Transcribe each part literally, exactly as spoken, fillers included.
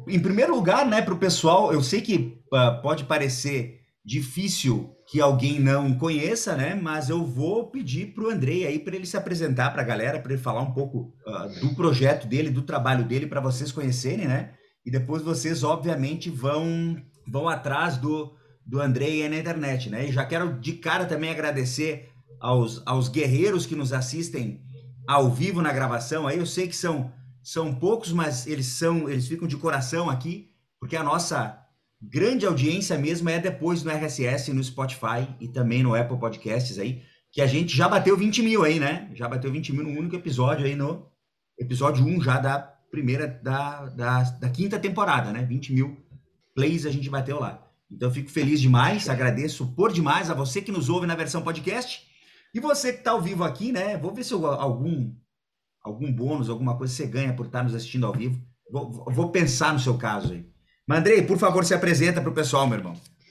em primeiro lugar, né, para o pessoal, eu sei que uh, pode parecer difícil que alguém não conheça, né, mas eu vou pedir para o Andrei aí para ele se apresentar para a galera, para ele falar um pouco uh, do projeto dele, do trabalho dele, para vocês conhecerem, né, e depois vocês, obviamente, vão, vão atrás do, do Andrei aí na internet, né, e já quero de cara também agradecer aos, aos guerreiros que nos assistem ao vivo na gravação, aí eu sei que são são poucos, mas eles são, eles ficam de coração aqui, porque a nossa grande audiência mesmo é depois no R S S, no Spotify e também no Apple Podcasts aí, que a gente já bateu vinte mil aí, né? Já bateu vinte mil no único episódio aí, no episódio um já da primeira, da, da, da quinta temporada, né? vinte mil plays a gente bateu lá. Então eu fico feliz demais, agradeço por demais a você que nos ouve na versão podcast e você que está ao vivo aqui, né? Vou ver se eu, algum algum bônus, alguma coisa que você ganha por estar nos assistindo ao vivo. Vou, vou pensar no seu caso aí. Mas, Andrei, por favor, se apresenta para o pessoal, meu irmão.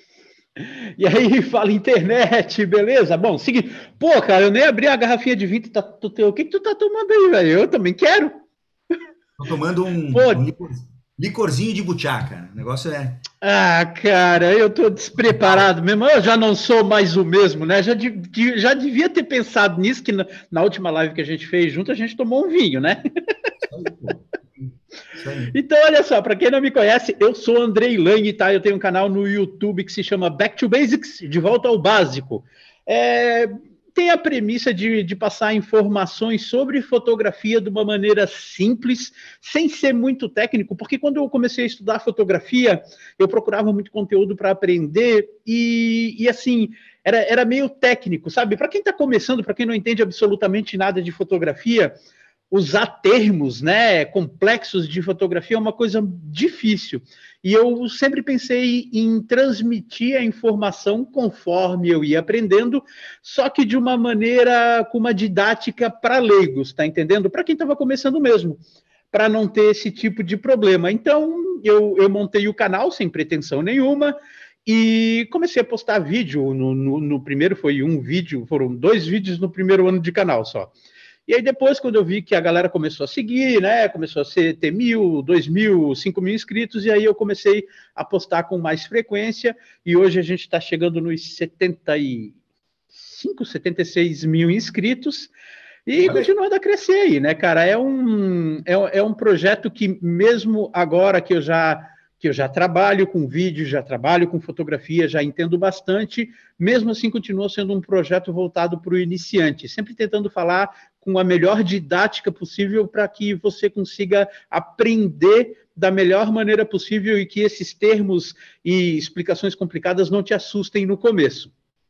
E aí, fala internet, beleza? Bom, seguinte, pô, cara, eu nem abri a garrafinha de vinho, tá, tu, o que que tu tá tomando aí, velho? Eu também quero. Tô tomando um, Pô, um licor, licorzinho de buchaca. O negócio é... ah, cara, eu tô despreparado mesmo, eu já não sou mais o mesmo, né? Já, de, já devia ter pensado nisso, que na, na última live que a gente fez junto, a gente tomou um vinho, né? Isso aí, pô. Isso aí. Então, olha só, para quem não me conhece, eu sou Andrei Lane, tá? Eu tenho um canal no YouTube que se chama Back to Basics, de volta ao básico. É, tem a premissa de, de passar informações sobre fotografia de uma maneira simples, sem ser muito técnico, porque quando eu comecei a estudar fotografia, eu procurava muito conteúdo para aprender e, e assim, era, era meio técnico, sabe? Para quem está começando, para quem não entende absolutamente nada de fotografia, usar termos, né, complexos de fotografia é uma coisa difícil. E eu sempre pensei em transmitir a informação conforme eu ia aprendendo, só que de uma maneira com uma didática para leigos, tá entendendo? Para quem estava começando mesmo, para não ter esse tipo de problema. Então, eu, eu montei o canal sem pretensão nenhuma, e comecei a postar vídeo. No, no, no primeiro foi um vídeo, foram dois vídeos no primeiro ano de canal só. E aí depois, quando eu vi que a galera começou a seguir, né, começou a ser, ter mil, dois mil, cinco mil inscritos, e aí eu comecei a postar com mais frequência, e hoje a gente está chegando nos setenta e cinco, setenta e seis mil inscritos, e Olha aí. continuando a crescer aí, né, cara? É um, é, é um projeto que, mesmo agora que eu já que eu já trabalho com vídeo, já trabalho com fotografia, já entendo bastante, mesmo assim continua sendo um projeto voltado para o iniciante, sempre tentando falar com a melhor didática possível para que você consiga aprender da melhor maneira possível e que esses termos e explicações complicadas não te assustem no começo.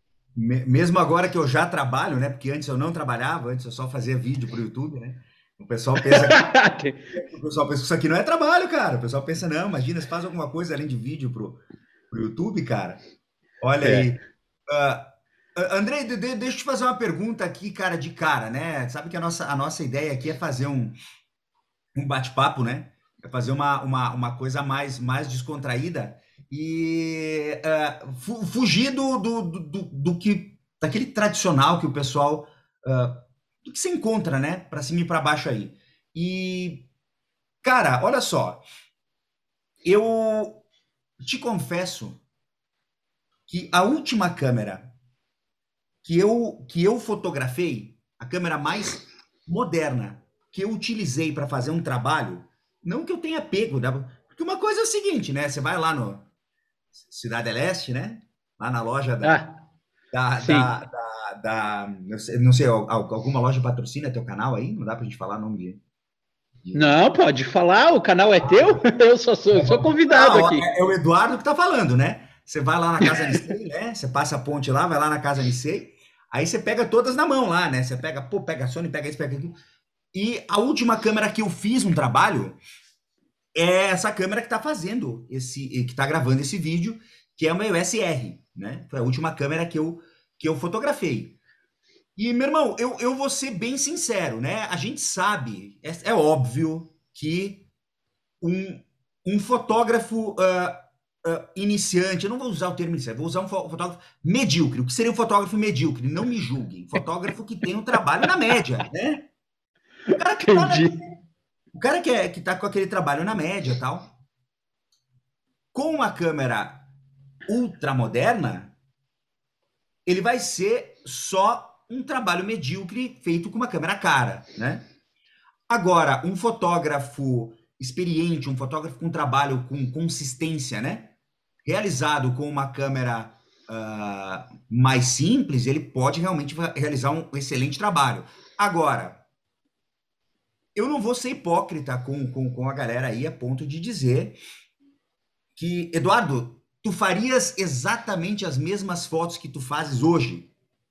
Mesmo agora que eu já trabalho, né? Porque antes eu não trabalhava, antes eu só fazia vídeo para o YouTube, né? O pessoal pensa que, o pessoal pensa que isso aqui não é trabalho, cara. O pessoal pensa, não, imagina, você faz alguma coisa além de vídeo pro, pro YouTube, cara. Olha aí. É. Uh, Andrei, de, de, deixa eu te fazer uma pergunta aqui, cara, de cara, né? Sabe que a nossa, a nossa ideia aqui é fazer um, um bate-papo, né? É fazer uma, uma, uma coisa mais, mais descontraída e uh, fu fugir do, do, do, do que, daquele tradicional que o pessoal... Uh, do que se encontra, né? Para cima e para baixo aí. E, cara, olha só. Eu te confesso que a última câmera que eu, que eu fotografei, a câmera mais moderna que eu utilizei para fazer um trabalho, não que eu tenha pego, porque uma coisa é o seguinte, né? Você vai lá no Cidade Leste, né? Lá na loja da, Ah, da, sim. da, da, da não sei, não sei, alguma loja patrocina teu canal aí? Não dá pra gente falar o nome de... de... Não, pode falar, o canal é teu? Eu só sou, sou convidado Não, aqui. é, é o Eduardo que tá falando, né? Você vai lá na Casa Nissei, né? Você passa a ponte lá, vai lá na Casa Nissei, aí você pega todas na mão lá, né? Você pega, pô, pega a Sony, pega isso, pega aquilo. E a última câmera que eu fiz um trabalho é essa câmera que tá fazendo esse, que tá gravando esse vídeo, que é uma E O S R, né? Foi a última câmera que eu, que eu fotografei. E, meu irmão, eu, eu vou ser bem sincero, né? A gente sabe, é, é óbvio que um, um fotógrafo uh, uh, iniciante, eu não vou usar o termo iniciante, vou usar um fotógrafo medíocre. O que seria um fotógrafo medíocre? Não me julguem. Fotógrafo que tem um trabalho na média, né? O cara que tá, na, Entendi. o cara que, é, que tá com aquele trabalho na média e tal, Com uma câmera ultramoderna, ele vai ser só um trabalho medíocre feito com uma câmera cara, né? Agora, um fotógrafo experiente, um fotógrafo com trabalho com consistência, né? Realizado com uma câmera uh, mais simples, ele pode realmente realizar um excelente trabalho. Agora, eu não vou ser hipócrita com, com, com a galera aí a ponto de dizer que, Eduardo, tu farias exatamente as mesmas fotos que tu fazes hoje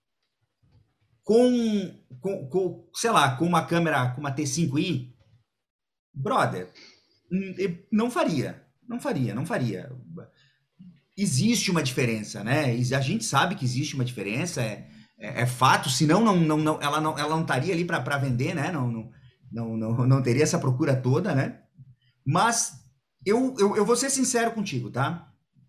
com, com, com sei lá, com uma câmera, com uma T cinco i? Brother, não faria, não faria, não faria. Existe uma diferença, né? A gente sabe que existe uma diferença, é, é, é fato, senão não, não, não, ela, não, ela não estaria ali para vender, né? Não, não, não, não, não teria essa procura toda, né? Mas eu, eu, eu vou ser sincero contigo, tá?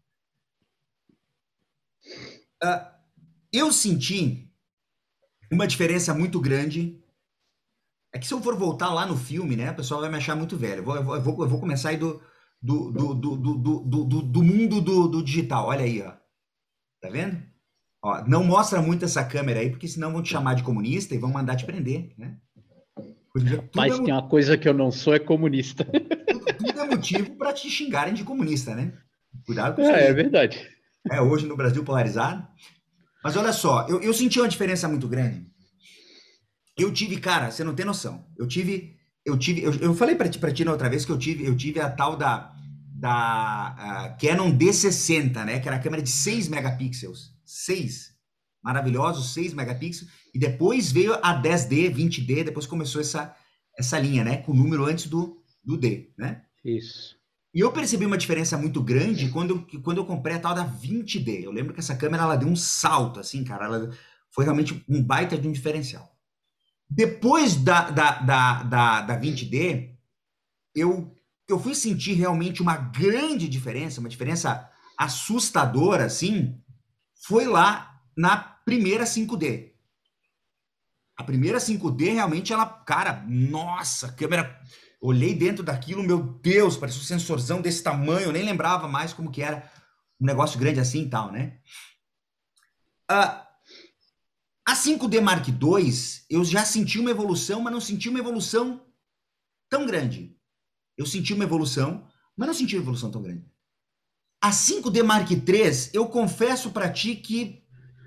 Uh, eu senti uma diferença muito grande. É que se eu for voltar lá no filme, né? O pessoal vai me achar muito velho. Eu vou, eu vou, eu vou, eu vou começar aí do, do, do, do, do, do, do, do mundo do, do digital. Olha aí, ó. Tá vendo? Ó, não mostra muito essa câmera aí, porque senão vão te chamar de comunista e vão mandar te prender, né? Mas é tem uma coisa que eu não sou, é comunista. Tudo, tudo é motivo para te xingarem de comunista, né? Cuidado com isso é, aí. É verdade. É, hoje no Brasil polarizado. Mas olha só, eu, eu senti uma diferença muito grande. Eu tive, cara, você não tem noção. Eu tive, eu tive, eu, eu falei para ti, para ti na outra vez que eu tive, eu tive a tal da, da Canon D sessenta, né? Que era a câmera de seis megapixels. seis. Maravilhoso, seis megapixels. E depois veio a dez D, vinte D, depois começou essa, essa linha, né? Com o número antes do, do D, né? Isso. E eu percebi uma diferença muito grande quando eu, quando eu comprei a tal da vinte D. Eu lembro que essa câmera, ela deu um salto, assim, cara. Ela foi realmente um baita de um diferencial. Depois da, da, da, da, da vinte D, eu, eu fui sentir realmente uma grande diferença, uma diferença assustadora, assim, foi lá na primeira cinco D. A primeira cinco D, realmente, ela, cara, nossa, câmera... Olhei dentro daquilo, meu Deus, parecia um sensorzão desse tamanho, eu nem lembrava mais como que era um negócio grande assim e tal, né? Uh, a cinco D Mark dois, eu já senti uma evolução, mas não senti uma evolução tão grande. Eu senti uma evolução, mas não senti uma evolução tão grande. A cinco D Mark três, eu confesso para ti que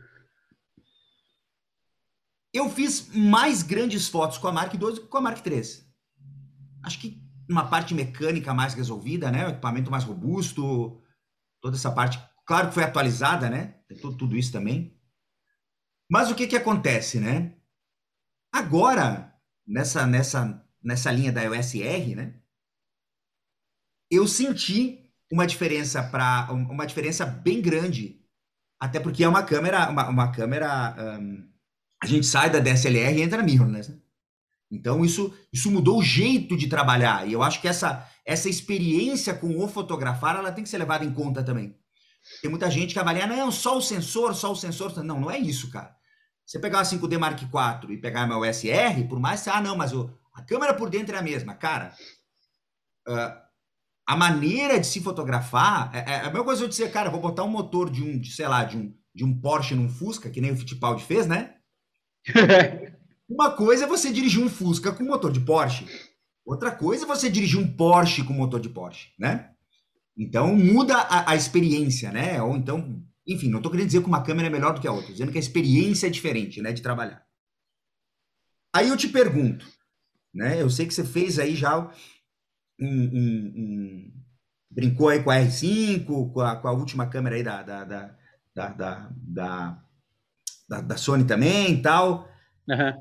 eu fiz mais grandes fotos com a Mark dois do que com a Mark três. Acho que uma parte mecânica mais resolvida, né? O equipamento mais robusto, toda essa parte, claro que foi atualizada, né? Tem tudo, tudo isso também. Mas o que que acontece, né? Agora, nessa, nessa, nessa linha da E O S R, né? Eu senti uma diferença para uma diferença bem grande, até porque é uma câmera, uma, uma câmera, um, a gente sai da D S L R e entra na mirrorless, né? Então, isso, isso mudou o jeito de trabalhar. E eu acho que essa, essa experiência com o fotografar, ela tem que ser levada em conta também. Tem muita gente que avalia, não, só o sensor, só o sensor. Não, não é isso, cara. Você pegar uma cinco D Mark quatro e pegar uma E O S R, por mais que, ah, não, mas o, a câmera por dentro é a mesma. Cara, uh, a maneira de se fotografar, é, é a mesma coisa eu dizer, cara, vou botar um motor de um, de, sei lá, de um, de um Porsche num Fusca, que nem o Fittipaldi fez, né? Uma coisa é você dirigir um Fusca com motor de Porsche. Outra coisa é você dirigir um Porsche com motor de Porsche, né? Então, muda a, a experiência, né? Ou então, enfim, não estou querendo dizer que uma câmera é melhor do que a outra. Estou dizendo que a experiência é diferente, né? De trabalhar. Aí eu te pergunto, né? Eu sei que você fez aí já um... um, um brincou aí com a R cinco, com a, com a última câmera aí da, da, da, da, da, da, da, da Sony também e tal. Uhum.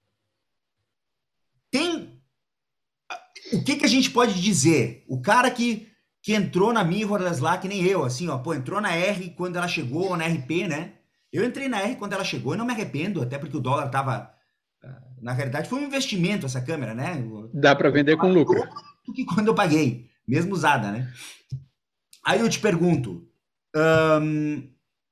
Tem... O que que a gente pode dizer? O cara que, que entrou na mirrorless lá, que nem eu, assim, ó, pô, entrou na R quando ela chegou, ou na R P, né? Eu entrei na R quando ela chegou e não me arrependo, até porque o dólar tava... Na realidade, foi um investimento essa câmera, né? Dá para vender com lucro. Do que quando eu paguei, mesmo usada, né? Aí eu te pergunto, hum,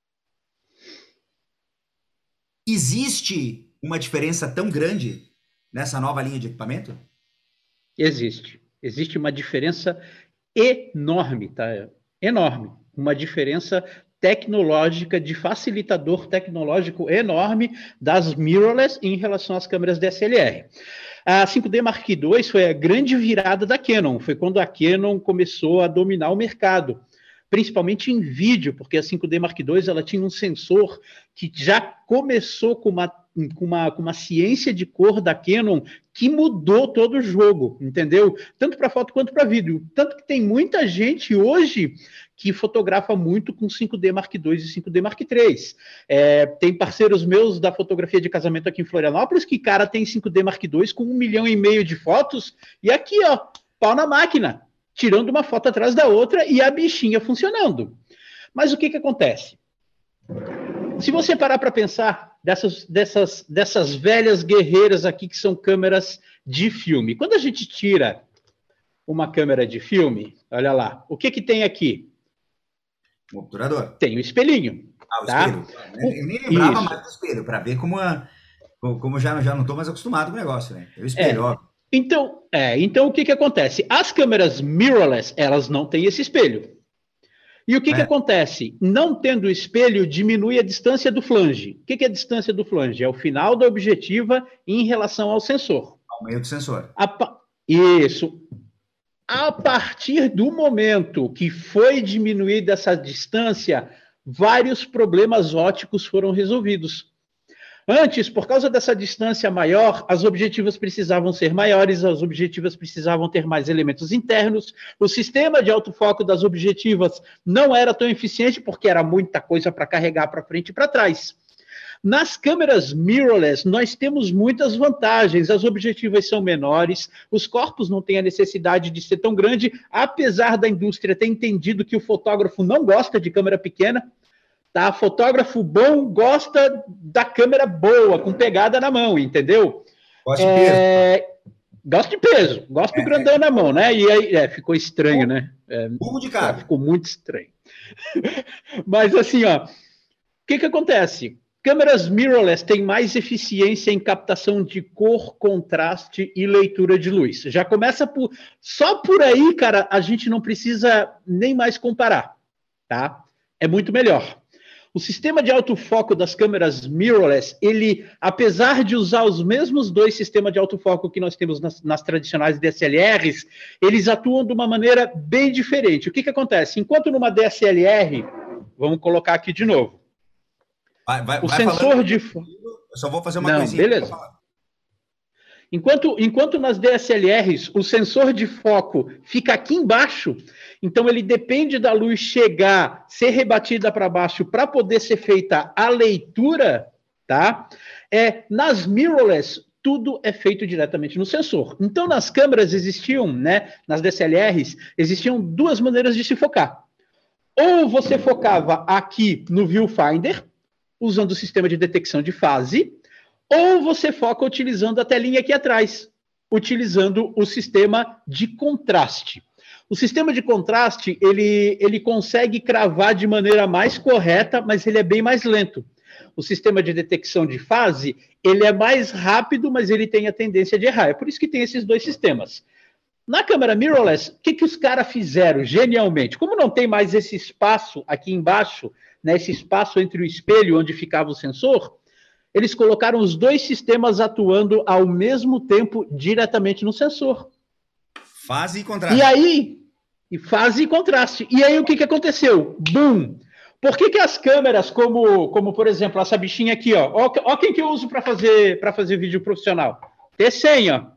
existe uma diferença tão grande nessa nova linha de equipamento? Existe. Existe uma diferença enorme, tá? Enorme. Uma diferença tecnológica, de facilitador tecnológico enorme das mirrorless em relação às câmeras D S L R. A cinco D Mark dois foi a grande virada da Canon, foi quando a Canon começou a dominar o mercado, principalmente em vídeo, porque a cinco D Mark dois ela tinha um sensor que já começou com uma, com uma, com uma ciência de cor da Canon que mudou todo o jogo, entendeu? Tanto para foto quanto para vídeo. Tanto que tem muita gente hoje que fotografa muito com cinco D Mark dois e cinco D Mark três. É, tem parceiros meus da fotografia de casamento aqui em Florianópolis que, cara, tem cinco D Mark dois com um milhão e meio de fotos e aqui, ó, pau na máquina, tirando uma foto atrás da outra e a bichinha funcionando. Mas o que que acontece? Se você parar para pensar dessas, dessas, dessas velhas guerreiras aqui que são câmeras de filme, quando a gente tira uma câmera de filme, olha lá, o que que tem aqui? O obturador. Tem o espelhinho. Ah, o tá? espelho. Eu nem lembrava Isso. mais do espelho, para ver como, a, como já, já não estou mais acostumado com o negócio, né? O espelho, É. ó. Então, é, então, o que que acontece? As câmeras mirrorless, elas não têm esse espelho. E o que, é. que acontece? Não tendo espelho, diminui a distância do flange. O que, que é a distância do flange? É o final da objetiva em relação ao sensor. Ao meio do sensor. A pa... Isso. A partir do momento que foi diminuída essa distância, vários problemas ópticos foram resolvidos. Antes, por causa dessa distância maior, as objetivas precisavam ser maiores, as objetivas precisavam ter mais elementos internos, o sistema de autofoco das objetivas não era tão eficiente porque era muita coisa para carregar para frente e para trás. Nas câmeras mirrorless, nós temos muitas vantagens, as objetivas são menores, os corpos não têm a necessidade de ser tão grande, apesar da indústria ter entendido que o fotógrafo não gosta de câmera pequena. Tá? Fotógrafo bom gosta da câmera boa, com pegada na mão, entendeu? Gosta de peso. É... Gosto de peso, gosto é, do grandão é. na mão, né? E aí é, ficou estranho, Burro, né? É, burro de cara. Ficou muito estranho. Mas assim, ó, o que que acontece? Câmeras mirrorless têm mais eficiência em captação de cor, contraste e leitura de luz. Já começa por... Só por aí, cara, a gente não precisa nem mais comparar, tá? É muito melhor. O sistema de autofoco das câmeras mirrorless, ele, apesar de usar os mesmos dois sistemas de autofoco que nós temos nas, nas tradicionais D S L Rs, eles atuam de uma maneira bem diferente. O que que acontece? Enquanto numa D S L R, vamos colocar aqui de novo, Vai, vai, o vai sensor falando, de... eu só vou fazer uma Não, coisinha. beleza. Enquanto, enquanto nas D S L Rs o sensor de foco fica aqui embaixo, então ele depende da luz chegar, ser rebatida para baixo para poder ser feita a leitura, tá? É, nas mirrorless, tudo é feito diretamente no sensor. Então, nas câmeras existiam, né, nas D S L Rs, existiam duas maneiras de se focar. Ou você focava aqui no viewfinder, usando o sistema de detecção de fase, ou você foca utilizando a telinha aqui atrás, utilizando o sistema de contraste. O sistema de contraste, ele, ele consegue cravar de maneira mais correta, mas ele é bem mais lento. O sistema de detecção de fase, ele é mais rápido, mas ele tem a tendência de errar. É por isso que tem esses dois sistemas. Na câmera mirrorless, o que, que os caras fizeram genialmente? Como não tem mais esse espaço aqui embaixo, né, esse espaço entre o espelho onde ficava o sensor, eles colocaram os dois sistemas atuando ao mesmo tempo diretamente no sensor. Fase e contraste. E aí, e fase e contraste. E aí o que, que aconteceu? Boom! Por que, que as câmeras, como, como por exemplo, essa bichinha aqui, ó, ó, ó quem que eu uso para fazer, para fazer vídeo profissional? T cem, ó.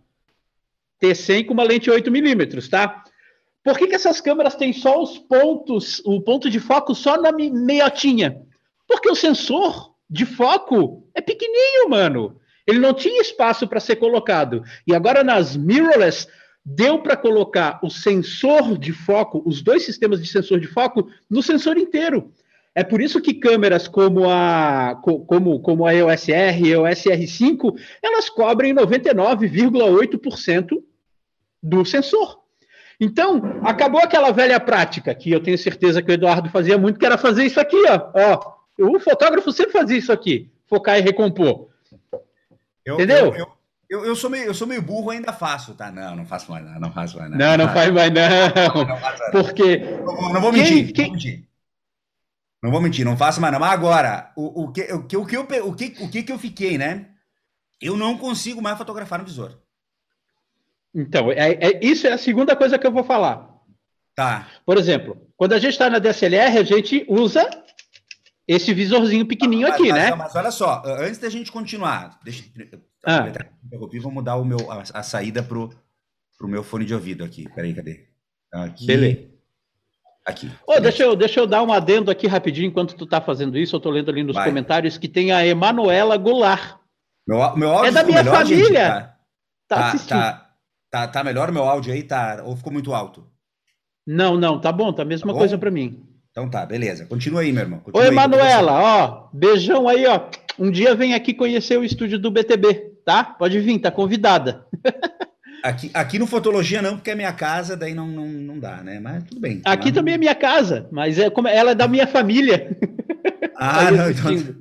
T cem com uma lente oito milímetros, tá? Por que, que essas câmeras têm só os pontos, o ponto de foco só na meiotinha? Porque o sensor de foco é pequenininho, mano. Ele não tinha espaço para ser colocado. E agora nas mirrorless, deu para colocar o sensor de foco, os dois sistemas de sensor de foco, no sensor inteiro. É por isso que câmeras como a, como, como a E O S R e a E O S R cinco, elas cobrem noventa e nove vírgula oito por cento do sensor. Então, acabou aquela velha prática, que eu tenho certeza que o Eduardo fazia muito, que era fazer isso aqui, ó. ó o fotógrafo sempre fazia isso aqui, focar e recompor. Eu, Entendeu? Eu, eu, Eu, eu, sou meio, eu sou meio burro, ainda faço, tá? Não, não faço mais, não, não faço mais. Não, não, não faz mais, não. não faço mais, Porque. não, não vou quem, mentir, quem... não vou mentir. Não vou mentir, não faço mais, não. Mas agora, o, o, que, o, que, o, que eu, o, que, o que que eu fiquei, né? Eu não consigo mais fotografar no visor. Então, é, é, isso é a segunda coisa que eu vou falar. Tá. Por exemplo, quando a gente está na D S L R, a gente usa esse visorzinho pequenininho mas, aqui, mas, né? Mas olha só, antes da gente continuar, deixa eu ah. vou mudar o meu, a, a saída pro, pro meu fone de ouvido aqui. Peraí, cadê? Aqui. Beleza. Aqui. Oh, deixa, eu, deixa eu dar um adendo aqui rapidinho enquanto tu tá fazendo isso. Eu tô lendo ali nos Vai. comentários que tem a Emanuela Goulart. Meu, meu áudio é da minha melhor, família. Gente, tá, tá, tá assistindo. Tá, tá, tá melhor o meu áudio aí? Tá, ou ficou muito alto? Não, não, tá bom, tá a mesma tá coisa para mim. Então tá, beleza. Continua aí, meu irmão. Continua Oi, aí, Manuela, ó, beijão aí, ó. Um dia vem aqui conhecer o estúdio do B T B, tá? Pode vir, tá convidada. Aqui, aqui no Fotologia não, porque é minha casa, daí não, não, não dá, né? Mas tudo bem. Aqui mas... também é minha casa, mas é como ela é da minha família. Ah, não, então...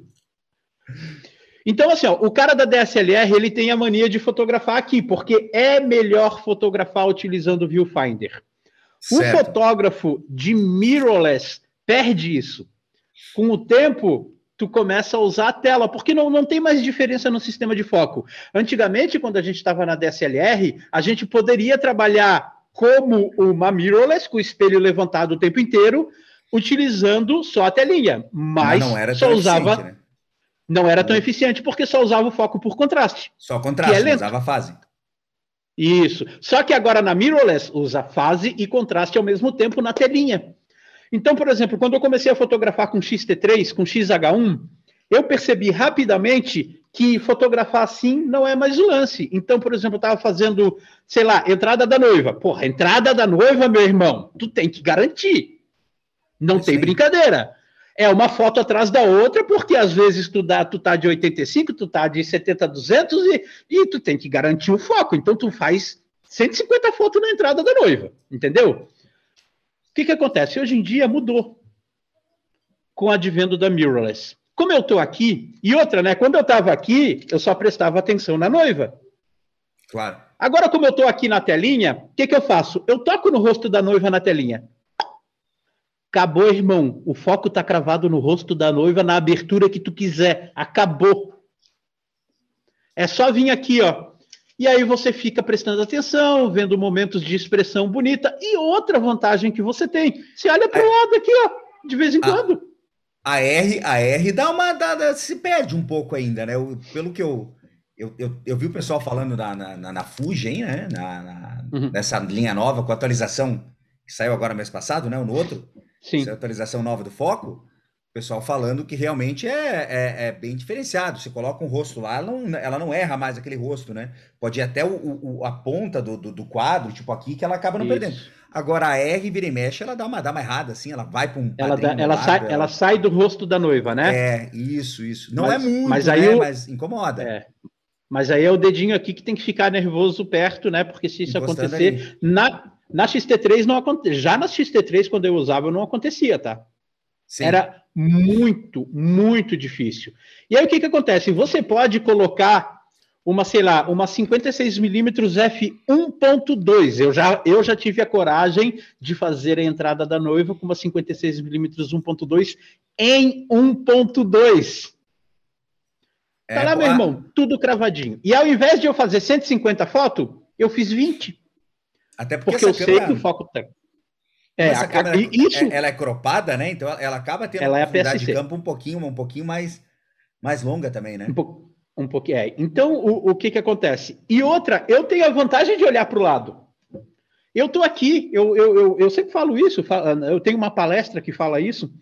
Então, assim, ó, o cara da D S L R, ele tem a mania de fotografar aqui, porque é melhor fotografar utilizando o viewfinder. Certo. O fotógrafo de mirrorless perde isso. Com o tempo, tu começa a usar a tela, porque não, não tem mais diferença no sistema de foco. Antigamente, quando a gente estava na D S L R, a gente poderia trabalhar como uma mirrorless, com o espelho levantado o tempo inteiro, utilizando só a telinha. Mas, mas não era só usava... Né? Não era tão eficiente, porque só usava o foco por contraste. Só contraste, é não usava fase. Isso. Só que agora na mirrorless usa fase e contraste ao mesmo tempo na telinha. Então, por exemplo, quando eu comecei a fotografar com X T três, com X H um, eu percebi rapidamente que fotografar assim não é mais o lance. Então, por exemplo, eu estava fazendo, sei lá, entrada da noiva. Porra, entrada da noiva, meu irmão, tu tem que garantir. Não tem brincadeira. É uma foto atrás da outra, porque às vezes tu, dá, tu tá de oitenta e cinco, tu tá de setenta a duzentos e, e tu tem que garantir o foco. Então tu faz cento e cinquenta fotos na entrada da noiva, entendeu? O que que acontece? Hoje em dia mudou com o advento da mirrorless. Como eu tô aqui, e outra, né? Quando eu tava aqui, eu só prestava atenção na noiva. Claro. Agora, como eu tô aqui na telinha, o que que eu faço? Eu toco no rosto da noiva na telinha. Acabou, irmão. O foco tá cravado no rosto da noiva na abertura que tu quiser. Acabou. É só vir aqui, ó. E aí você fica prestando atenção, vendo momentos de expressão bonita. E outra vantagem que você tem, você olha para o é. lado aqui, ó, de vez em a, quando. A R, a R dá uma... Dá, dá, se perde um pouco ainda, né? Eu, pelo que eu, eu, eu... Eu vi o pessoal falando na, na, na Fuji, hein, né? Na, na, uhum. Nessa linha nova, com a atualização que saiu agora mês passado, né? Ou no outro. Sim. Essa atualização nova do foco, o pessoal falando que realmente é, é, é bem diferenciado. Você coloca um rosto lá, ela não, ela não erra mais aquele rosto, né? Pode ir até o, o, a ponta do, do, do quadro, tipo aqui, que ela acaba não Isso. perdendo. Agora a R, vira e mexe, ela dá uma, dá uma errada, assim, ela vai para um ela, dá, ela, lado, sai, ela... ela sai do rosto da noiva, né? É, isso, isso. Não mas, é muito, mas, aí né? eu... mas incomoda. É. Mas aí é o dedinho aqui que tem que ficar nervoso perto, né? Porque se isso Encostando acontecer... Na... Na X T três não acontecia. Já na X T três, quando eu usava, não acontecia, tá? Sim. Era muito, muito difícil. E aí o que que acontece? Você pode colocar uma, sei lá, uma cinquenta e seis milímetros f um ponto dois. Eu já, eu já tive a coragem de fazer a entrada da noiva com uma cinquenta e seis milímetros um ponto dois em um ponto dois. Tá é, lá, meu a... irmão, tudo cravadinho. E ao invés de eu fazer cento e cinquenta fotos, eu fiz vinte. Até porque, porque eu câmera, sei que o foco tá. É, essa a, câmera, isso, ela é cropada, né? Então ela acaba tendo ela uma é profundidade de campo um pouquinho, um pouquinho mais, mais longa também, né? Um, po, um pouquinho, é. Então, o, o que que acontece? E outra, eu tenho a vantagem de olhar para o lado. Eu tô aqui, eu, eu, eu, eu sempre falo isso, eu tenho uma palestra que fala isso,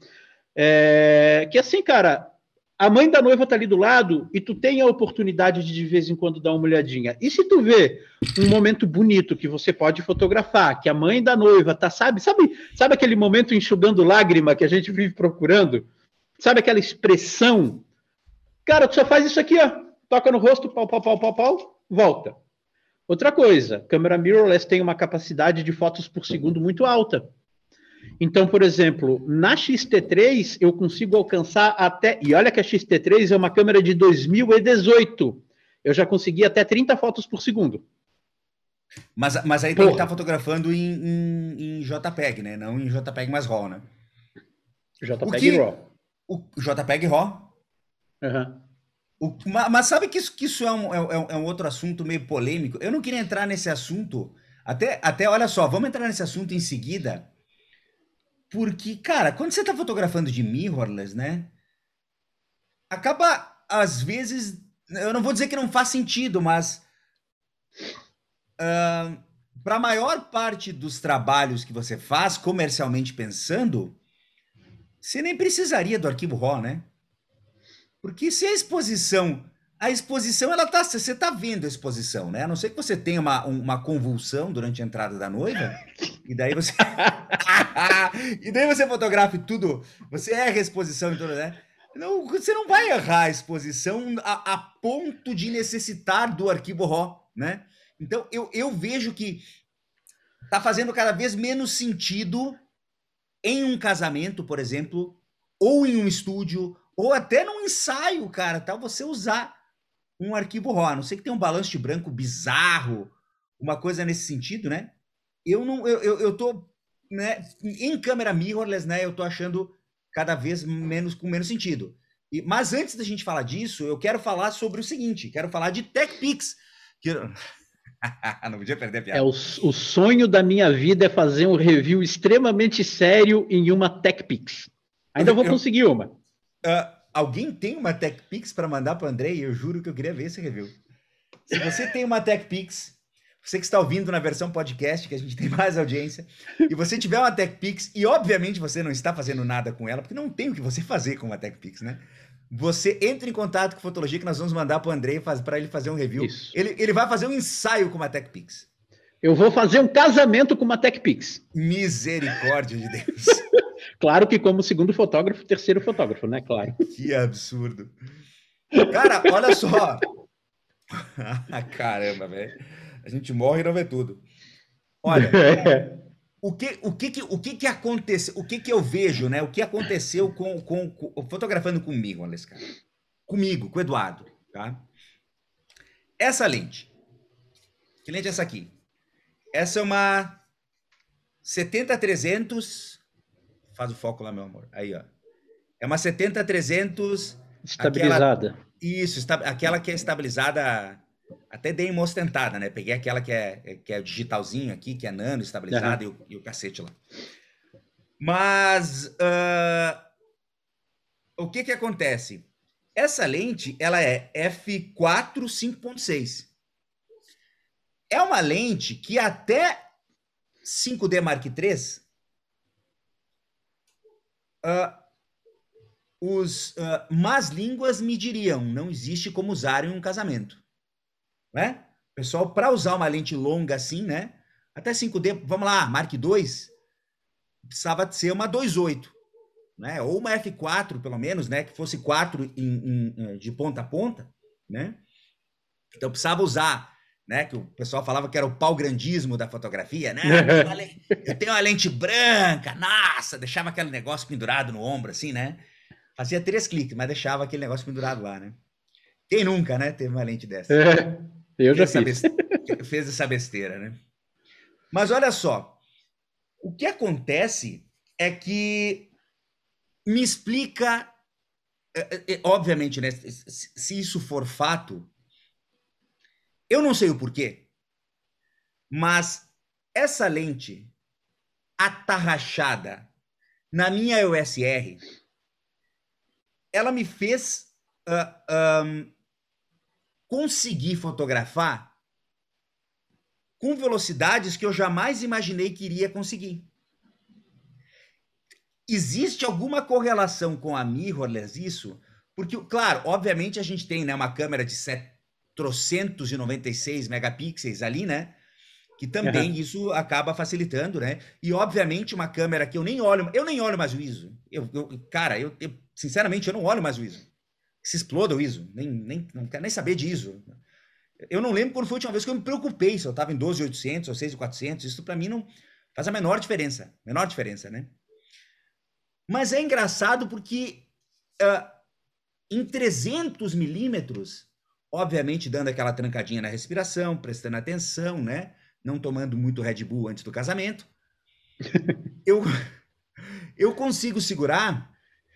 é, que assim, cara, a mãe da noiva tá ali do lado e tu tem a oportunidade de de vez em quando dar uma olhadinha. E se tu vê um momento bonito que você pode fotografar, que a mãe da noiva tá, sabe, sabe, sabe aquele momento enxugando lágrima que a gente vive procurando? Sabe aquela expressão? Cara, tu só faz isso aqui, ó, toca no rosto, pau, pau, pau, pau, pau, volta. Outra coisa, câmera mirrorless tem uma capacidade de fotos por segundo muito alta. Então, por exemplo, na X T três eu consigo alcançar até... E olha que a X T três é uma câmera de dois mil e dezoito. eu já consegui até trinta fotos por segundo. Mas, mas aí tem que estar fotografando em, em, em JPEG, né? Não em JPEG mais RAW, né? JPEG RAW. O JPEG RAW. Uhum. O, mas sabe que isso, que isso é, um, é, é um outro assunto meio polêmico? Eu não queria entrar nesse assunto. Até, até, olha só, vamos entrar nesse assunto em seguida. Porque, cara, quando você está fotografando de mirrorless, né? Acaba, às vezes, eu não vou dizer que não faz sentido, mas uh, para a maior parte dos trabalhos que você faz, comercialmente pensando, você nem precisaria do arquivo RAW, né? Porque se a exposição, a exposição, ela tá, você está vendo a exposição, né? A não ser que você tenha uma, uma convulsão durante a entrada da noiva, e daí você... e daí você fotografa tudo, você erra a exposição e tudo, né? Não, você não vai errar a exposição a, a ponto de necessitar do arquivo RAW, né? Então, eu, eu vejo que está fazendo cada vez menos sentido em um casamento, por exemplo, ou em um estúdio, ou até num ensaio, cara, tá? Você usar um arquivo RAW, a não ser que tenha um balanço de branco bizarro, uma coisa nesse sentido, né? Eu não, eu, eu, eu tô, né, em câmera mirrorless, né, eu tô achando cada vez menos, com menos sentido. E, mas antes da gente falar disso, eu quero falar sobre o seguinte, quero falar de TechPix, que... não podia perder a piada. É o, o sonho da minha vida é fazer um review extremamente sério em uma TechPix. Ainda eu, vou conseguir uma. Uh, alguém tem uma TechPix para mandar para o Andrei? Eu juro que eu queria ver esse review. Se você tem uma TechPix, você que está ouvindo na versão podcast, que a gente tem mais audiência, e você tiver uma TechPix, e obviamente você não está fazendo nada com ela, porque não tem o que você fazer com uma TechPix, né? Você entra em contato com Fotologia, que nós vamos mandar para o Andrei para ele fazer um review. Ele, ele vai fazer um ensaio com uma TechPix. Eu vou fazer um casamento com uma TechPix. Misericórdia de Deus. Claro que como segundo fotógrafo, terceiro fotógrafo, né? Claro. Que absurdo. Cara, olha só. Caramba, velho. A gente morre e não vê tudo. Olha, o que, o que, que, o que, que aconteceu, o que, que eu vejo, né? O que aconteceu com, com, com fotografando comigo, olha esse cara. Comigo, com o Eduardo, tá? Essa lente. Que lente é essa aqui? Essa é uma setenta trezentos. Faz o foco lá, meu amor. Aí, ó. É uma setenta trezentos. Estabilizada. Aquela, isso, aquela que é estabilizada. Até dei uma ostentada, né? Peguei aquela que é, que é digitalzinho aqui, que é nano, estabilizada, uhum. e, o, e o cacete lá. Mas uh, o que que acontece? Essa lente, ela é F quatro cinco ponto seis. É uma lente que até cinco D Mark três, uh, os uh, más línguas me diriam, não existe como usar em um casamento. Né? Pessoal, para usar uma lente longa assim, né? Até cinco D, vamos lá, Mark dois, precisava ser uma dois ponto oito, né? Ou uma F quatro, pelo menos, né? Que fosse quatro em, em, de ponta a ponta, né? Então precisava usar, né? Que o pessoal falava que era o pau-grandismo da fotografia, né? Eu tenho uma lente branca, nossa, deixava aquele negócio pendurado no ombro, assim, né? Fazia três cliques, mas deixava aquele negócio pendurado lá, né? Quem nunca, né? Teve uma lente dessa. É, eu já fez fiz. Essa fez essa besteira, né? Mas olha só, o que acontece é que me explica, é, é, obviamente, né? Se, se isso for fato, eu não sei o porquê, mas essa lente atarrachada na minha E O S R, ela me fez uh, um, conseguir fotografar com velocidades que eu jamais imaginei que iria conseguir. Existe alguma correlação com a mirrorless isso? Porque, claro, obviamente a gente tem, né, uma câmera de setecentos e noventa e seis megapixels ali, né? Que também uhum. isso acaba facilitando, né? E, obviamente, uma câmera que eu nem olho, eu nem olho mais o I S O. Eu, eu, cara, eu, eu, sinceramente, eu não olho mais o I S O. Se exploda o I S O. Nem, nem, não quero nem saber de I S O. Eu não lembro quando foi a última vez que eu me preocupei se eu estava em doze mil e oitocentos ou seis mil e quatrocentos. Isso, para mim, não faz a menor diferença. Menor diferença, né? Mas é engraçado porque uh, em trezentos milímetros, obviamente dando aquela trancadinha na respiração, prestando atenção, né? Não tomando muito Red Bull antes do casamento. Eu, eu consigo segurar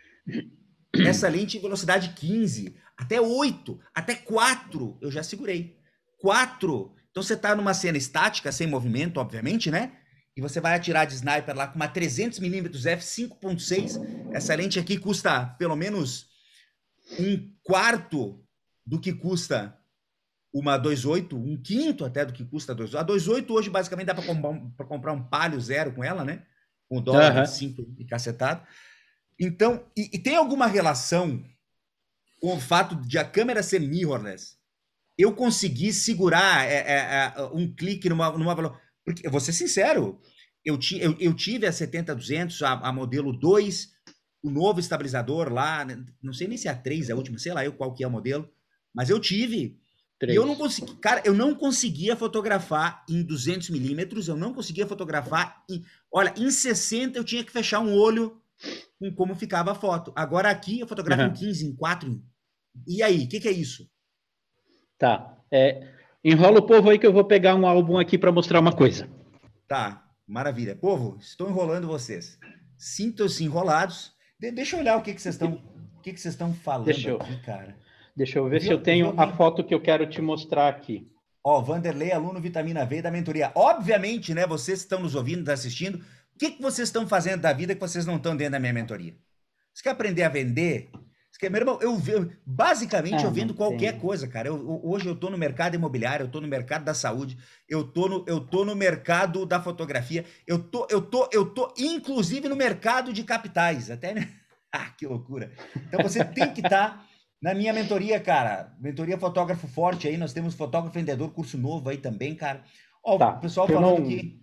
essa lente em velocidade quinze, até oito, até quatro eu já segurei. quatro. Então você tá numa cena estática, sem movimento, obviamente, né? E você vai atirar de sniper lá com uma trezentos milímetros f cinco ponto seis. Essa lente aqui custa pelo menos um quarto do que custa uma dois oito, um quinto até do que custa a dois oito. A dois oito hoje basicamente dá para comprar, um, comprar um Palio zero com ela, né? Com o dólar Aham. vinte e cinco e cacetado. Então, e, e tem alguma relação com o fato de a câmera ser mirrorless? Eu consegui segurar é, é, é, um clique numa, numa velocidade. Porque, eu vou ser sincero, eu, ti, eu, eu tive a setenta duzentos, a, a modelo dois, o novo estabilizador lá, né? Não sei nem se é a três, a última, sei lá eu qual que é o modelo, mas eu tive. Três. E eu não consegui, cara, eu não conseguia fotografar em duzentos milímetros, eu não conseguia fotografar em, olha, em sessenta eu tinha que fechar um olho com como ficava a foto. Agora aqui eu fotografo Uhum. em quinze, em quatro. E aí, o que, que é isso? Tá. É, enrola o povo aí que eu vou pegar um álbum aqui para mostrar uma coisa. Tá, maravilha. Povo, estou enrolando vocês. Sintam-se enrolados. De, deixa eu olhar o que, que vocês estão, o que, que vocês estão falando Deixa eu, aqui, cara. deixa eu ver Viu- se eu tenho viu a ali? foto que eu quero te mostrar aqui. Ó, Vanderlei, aluno Vitamina V da mentoria. Obviamente, né, vocês que estão nos ouvindo, nos assistindo, o que, que vocês estão fazendo da vida que vocês não estão dentro da minha mentoria? Você quer aprender a vender? Você quer, meu irmão, eu, eu basicamente Ah, eu vendo não qualquer tem. coisa, cara. Eu, eu- hoje eu tô no mercado imobiliário, eu tô no mercado da saúde, eu tô no, eu tô no mercado da fotografia, eu tô, eu tô, eu tô inclusive no mercado de capitais, até, né? Ah, que loucura. Então você tem que estar na minha mentoria, cara. Mentoria Fotógrafo Forte aí, nós temos Fotógrafo Vendedor, curso novo aí também, cara. Ó, Tá. o pessoal Eu falando não. que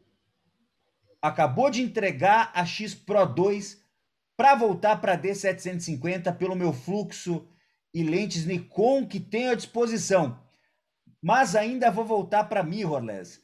acabou de entregar a X Pro dois para voltar para D setecentos e cinquenta pelo meu fluxo e lentes Nikon que tenho à disposição. Mas ainda vou voltar para mirrorless.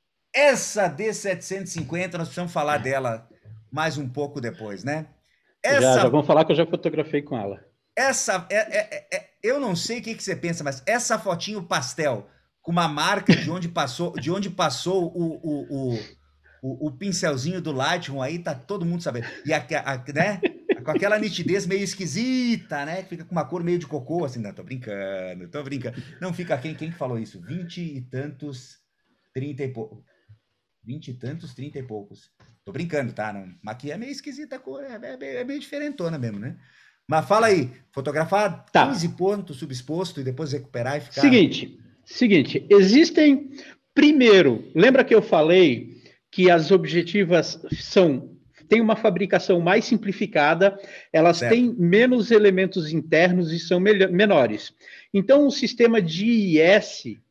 Essa D setecentos e cinquenta, nós precisamos falar dela mais um pouco depois, né? Já, já Essa, vamos falar que eu já fotografei com ela. essa, é, é, é, eu não sei o que, que você pensa, mas essa fotinho pastel com uma marca de onde passou, de onde passou o, o, o, o, o pincelzinho do Lightroom aí, tá todo mundo sabendo. E a, a, né? Com aquela nitidez meio esquisita, né? Que fica com uma cor meio de cocô, assim. Não, tô brincando, tô brincando. Não, fica quem, quem que falou isso? Vinte e tantos, trinta e poucos. Vinte e tantos, trinta e poucos. Tô brincando, tá? Não, mas aqui é meio esquisita a cor, é, é, é meio diferentona mesmo, né? Mas fala aí, fotografar Tá. quinze pontos subexposto e depois recuperar e ficar... Seguinte, seguinte, existem, primeiro, lembra que eu falei que as objetivas são, têm uma fabricação mais simplificada, elas Certo. têm menos elementos internos e são melhor, menores. Então, o sistema de I S,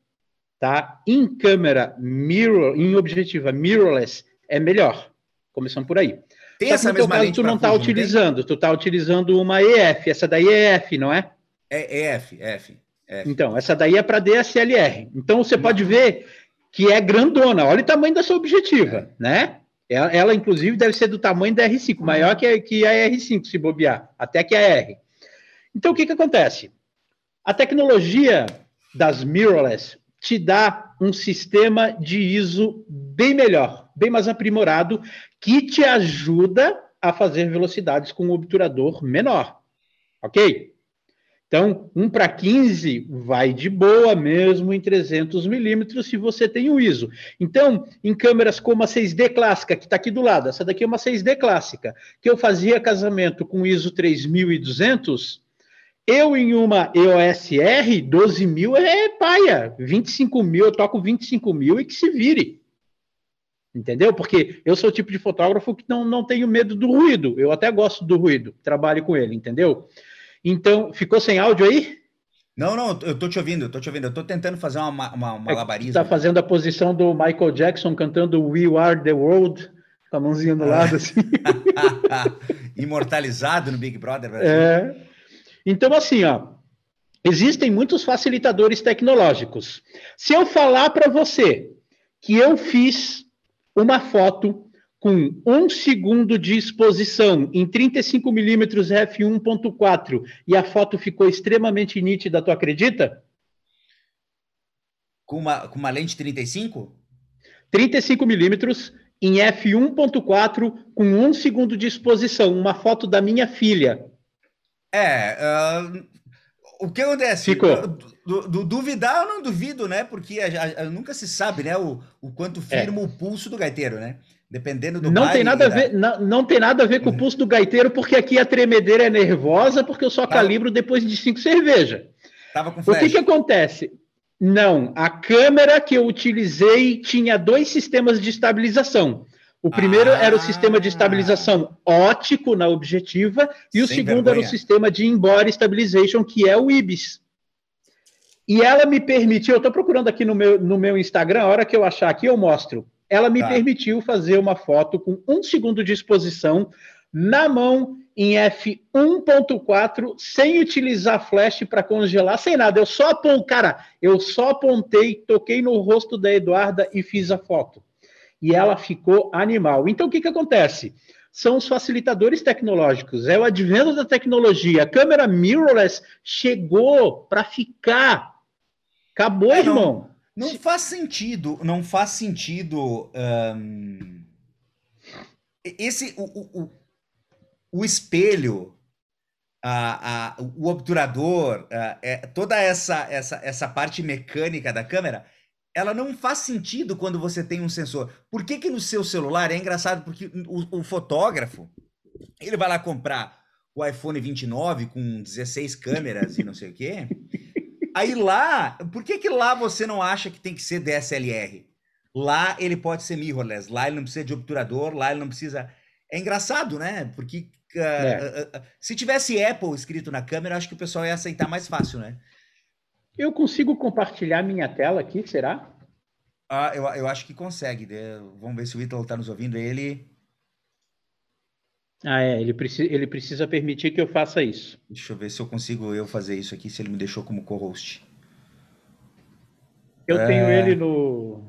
tá, em câmera mirror, em objetiva mirrorless, é melhor. Começando por aí. Tem Só que essa no teu mesma caso, lente tu não para está Fuji, não tem? utilizando, tu está utilizando uma E F, essa daí é E F, não é? É, é F, F, F. Então, essa daí é para D S L R. Então, você Uma- pode ver que é grandona. Olha o tamanho da sua objetiva, né? Ela, ela, inclusive, deve ser do tamanho da R cinco, maior que a, que a R cinco, se bobear, até que a R. Então, o que, que acontece? A tecnologia das mirrorless te dá um sistema de I S O bem melhor, bem mais aprimorado, que te ajuda a fazer velocidades com um obturador menor, ok? Então, um para quinze vai de boa mesmo em trezentos milímetros se você tem o I S O. Então, em câmeras como a seis D clássica, que está aqui do lado, essa daqui é uma seis D clássica, que eu fazia casamento com I S O três mil e duzentos, eu em uma E O S R, doze mil é paia, vinte e cinco mil, eu toco vinte e cinco mil e que se vire. Entendeu? Porque eu sou o tipo de fotógrafo que não, não tenho medo do ruído, eu até gosto do ruído, trabalho com ele, entendeu? Então, ficou sem áudio aí? Não, não, eu tô te ouvindo, eu tô te ouvindo. Eu tô tentando fazer uma, uma, uma É, malabarismo. tá fazendo a posição do Michael Jackson cantando We Are The World, com a mãozinha do lado, assim. Imortalizado no Big Brother Brasil. É. Então, assim, ó, existem muitos facilitadores tecnológicos. Se eu falar para você que eu fiz uma foto com um segundo de exposição em trinta e cinco milímetros f um ponto quatro e a foto ficou extremamente nítida, tu acredita? Com uma, com uma lente trinta e cinco? trinta e cinco milímetros em f um ponto quatro com um segundo de exposição. Uma foto da minha filha. É, uh, o que acontece? Ficou. Du, du, duvidar eu não duvido, né? Porque a, a, nunca se sabe, né? O, o quanto firma É. o pulso do gaiteiro, né? Dependendo do Não tem baile nada e a da... ver, não, não tem nada a ver com o pulso do gaiteiro, porque aqui a tremedeira é nervosa, porque eu só Tava, calibro depois de cinco cervejas. tava com O que, que flash. acontece? Não, a câmera que eu utilizei tinha dois sistemas de estabilização. O primeiro era o sistema de Ah, estabilização óptico na objetiva, e o sem segundo era o vergonha. sistema de inboard stabilization, que é o I B I S. E ela me permitiu, eu estou procurando aqui no meu, no meu Instagram, a hora que eu achar aqui eu mostro. Ela me Tá. permitiu fazer uma foto com um segundo de exposição na mão em f um ponto quatro, sem utilizar flash para congelar, sem nada. Eu só apontei, cara, eu só apontei, toquei no rosto da Eduarda e fiz a foto. E ela ficou animal. Então, o que, que acontece? São os facilitadores tecnológicos, é o advento da tecnologia. A câmera mirrorless chegou para ficar. Acabou, É, não, irmão. não faz sentido, não faz sentido. Um, esse, o, o, o o espelho, a, a, o obturador, a, é, toda essa, essa, essa parte mecânica da câmera, ela não faz sentido quando você tem um sensor. Por que que no seu celular é engraçado? Porque o, o fotógrafo, ele vai lá comprar o iPhone vinte e nove com dezesseis câmeras e não sei o quê. Aí lá, por que que lá você não acha que tem que ser D S L R? Lá ele pode ser mirrorless, lá ele não precisa de obturador, lá ele não precisa... É engraçado, né? Porque uh, É. uh, uh, se tivesse Apple escrito na câmera, acho que o pessoal ia aceitar mais fácil, né? Eu consigo compartilhar minha tela aqui, será? Ah, eu, eu acho que consegue. Vamos ver se o Ítalo está nos ouvindo. Ele... Ah, é. Ele, preci ele precisa permitir que eu faça isso. Deixa eu ver se eu consigo eu fazer isso aqui, se ele me deixou como co-host. Eu tenho ele É... no...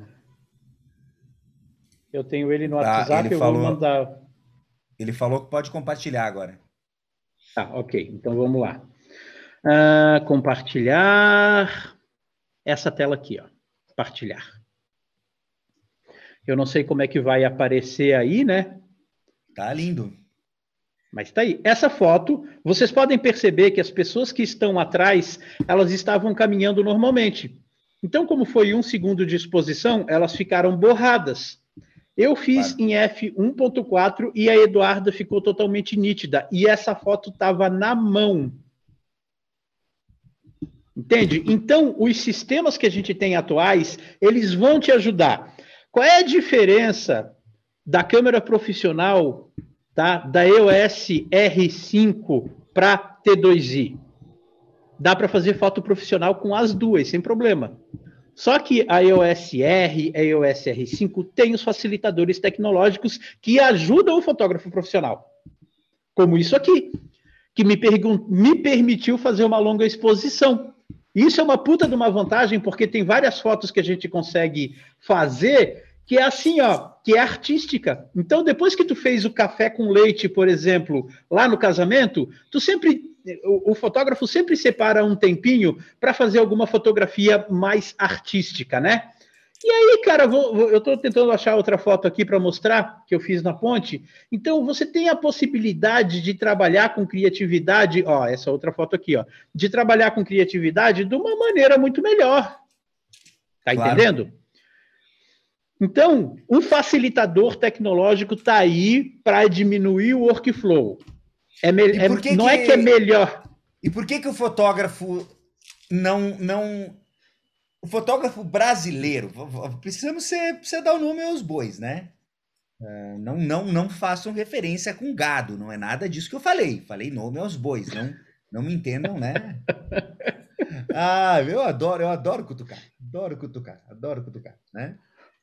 Eu tenho ele no Ah, ele WhatsApp, eu vou falou... mandar... Ele falou que pode compartilhar agora. Tá, ok. Então vamos lá. Uh, compartilhar essa tela aqui, ó. Compartilhar. Eu não sei como é que vai aparecer aí, né? Tá lindo. Mas tá aí. Essa foto, vocês podem perceber que as pessoas que estão atrás, elas estavam caminhando normalmente. Então, como foi um segundo de exposição, elas ficaram borradas. Eu fiz Claro. em f um ponto quatro e a Eduarda ficou totalmente nítida. E essa foto estava na mão. Entende? Então, os sistemas que a gente tem atuais, eles vão te ajudar. Qual é a diferença da câmera profissional, tá, da E O S R cinco para T dois i? Dá para fazer foto profissional com as duas, sem problema. Só que a E O S R, a E O S R cinco tem os facilitadores tecnológicos que ajudam o fotógrafo profissional. Como isso aqui, que me, me permitiu fazer uma longa exposição. Isso é uma puta de uma vantagem, porque tem várias fotos que a gente consegue fazer que é assim, ó, que é artística. Então, depois que tu fez o café com leite, por exemplo, lá no casamento, tu sempre... O, o fotógrafo sempre separa um tempinho para fazer alguma fotografia mais artística, né? E aí, cara, vou, vou, eu estou tentando achar outra foto aqui para mostrar, que eu fiz na ponte. Então, você tem a possibilidade de trabalhar com criatividade, ó, essa outra foto aqui, ó, de trabalhar com criatividade de uma maneira muito melhor. Tá Claro. entendendo? Então, um facilitador tecnológico está aí para diminuir o workflow. É é, que não que... é que é melhor. E por que que o fotógrafo não... não... O fotógrafo brasileiro, precisamos ser, precisa dar o nome aos bois, né? Não, não, não façam referência com gado, não é nada disso que eu falei. Falei nome aos bois, não, não me entendam, né? Ah, eu adoro, eu adoro cutucar, adoro cutucar, adoro cutucar, né?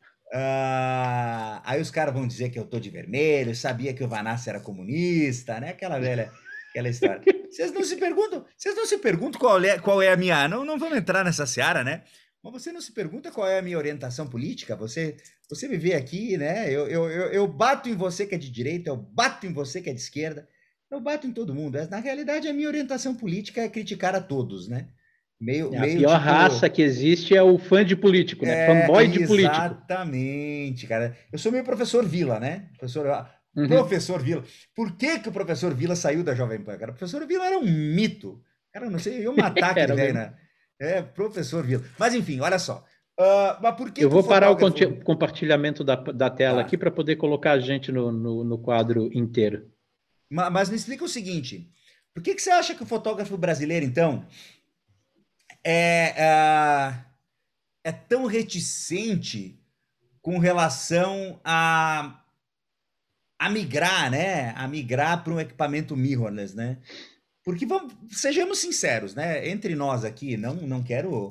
Ah, aí os caras vão dizer que eu tô de vermelho, sabia que o Vanassa era comunista, né? Aquela velha, aquela história. Vocês não se perguntam, vocês não se perguntam qual é, qual é a minha, não, não vamos entrar nessa seara, né? Mas você não se pergunta qual é a minha orientação política? Você, você me vê aqui, né? Eu, eu, eu, eu bato em você que é de direita, eu bato em você que é de esquerda, eu bato em todo mundo. Na realidade, a minha orientação política é criticar a todos, né? Meio, A meio pior raça tipo. que existe é o fã de político, né? É, Fanboy de político. exatamente, cara. Eu sou meio professor Vila, né? Professor, ah, Uhum. professor Vila. Por que que o professor Vila saiu da Jovem Pan, cara? O professor Vila era um mito. Cara, eu não sei, eu ia matar aquele Era velho, mesmo. né? É, professor Vila. Mas enfim, olha só. Ah, mas por que Eu que o vou parar o conti- fotógrafo. compartilhamento da, da tela aqui Tá. para poder colocar a gente no, no, no quadro inteiro. Ma- Mas me explica o seguinte: por que que você acha que o fotógrafo brasileiro, então, é, ah, é tão reticente com relação a, a migrar, né? A migrar para um equipamento mirrorless, né? Porque vamos, sejamos sinceros, né? Entre nós aqui, não, não quero,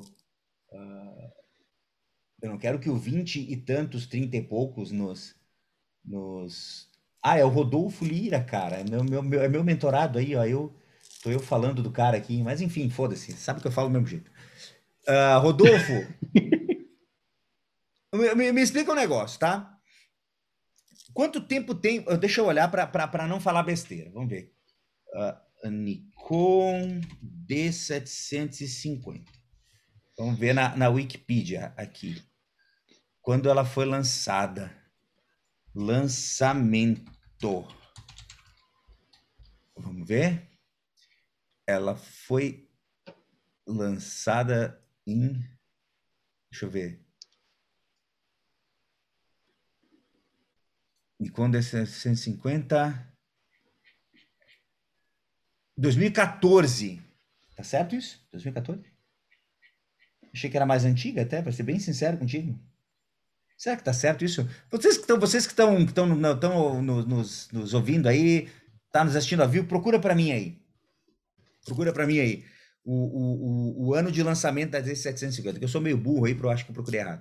eu não quero que o vinte e tantos, trinta e poucos nos, nos... Ah, é o Rodolfo Lira, cara. É meu, meu, meu- é meu mentorado aí, ó. Eu tô eu falando do cara aqui, mas enfim, foda-se. Sabe que eu falo do mesmo jeito. Ah, Rodolfo, me, me- me explica um negócio, tá? Quanto tempo tem. Deixa eu olhar para não falar besteira. Vamos ver. Ah, Nikon D setecentos e cinquenta. Vamos ver na, na Wikipedia aqui. Quando ela foi lançada. Lançamento. Vamos ver. Ela foi lançada em. Deixa eu ver. Nikon D setecentos e cinquenta. dois mil e quatorze. Tá certo isso? dois mil e quatorze? Achei que era mais antiga até, para ser bem sincero contigo. Será que tá certo isso? Vocês que estão, vocês que estão, estão, estão nos, nos ouvindo aí, tá nos assistindo a vivo, procura para mim aí. Procura para mim aí. O, o, o, o ano de lançamento da D setecentos e cinquenta, que eu sou meio burro aí, eu acho que eu procurei errado.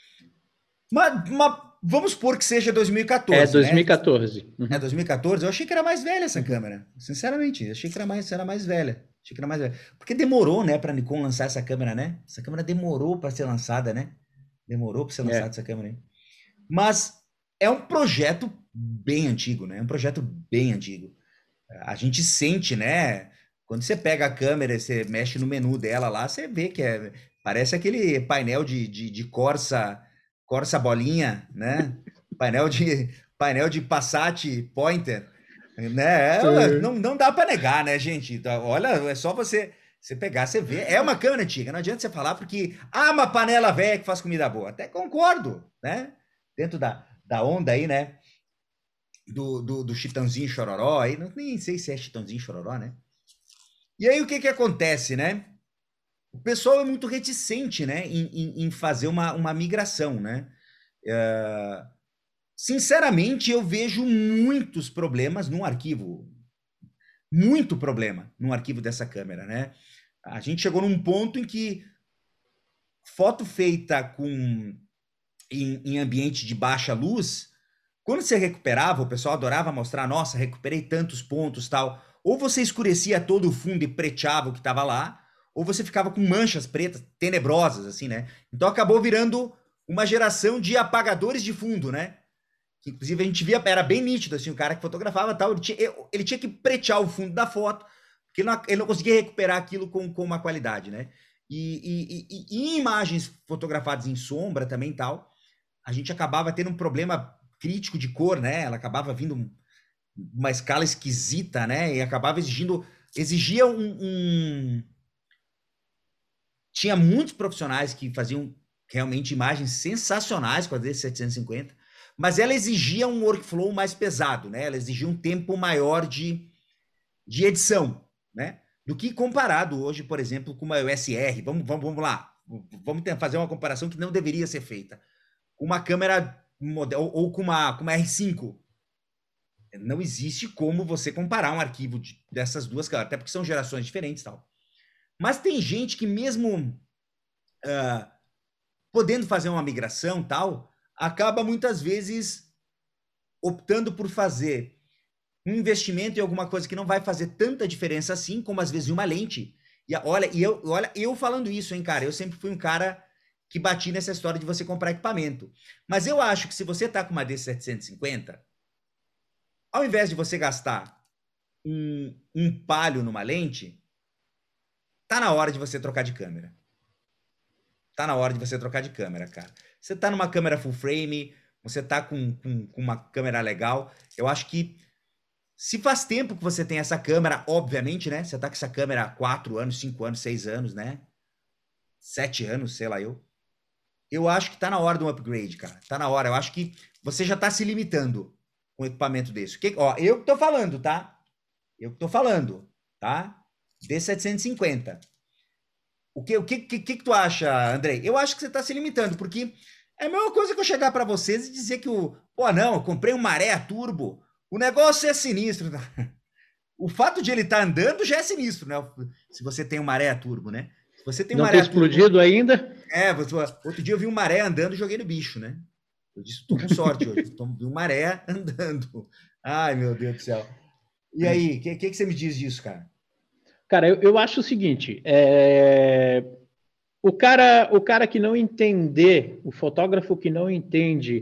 Mas, mas vamos supor que seja É dois mil e quatorze, dois mil e né? quatorze. É Uhum. dois mil e quatorze, eu achei que era mais velha essa Uhum. câmera. Sinceramente, eu achei que era mais, era mais velha. Achei que era mais velha. Porque demorou, né, para Nikon lançar essa câmera, né? Essa câmera demorou para ser lançada, né? Demorou para ser lançada É. essa câmera aí. Mas é um projeto bem antigo, né? É um projeto bem antigo. A gente sente, né? Quando você pega a câmera e você mexe no menu dela lá, você vê que é, parece aquele painel de, de, de Corsa, Corsa bolinha, né? Painel de, painel de Passat Pointer, né? É, É. não, não dá para negar, né, gente? Olha, é só você você pegar, você vê. É uma câmera antiga, não adianta você falar porque ah, uma panela velha que faz comida boa. Até concordo, né? Dentro da, da onda aí, né? Do, do, do Chitãozinho Chororó, aí não, nem sei se é Chitãozinho Chororó, né? E aí o que que acontece, né? O pessoal é muito reticente, né, em, em, em fazer uma, uma migração, né? É, sinceramente, eu vejo muitos problemas no arquivo, muito problema no arquivo dessa câmera, né? A gente chegou num ponto em que foto feita com em, em ambiente de baixa luz, quando você recuperava, o pessoal adorava mostrar, nossa, recuperei tantos pontos, tal. Ou você escurecia todo o fundo e preteava o que estava lá, ou você ficava com manchas pretas tenebrosas, assim, né? Então acabou virando uma geração de apagadores de fundo, né? Que, inclusive a gente via, era bem nítido, assim, o cara que fotografava tal, ele tinha, ele tinha que pretear o fundo da foto, porque ele não, ele não conseguia recuperar aquilo com, com uma qualidade, né? E, e, e, e em imagens fotografadas em sombra também tal, a gente acabava tendo um problema crítico de cor, né? Ela acabava vindo uma escala esquisita, né? E acabava exigindo, exigia um, um... Tinha muitos profissionais que faziam realmente imagens sensacionais com a D setecentos e cinquenta, mas ela exigia um workflow mais pesado, né? Ela exigia um tempo maior de, de edição, né? Do que comparado hoje, por exemplo, com uma E O S R. Vamos, vamos, vamos lá. Vamos fazer uma comparação que não deveria ser feita. Com uma câmera model, ou com uma, com uma R cinco. Não existe como você comparar um arquivo de, dessas duas, até porque são gerações diferentes, tal. Mas tem gente que mesmo uh, podendo fazer uma migração, tal, acaba muitas vezes optando por fazer um investimento em alguma coisa que não vai fazer tanta diferença assim, como às vezes uma lente. E olha, e eu, olha, eu falando isso, hein, cara, eu sempre fui um cara que bati nessa história de você comprar equipamento. Mas eu acho que se você tá com uma D setecentos e cinquenta, ao invés de você gastar um, um palho numa lente, tá na hora de você trocar de câmera. Tá na hora de você trocar de câmera, cara. Você tá numa câmera full frame, você tá com, com, com uma câmera legal. Eu acho que se faz tempo que você tem essa câmera, obviamente, né? Você tá com essa câmera há quatro anos, cinco anos, seis anos, né? Sete anos, sei lá eu. Eu acho que tá na hora de um upgrade, cara. Tá na hora. Eu acho que você já tá se limitando com um equipamento desse. Que, ó, eu que tô falando, tá? Eu que tô falando, tá? D setecentos e cinquenta. O que, o que, que, que tu acha, Andrei? Eu acho que você tá se limitando, porque é a mesma coisa que eu chegar para vocês e dizer que o... Pô, não, eu comprei um Maré Turbo. O negócio é sinistro. O fato de ele estar tá andando já é sinistro, né? Se você tem um Maré Turbo, né? Se você tem um não Maré tem explodido Turbo, ainda? É, outro dia eu vi um Maré andando e joguei no bicho, né? Eu disse, tô com sorte hoje. Tô, vi um Maré andando. Ai, meu Deus do céu. E aí, o que, que, que você me diz disso, cara? Cara, eu, eu acho o seguinte, é... o, cara, o cara que não entender, o fotógrafo que não entende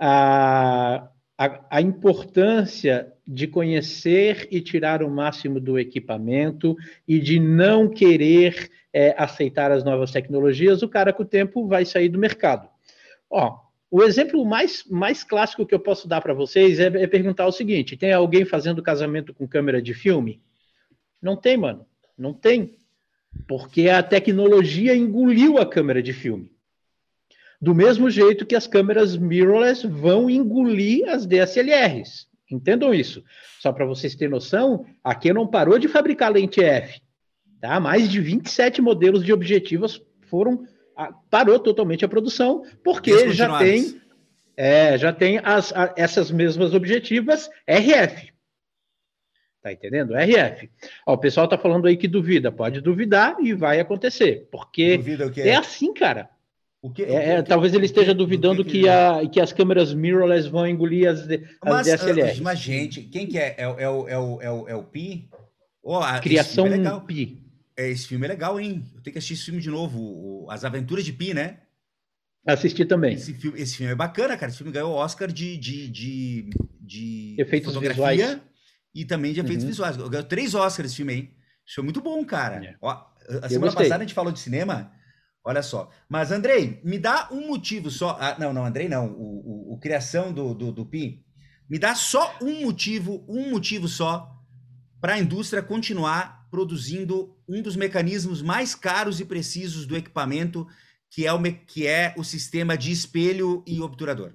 a, a, a importância de conhecer e tirar o máximo do equipamento e de não querer é, aceitar as novas tecnologias, o cara com o tempo vai sair do mercado. Ó, o exemplo mais, mais clássico que eu posso dar para vocês é, é perguntar o seguinte, tem alguém fazendo casamento com câmera de filme? Não tem, mano. Não tem, porque a tecnologia engoliu a câmera de filme. Do mesmo jeito que as câmeras mirrorless vão engolir as D S L Rs. Entendam isso. Só para vocês terem noção, a Canon parou de fabricar lente F. Tá? Mais de vinte e sete modelos de objetivos foram... Parou totalmente a produção, porque já tem, é, já tem as, a, essas mesmas objetivas R F. Tá entendendo? R F. Ó, o pessoal tá falando aí que duvida. Pode duvidar e vai acontecer. Porque Duvida o quê? é assim, cara. O que, é, o que, é, o que, talvez ele esteja que, duvidando que, que, a, que as câmeras mirrorless vão engolir as, as mas, D S L Rs. Mas, gente, quem que é? É, é, o, é, o, é, o, é o Pi? Oh, Criação esse filme é legal. Pi. Esse filme é legal, hein? Eu tenho que assistir esse filme de novo. O, As Aventuras de Pi, né? Assisti também. Esse filme, esse filme é bacana, cara. Esse filme ganhou o Oscar de, de, de, de efeitos fotografia visuais. E também de efeitos uhum. visuais. Ganhou três Oscars esse filme aí. Isso foi muito bom, cara. É. Ó, a semana passada a gente falou de cinema. Olha só. Mas, Andrei, me dá um motivo só. Ah, não, não, Andrei não. O, o, o criação do, do, do Pi. Me dá só um motivo, um motivo só para a indústria continuar produzindo um dos mecanismos mais caros e precisos do equipamento, que é o, que é o sistema de espelho e obturador.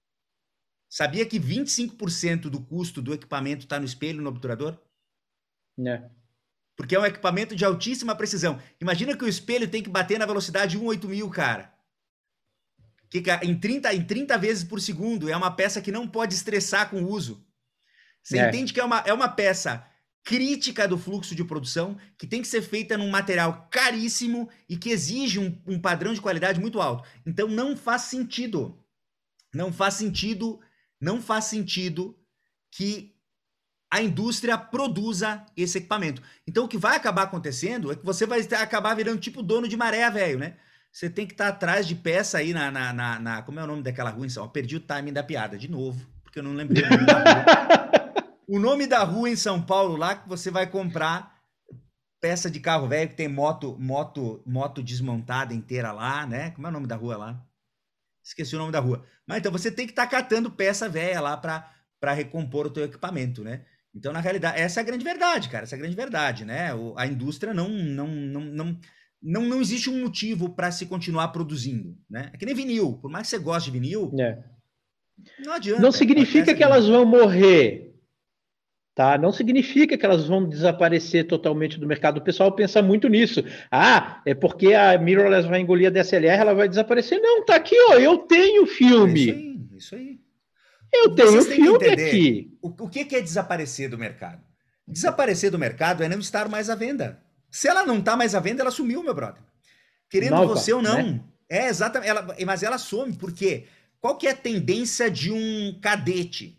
Sabia que vinte e cinco por cento do custo do equipamento está no espelho e no obturador? É. Porque é um equipamento de altíssima precisão. Imagina que o espelho tem que bater na velocidade de oito mil, cara. Que em trinta, em trinta vezes por segundo. É uma peça que não pode estressar com o uso. Você é. entende que é uma, é uma peça crítica do fluxo de produção, que tem que ser feita num material caríssimo e que exige um, um padrão de qualidade muito alto. Então não faz sentido. Não faz sentido... Não faz sentido que a indústria produza esse equipamento. Então, o que vai acabar acontecendo é que você vai acabar virando tipo dono de maré, velho, né? Você tem que estar atrás de peça aí na, na, na, na... Como é o nome daquela rua em São Paulo? Perdi o timing da piada, de novo, porque eu não lembrei o nome da rua. O nome da rua em São Paulo, lá que você vai comprar peça de carro velho, que tem moto, moto, moto desmontada inteira lá, né? Como é o nome da rua lá? Esqueci o nome da rua. Mas então você tem que estar tá catando peça velha lá para recompor o teu equipamento, né? Então, na realidade, essa é a grande verdade, cara. Essa é a grande verdade, né? O, a indústria não, não, não, não, não, não existe um motivo para se continuar produzindo, né? É que nem vinil. Por mais que você goste de vinil, é. não adianta. Não significa que elas vão morrer. Tá? Não significa que elas vão desaparecer totalmente do mercado. O pessoal pensa muito nisso. Ah, é porque a mirrorless vai engolir a D S L R, ela vai desaparecer. Não, tá aqui, ó. Eu tenho filme. É isso aí, isso aí. Eu tenho filme aqui. O, o que é desaparecer do mercado? Desaparecer do mercado é não estar mais à venda. Se ela não está mais à venda, ela sumiu, meu brother. Querendo Nova, você ou não. Né? É, exatamente. Ela, mas ela some, por quê? Qual que é a tendência de um cadete?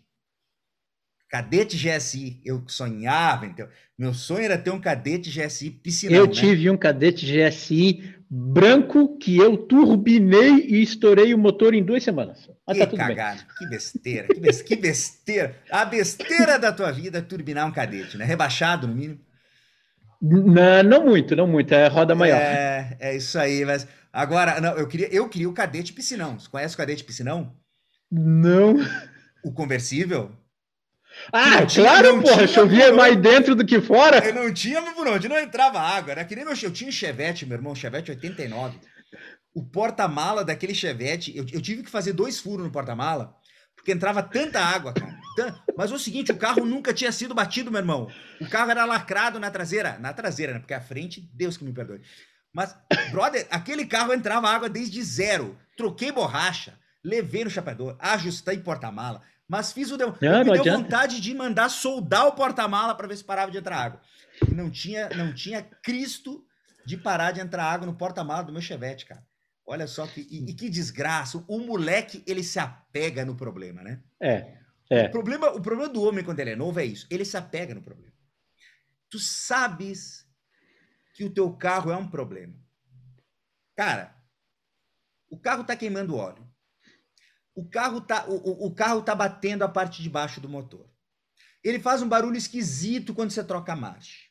Cadete G S I, eu sonhava, então. Meu sonho era ter um cadete G S I piscinão, Eu né? tive um cadete G S I branco que eu turbinei e estourei o motor em duas semanas. Mas que tá tudo cagada, bem. Que besteira, que besteira, que besteira. A besteira da tua vida é turbinar um cadete, né? Rebaixado, no mínimo. Não, não muito, não muito, é roda maior. É, é isso aí, mas agora, não, eu queria, eu queria o cadete piscinão. Você conhece o cadete piscinão? Não. O conversível? Que não Ah, tinha, claro, não porra, tinha chovia por mais onde, dentro do que eu fora. não tinha por onde, não entrava água. Era que nem meu, eu tinha um Chevette, meu irmão, Chevette oitenta e nove. O porta-mala daquele Chevette, eu, eu tive que fazer dois furos no porta-mala, porque entrava tanta água, cara. Tan- Mas é o seguinte, o carro nunca tinha sido batido, meu irmão. O carro era lacrado na traseira, na traseira, né? Porque a frente, Deus que me perdoe. Mas, brother, aquele carro entrava água desde zero. Troquei borracha, levei no chapeador, ajustei porta-mala, mas fiz o. demo- Eu Não, me não deu adianta. vontade de mandar soldar o porta-mala para ver se parava de entrar água. E não tinha, não tinha Cristo de parar de entrar água no porta-mala do meu Chevette, cara. Olha só que. E, e que desgraça. O moleque, ele se apega no problema, né? É, O é. problema, o problema do homem quando ele é novo é isso. Ele se apega no problema. Tu sabes que o teu carro é um problema. Cara, o carro tá queimando óleo. O carro tá, o, o carro tá batendo a parte de baixo do motor. Ele faz um barulho esquisito quando você troca a marcha.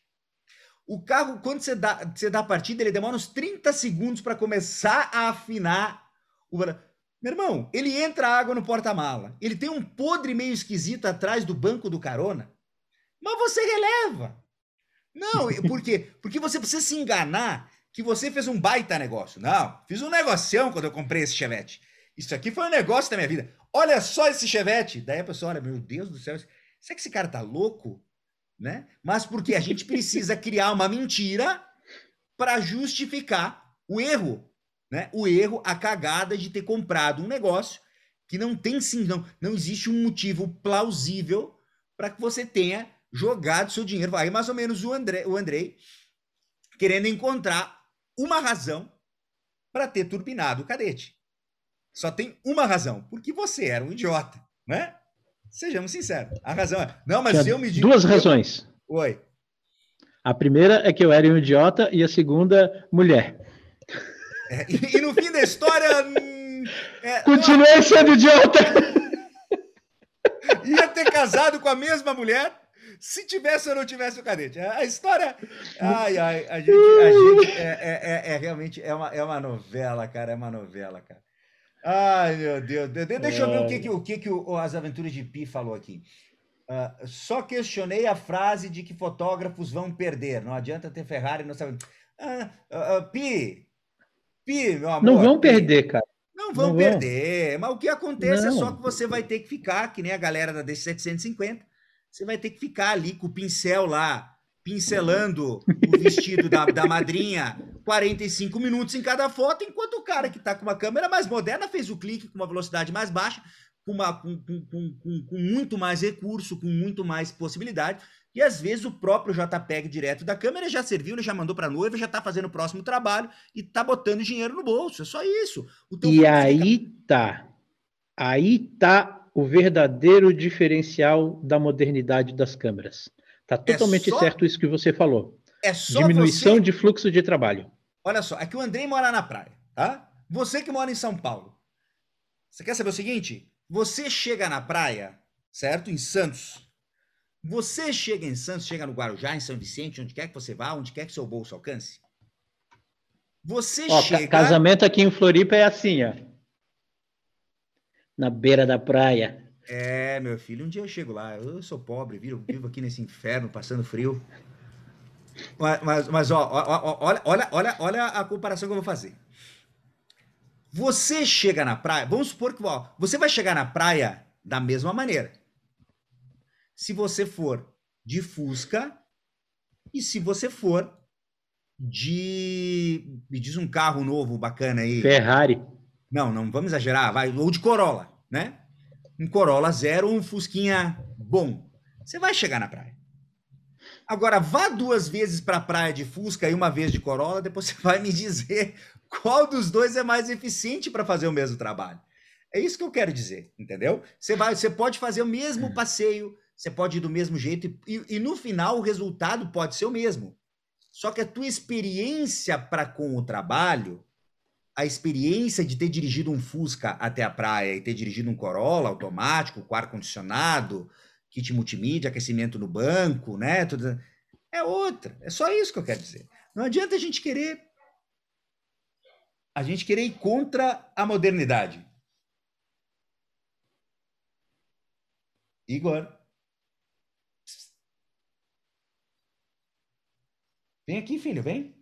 O carro, quando você dá, você dá a partida, ele demora uns trinta segundos para começar a afinar o. Meu irmão, ele entra água no porta-mala. Ele tem um podre meio esquisito atrás do banco do carona, mas você releva. Não, por quê? Porque você precisa se enganar que você fez um baita negócio. Não, fiz um negocião quando eu comprei esse Chevette. Isso aqui foi um negócio da minha vida. Olha só esse Chevette. Daí a pessoa olha, meu Deus do céu, será que esse cara tá louco? Né? Mas porque a gente precisa criar uma mentira para justificar o erro, né? O erro, a cagada de ter comprado um negócio que não tem sim, não, não existe um motivo plausível para que você tenha jogado seu dinheiro. Aí mais ou menos o André, o Andrei querendo encontrar uma razão para ter turbinado o cadete. Só tem uma razão, porque você era um idiota, né? Sejamos sinceros. A razão é, não, mas Tinha eu me digo, duas eu... razões. Oi. A primeira é que eu era um idiota e a segunda, mulher. É, e, e, no fim da história, hum, é, não, Continuei sendo idiota! ia ter casado com a mesma mulher se tivesse ou não tivesse o cadete. A história. Ai, ai, a gente, a gente é, é, é, é realmente é uma, é uma novela, cara. É uma novela, cara. Ai, meu Deus. De, deixa eu ver o que, que, o, que, que o, as Aventuras de Pi falou aqui. Uh, só questionei a frase de que fotógrafos vão perder. Não adianta ter Ferrari, não sabe. Ah, uh, uh, Pi, Pi, meu Não amor, vão Pi. perder, cara. Não vão Não vão. perder, mas o que acontece é só Não. que você vai ter que ficar, que nem a galera da D setecentos e cinquenta, você vai ter que ficar ali com o pincel lá, pincelando o vestido da, da madrinha, quarenta e cinco minutos em cada foto, enquanto o cara que está com uma câmera mais moderna fez o clique com uma velocidade mais baixa, com, uma, com, com, com, com muito mais recurso, com muito mais possibilidade. E às vezes o próprio JPEG direto da câmera já serviu, ele já mandou para a noiva, já está fazendo o próximo trabalho e está botando dinheiro no bolso. É só isso. O teu E fluxo de aí tá. Aí tá o verdadeiro diferencial da modernidade das câmeras. Tá é totalmente só certo isso que você falou. é só Diminuição você. de fluxo de trabalho. Olha só, aqui o Andrei mora na praia, tá? Você que mora em São Paulo. Você quer saber o seguinte? Você chega na praia, certo? Em Santos. Você chega em Santos, chega no Guarujá, em São Vicente, onde quer que você vá, onde quer que seu bolso alcance. Você Ó, ca- chega. casamento aqui em Floripa é assim, ó. Na beira da praia. É, meu filho, um dia eu chego lá. Eu sou pobre, vivo, vivo aqui nesse inferno, passando frio. Mas, mas, mas ó, ó, ó, olha, olha, olha, olha a comparação que eu vou fazer. Você chega na praia, vamos supor que ó, você vai chegar na praia da mesma maneira. Se você for de Fusca e se você for de. Me diz um carro novo bacana aí. Ferrari. Não, não vamos exagerar, vai. Ou de Corolla, né? Um Corolla zero ou um Fusquinha bom. Você vai chegar na praia. Agora, vá duas vezes para a praia de Fusca e uma vez de Corolla, depois você vai me dizer qual dos dois é mais eficiente para fazer o mesmo trabalho. É isso que eu quero dizer, entendeu? Você, vai, você pode fazer o mesmo passeio, você pode ir do mesmo jeito e, e no final o resultado pode ser o mesmo. Só que a tua experiência para com o trabalho, a experiência de ter dirigido um Fusca até a praia e ter dirigido um Corolla automático, com ar-condicionado, kit multimídia, aquecimento no banco, né? Tudo, é outra. É só isso que eu quero dizer. Não adianta a gente querer a gente querer ir contra a modernidade. Igor, vem aqui, filho, vem.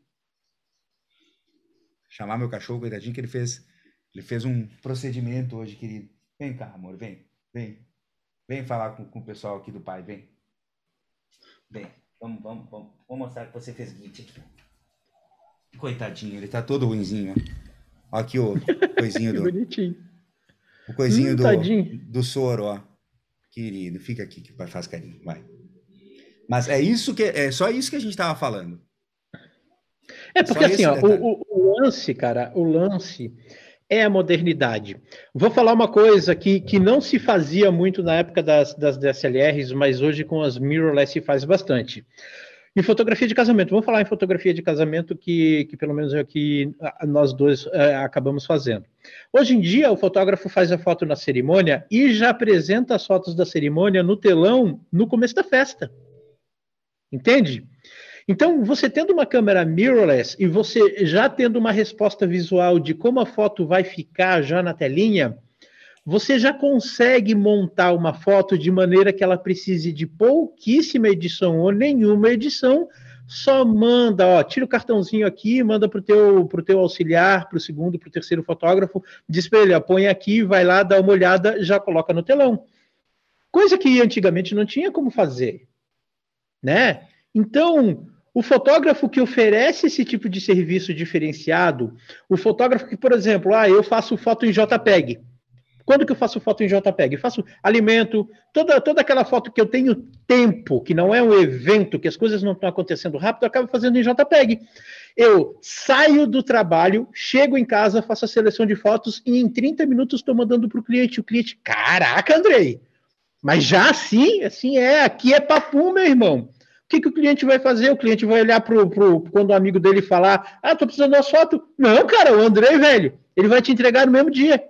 Chamar meu cachorro, coitadinho, que ele fez, ele fez um procedimento hoje, querido. Vem cá, amor, vem, vem. Vem falar com, com o pessoal aqui do pai, vem. Vem, vamos, vamos, vamos, vamos mostrar que você fez glitch aqui. Coitadinho, ele tá todo ruinzinho, ó. Ó aqui o coisinho do... bonitinho. O coisinho hum, do, tadinho. do soro, ó. Querido, fica aqui que o pai faz carinho, vai. Mas é isso que é só isso que a gente tava falando. É porque Só assim, esse ó, detalhe. o, o- o lance, cara, o lance é a modernidade. Vou falar uma coisa que, que não se fazia muito na época das, das D S L Rs, mas hoje com as mirrorless se faz bastante. Em fotografia de casamento, vamos falar em fotografia de casamento que, que pelo menos é o que a- nós dois é, acabamos fazendo. Hoje em dia, o fotógrafo faz a foto na cerimônia e já apresenta as fotos da cerimônia no telão no começo da festa. Entende? Então, você tendo uma câmera mirrorless e você já tendo uma resposta visual de como a foto vai ficar já na telinha, você já consegue montar uma foto de maneira que ela precise de pouquíssima edição ou nenhuma edição, só manda, ó, tira o cartãozinho aqui, manda para o teu, pro teu auxiliar, para o segundo, para o terceiro fotógrafo, diz para ele, ó, põe aqui, vai lá, dá uma olhada, já coloca no telão. Coisa que antigamente não tinha como fazer, né? Então, o fotógrafo que oferece esse tipo de serviço diferenciado, o fotógrafo que, por exemplo, ah, eu faço foto em JPEG. Quando que eu faço foto em JPEG? Eu faço alimento, toda, toda aquela foto que eu tenho tempo, que não é um evento, que as coisas não estão acontecendo rápido, eu acabo fazendo em JPEG. Eu saio do trabalho, chego em casa, faço a seleção de fotos e em trinta minutos estou mandando para o cliente. O cliente, caraca, Andrei, mas já assim, assim é, aqui é papo, meu irmão. O que, que o cliente vai fazer? O cliente vai olhar pro, pro, quando o amigo dele falar, ah, tô precisando das fotos. Não, cara, o Andrei, velho, ele vai te entregar no mesmo dia.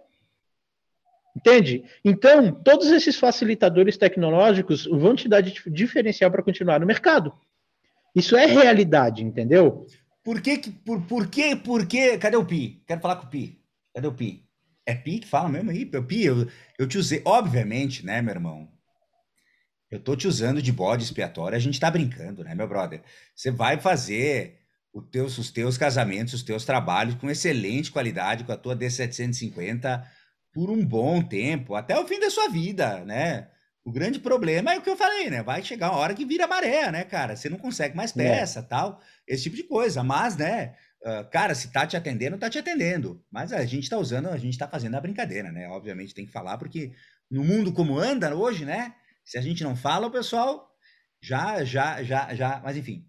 Entende? Então, todos esses facilitadores tecnológicos vão te dar diferencial para continuar no mercado. Isso é realidade, entendeu? Por que que por, por que por que cadê o Pi? Quero falar com o Pi. Cadê o Pi? É Pi que fala mesmo aí? Pi, eu, eu te usei, obviamente, né, meu irmão? Eu tô te usando de bode expiatório, a gente tá brincando, né, meu brother? Você vai fazer o teus, os teus casamentos, os teus trabalhos com excelente qualidade, com a tua D setecentos e cinquenta por um bom tempo, até o fim da sua vida, né? O grande problema é o que eu falei, né? Vai chegar uma hora que vira maré, né, cara? Você não consegue mais É. peça, tal, esse tipo de coisa. Mas, né, ah, cara, se tá te atendendo, tá te atendendo. Mas a gente tá usando, a gente tá fazendo a brincadeira, né? Obviamente tem que falar, porque no mundo como anda hoje, né? Se a gente não fala, o pessoal já, já, já, já. Mas enfim.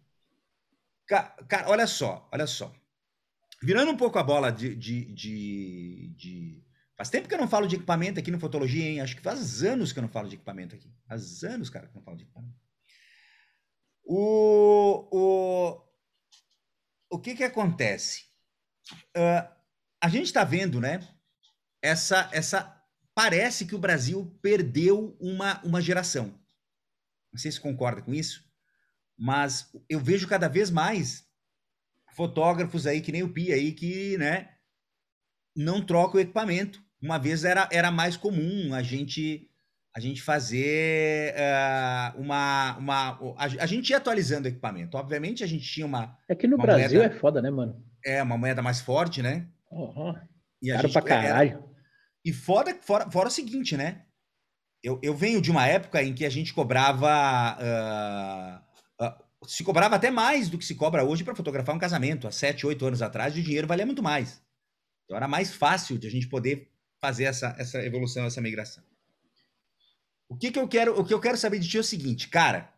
Ca- Cara, olha só, olha só. Virando um pouco a bola de, de, de, de- Faz tempo que eu não falo de equipamento aqui no Fotologia, hein? Acho que faz anos que eu não falo de equipamento aqui. Faz anos, cara, que eu não falo de equipamento. O, o, o que que acontece? Ah, a gente está vendo, né? Essa, essa. Parece que o Brasil perdeu uma, uma geração. Não sei se concorda com isso, mas eu vejo cada vez mais fotógrafos aí, que nem o Pi aí, que, né, não troca o equipamento. Uma vez era, era mais comum a gente a gente fazer uh, uma, uma a, a, gente ia atualizando o equipamento. Obviamente a gente tinha uma, É que no uma Brasil é moeda foda, né, mano? é uma moeda mais forte, né? Uhum. E a Caro gente pra era caralho. e fora, fora, fora o seguinte, né? Eu, eu venho de uma época em que a gente cobrava uh, uh, se cobrava até mais do que se cobra hoje para fotografar um casamento. Há sete, oito anos atrás, o dinheiro valia muito mais. Então era mais fácil de a gente poder fazer essa, essa evolução, essa migração. O que, que eu quero, o que eu quero saber de ti é o seguinte, cara.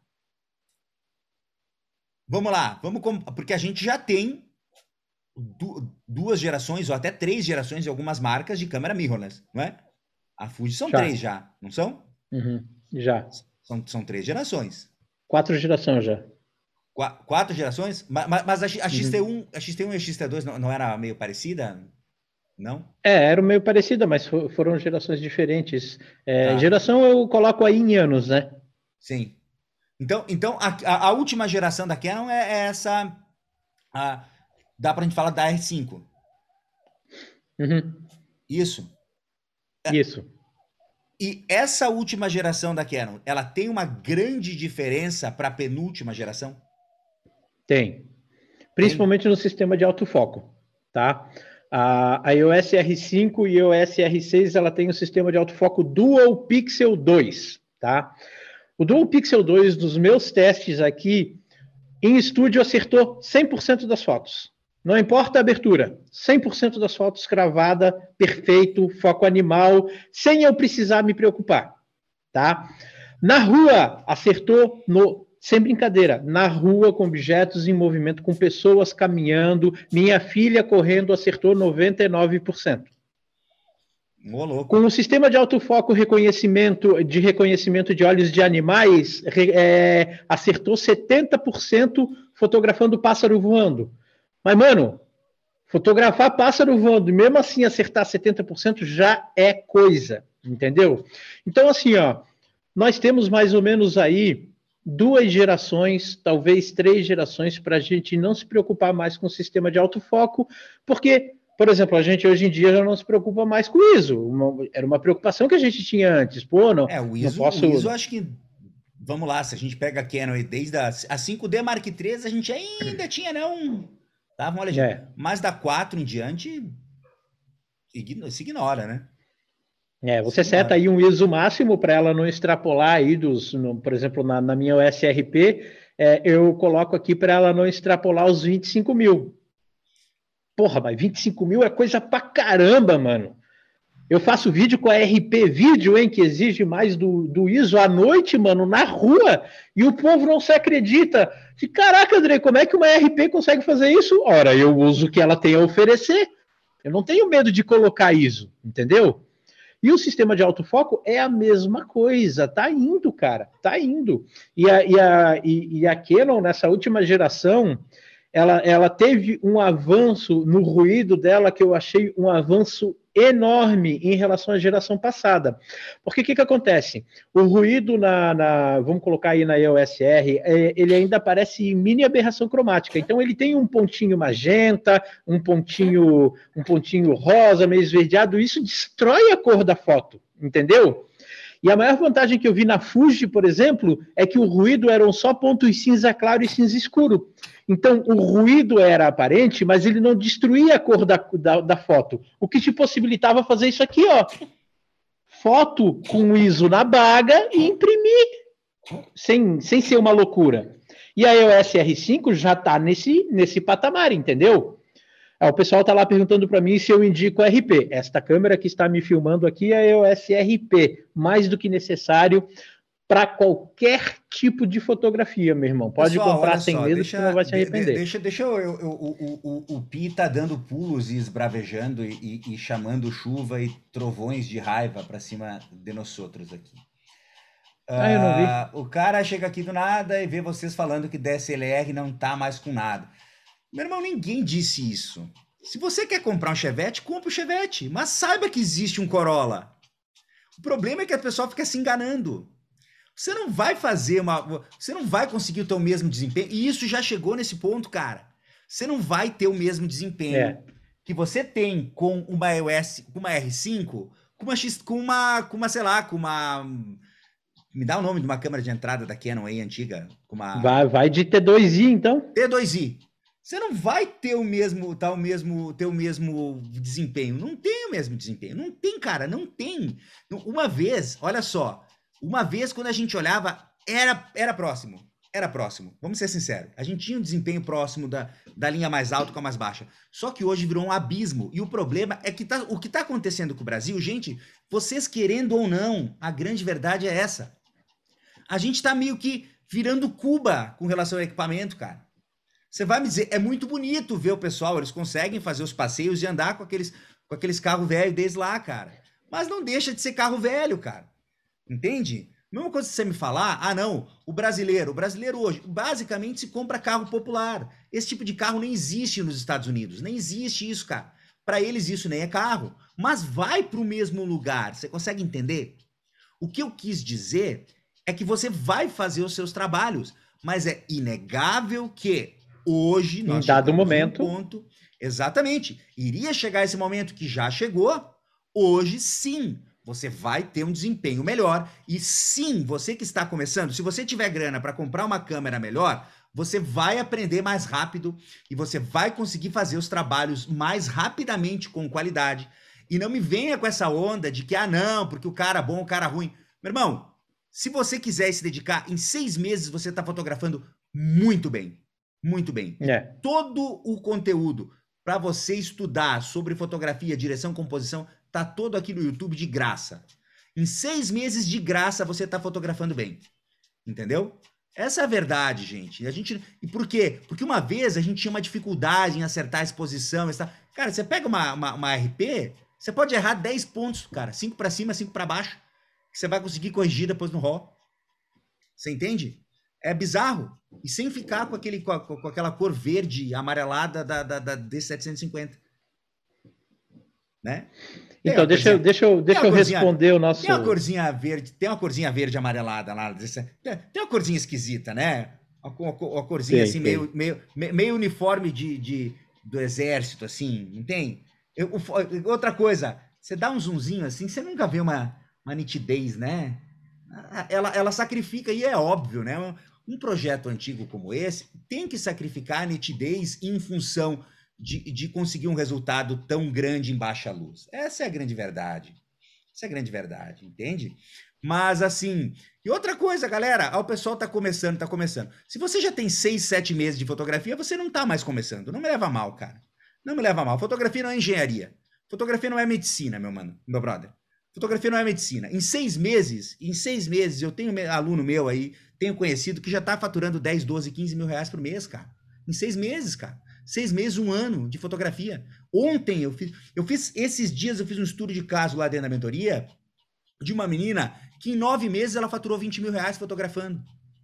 Vamos lá, vamos porque a gente já tem du, duas gerações ou até três gerações de algumas marcas de câmera mirrorless, não é? A Fuji são Já. três já, não são? Uhum. Já. São, são três gerações. Quatro gerações já. Qu quatro gerações? Mas, mas a, a, X T um, Uhum. a X T um e a X T dois não, não era meio parecida? Não? É, era meio parecida, mas foram gerações diferentes. É, Tá. geração eu coloco aí em anos, né? Sim. Então, então a, a, a última geração da Canon é, é essa. A, dá pra gente falar da R cinco. Uhum. Isso. Isso. E essa última geração da Canon, ela tem uma grande diferença para a penúltima geração? Tem. Tem? Principalmente no sistema de autofoco, tá? A, a EOS R cinco e a EOS R seis, ela tem o sistema de autofoco Dual Pixel dois, tá? O Dual Pixel dois, dos meus testes aqui, em estúdio acertou cem por cento das fotos. Não importa a abertura, cem por cento das fotos cravada, perfeito, foco animal, sem eu precisar me preocupar, tá? Na rua, acertou no, sem brincadeira, na rua com objetos em movimento, com pessoas caminhando, minha filha correndo, acertou noventa e nove por cento. Ô, louco. Com o sistema de autofoco reconhecimento, de reconhecimento de olhos de animais, é, acertou setenta por cento fotografando pássaro voando. Mas, mano, fotografar pássaro voando e mesmo assim acertar setenta por cento já é coisa, entendeu? Então, assim, ó, nós temos mais ou menos aí duas gerações, talvez três gerações, para a gente não se preocupar mais com o sistema de autofoco, porque, por exemplo, a gente hoje em dia já não se preocupa mais com o I S O. Uma, era uma preocupação que a gente tinha antes. Pô, não, É, o não ISO, posso... o ISO acho que, vamos lá, se a gente pega a Canon e desde a, a cinco D Mark três, a gente ainda tinha, não, dava uma olhadinha. É. Mas da quatro em diante, se ignora, né? É, você seta aí um I S O máximo para ela não extrapolar aí dos, no, por exemplo, na, na minha O S R P, é, eu coloco aqui para ela não extrapolar os vinte e cinco mil. Porra, mas vinte e cinco mil é coisa pra caramba, mano. Eu faço vídeo com a R P Vídeo, hein, que exige mais do, do I S O à noite, mano, na rua, e o povo não se acredita. E, caraca, André, como é que uma R P consegue fazer isso? Ora, eu uso o que ela tem a oferecer. Eu não tenho medo de colocar I S O, entendeu? E o sistema de autofoco é a mesma coisa, tá indo, cara, tá indo. E a, e a, e, e a Canon, nessa última geração, ela, ela teve um avanço no ruído dela que eu achei um avanço enorme em relação à geração passada. Porque o que, que acontece? O ruído na, na, vamos colocar aí na E O S R, é, ele ainda parece mini aberração cromática. Então ele tem um pontinho magenta, um pontinho, um pontinho rosa, meio esverdeado, isso destrói a cor da foto, entendeu? E a maior vantagem que eu vi na Fuji, por exemplo, é que o ruído eram só pontos cinza claro e cinza escuro. Então, o ruído era aparente, mas ele não destruía a cor da, da, da foto. O que te possibilitava fazer isso aqui, ó. Foto com I S O na baga e imprimir, sem, sem ser uma loucura. E a E O S R cinco já está nesse, nesse patamar, entendeu? O pessoal está lá perguntando para mim se eu indico R P. Esta câmera que está me filmando aqui é a E O S R P, mais do que necessário para qualquer tipo de fotografia, meu irmão. Pode Pessoal, comprar olha sem só, medo deixa, que não vai se de- arrepender. deixa, deixa eu, eu- eu- o, o, o Pi tá dando pulos e esbravejando e, e- e chamando chuva e trovões de raiva para cima de nós outros aqui. Ah, eu não vi. Ah, o cara chega aqui do nada e vê vocês falando que D S L R não tá mais com nada. Meu irmão, ninguém disse isso. Se você quer comprar um Chevette, compra o Chevette, mas saiba que existe um Corolla. O problema é que a pessoa fica se enganando. Você não vai fazer uma... Você não vai conseguir o teu mesmo desempenho. E isso já chegou nesse ponto, cara. Você não vai ter o mesmo desempenho É. que você tem com uma E O S, com uma R cinco, com uma X, com uma, com uma, sei lá, com uma... Me dá o nome de uma câmera de entrada da Canon aí, antiga. Com uma... Vai, vai de T dois i, então. T dois i. Você não vai ter o mesmo, tá, o mesmo, ter o mesmo desempenho. Não tem o mesmo desempenho. Não tem, cara, não tem. Uma vez, olha só, uma vez quando a gente olhava, era, era próximo. Era próximo. Vamos ser sinceros. A gente tinha um desempenho próximo da, da linha mais alta com a mais baixa. Só que hoje virou um abismo. E o problema é que tá, o que está acontecendo com o Brasil, gente, vocês querendo ou não, a grande verdade é essa. A gente está meio que virando Cuba com relação ao equipamento, cara. Você vai me dizer, é muito bonito ver o pessoal, eles conseguem fazer os passeios e andar com aqueles, com aqueles carros velhos desde lá, cara. Mas não deixa de ser carro velho, cara. Entende? Mesma coisa que você me falar, ah não, o brasileiro, o brasileiro hoje, basicamente se compra carro popular. Esse tipo de carro nem existe nos Estados Unidos, nem existe isso, cara. Para eles isso nem é carro, mas vai para o mesmo lugar. Você consegue entender? O que eu quis dizer é que você vai fazer os seus trabalhos, mas é inegável que hoje nós em dado chegamos momento, num ponto, exatamente, iria chegar esse momento que já chegou, hoje sim, você vai ter um desempenho melhor, e sim, você que está começando, se você tiver grana para comprar uma câmera melhor, você vai aprender mais rápido e você vai conseguir fazer os trabalhos mais rapidamente com qualidade. E não me venha com essa onda de que, ah, não, porque o cara bom, o cara ruim. Meu irmão, se você quiser se dedicar, em seis meses você está fotografando muito bem. Muito bem. E é. todo o conteúdo para você estudar sobre fotografia, direção, composição, tá todo aqui no YouTube de graça. Em seis meses de graça você está fotografando bem. Entendeu? Essa é a verdade, gente. A gente, e por quê? Porque uma vez a gente tinha uma dificuldade em acertar a exposição. Essa... Cara, você pega uma, uma, uma R P, você pode errar dez pontos, cara. cinco para cima, cinco para baixo. Que você vai conseguir corrigir depois no RAW. Você entende? É bizarro. E sem ficar com, aquele, com, a, com aquela cor verde amarelada da, da, da D setecentos e cinquenta. Né? Então, deixa, corzinha, deixa eu, deixa eu corzinha, responder o nosso... Tem uma corzinha verde, tem uma corzinha verde amarelada lá. Tem uma corzinha esquisita, né? Uma, uma, uma corzinha tem, assim, tem. Meio, meio, meio uniforme de, de, do exército, assim, não tem? Eu, outra coisa, você dá um zoomzinho assim, você nunca vê uma, uma nitidez, né? Ela, ela sacrifica, e é óbvio, né? Um, um projeto antigo como esse tem que sacrificar a nitidez em função... De, de conseguir um resultado tão grande em baixa luz. Essa é a grande verdade. Essa é a grande verdade, entende? Mas assim... E outra coisa, galera, o pessoal tá começando, tá começando. Se você já tem seis, sete meses de fotografia, você não tá mais começando. Não me leva mal, cara. Não me leva mal. Fotografia não é engenharia. Fotografia não é medicina, meu mano, meu brother. Fotografia não é medicina. Em seis meses, em seis meses, eu tenho aluno meu aí, tenho conhecido que já tá faturando dez, doze, quinze mil reais por mês, cara. Em seis meses, cara. Seis meses, um ano de fotografia. Ontem eu fiz, eu fiz, esses dias eu fiz um estudo de caso lá dentro da mentoria de uma menina que em nove meses ela faturou vinte mil reais fotografando.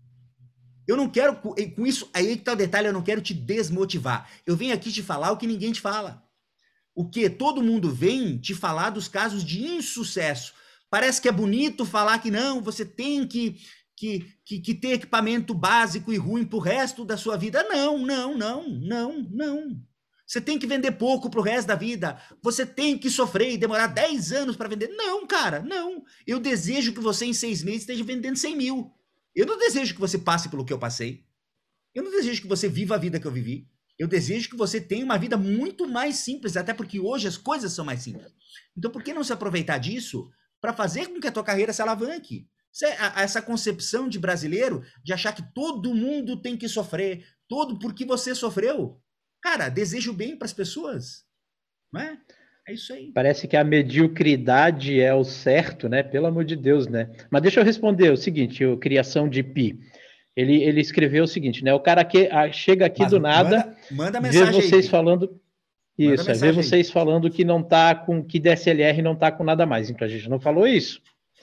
Eu não quero, com isso, aí que tá o detalhe, eu não quero te desmotivar. Eu venho aqui te falar o que ninguém te fala. O que todo mundo vem te falar dos casos de insucesso. Parece que é bonito falar que não, você tem que... Que, que, que ter equipamento básico e ruim pro resto da sua vida. Não, não, não, não, não. Você tem que vender pouco pro resto da vida. Você tem que sofrer e demorar dez anos para vender. Não, cara, não. Eu desejo que você em seis meses esteja vendendo cem mil. Eu não desejo que você passe pelo que eu passei. Eu não desejo que você viva a vida que eu vivi. Eu desejo que você tenha uma vida muito mais simples, até porque hoje as coisas são mais simples. Então, por que não se aproveitar disso para fazer com que a tua carreira se alavanque? Essa concepção de brasileiro de achar que todo mundo tem que sofrer, todo porque você sofreu. Cara, desejo bem para as pessoas, não é? É isso aí. Parece que a mediocridade é o certo, né? Pelo amor de Deus, né? Mas deixa eu responder o seguinte, o criação de Pi. Ele, ele escreveu o seguinte, né? O cara que chega aqui Mas do nada, manda, manda vê vocês aí, falando isso, vê vocês aí. falando que não tá com que D S L R não tá com nada mais. Então a gente não falou isso.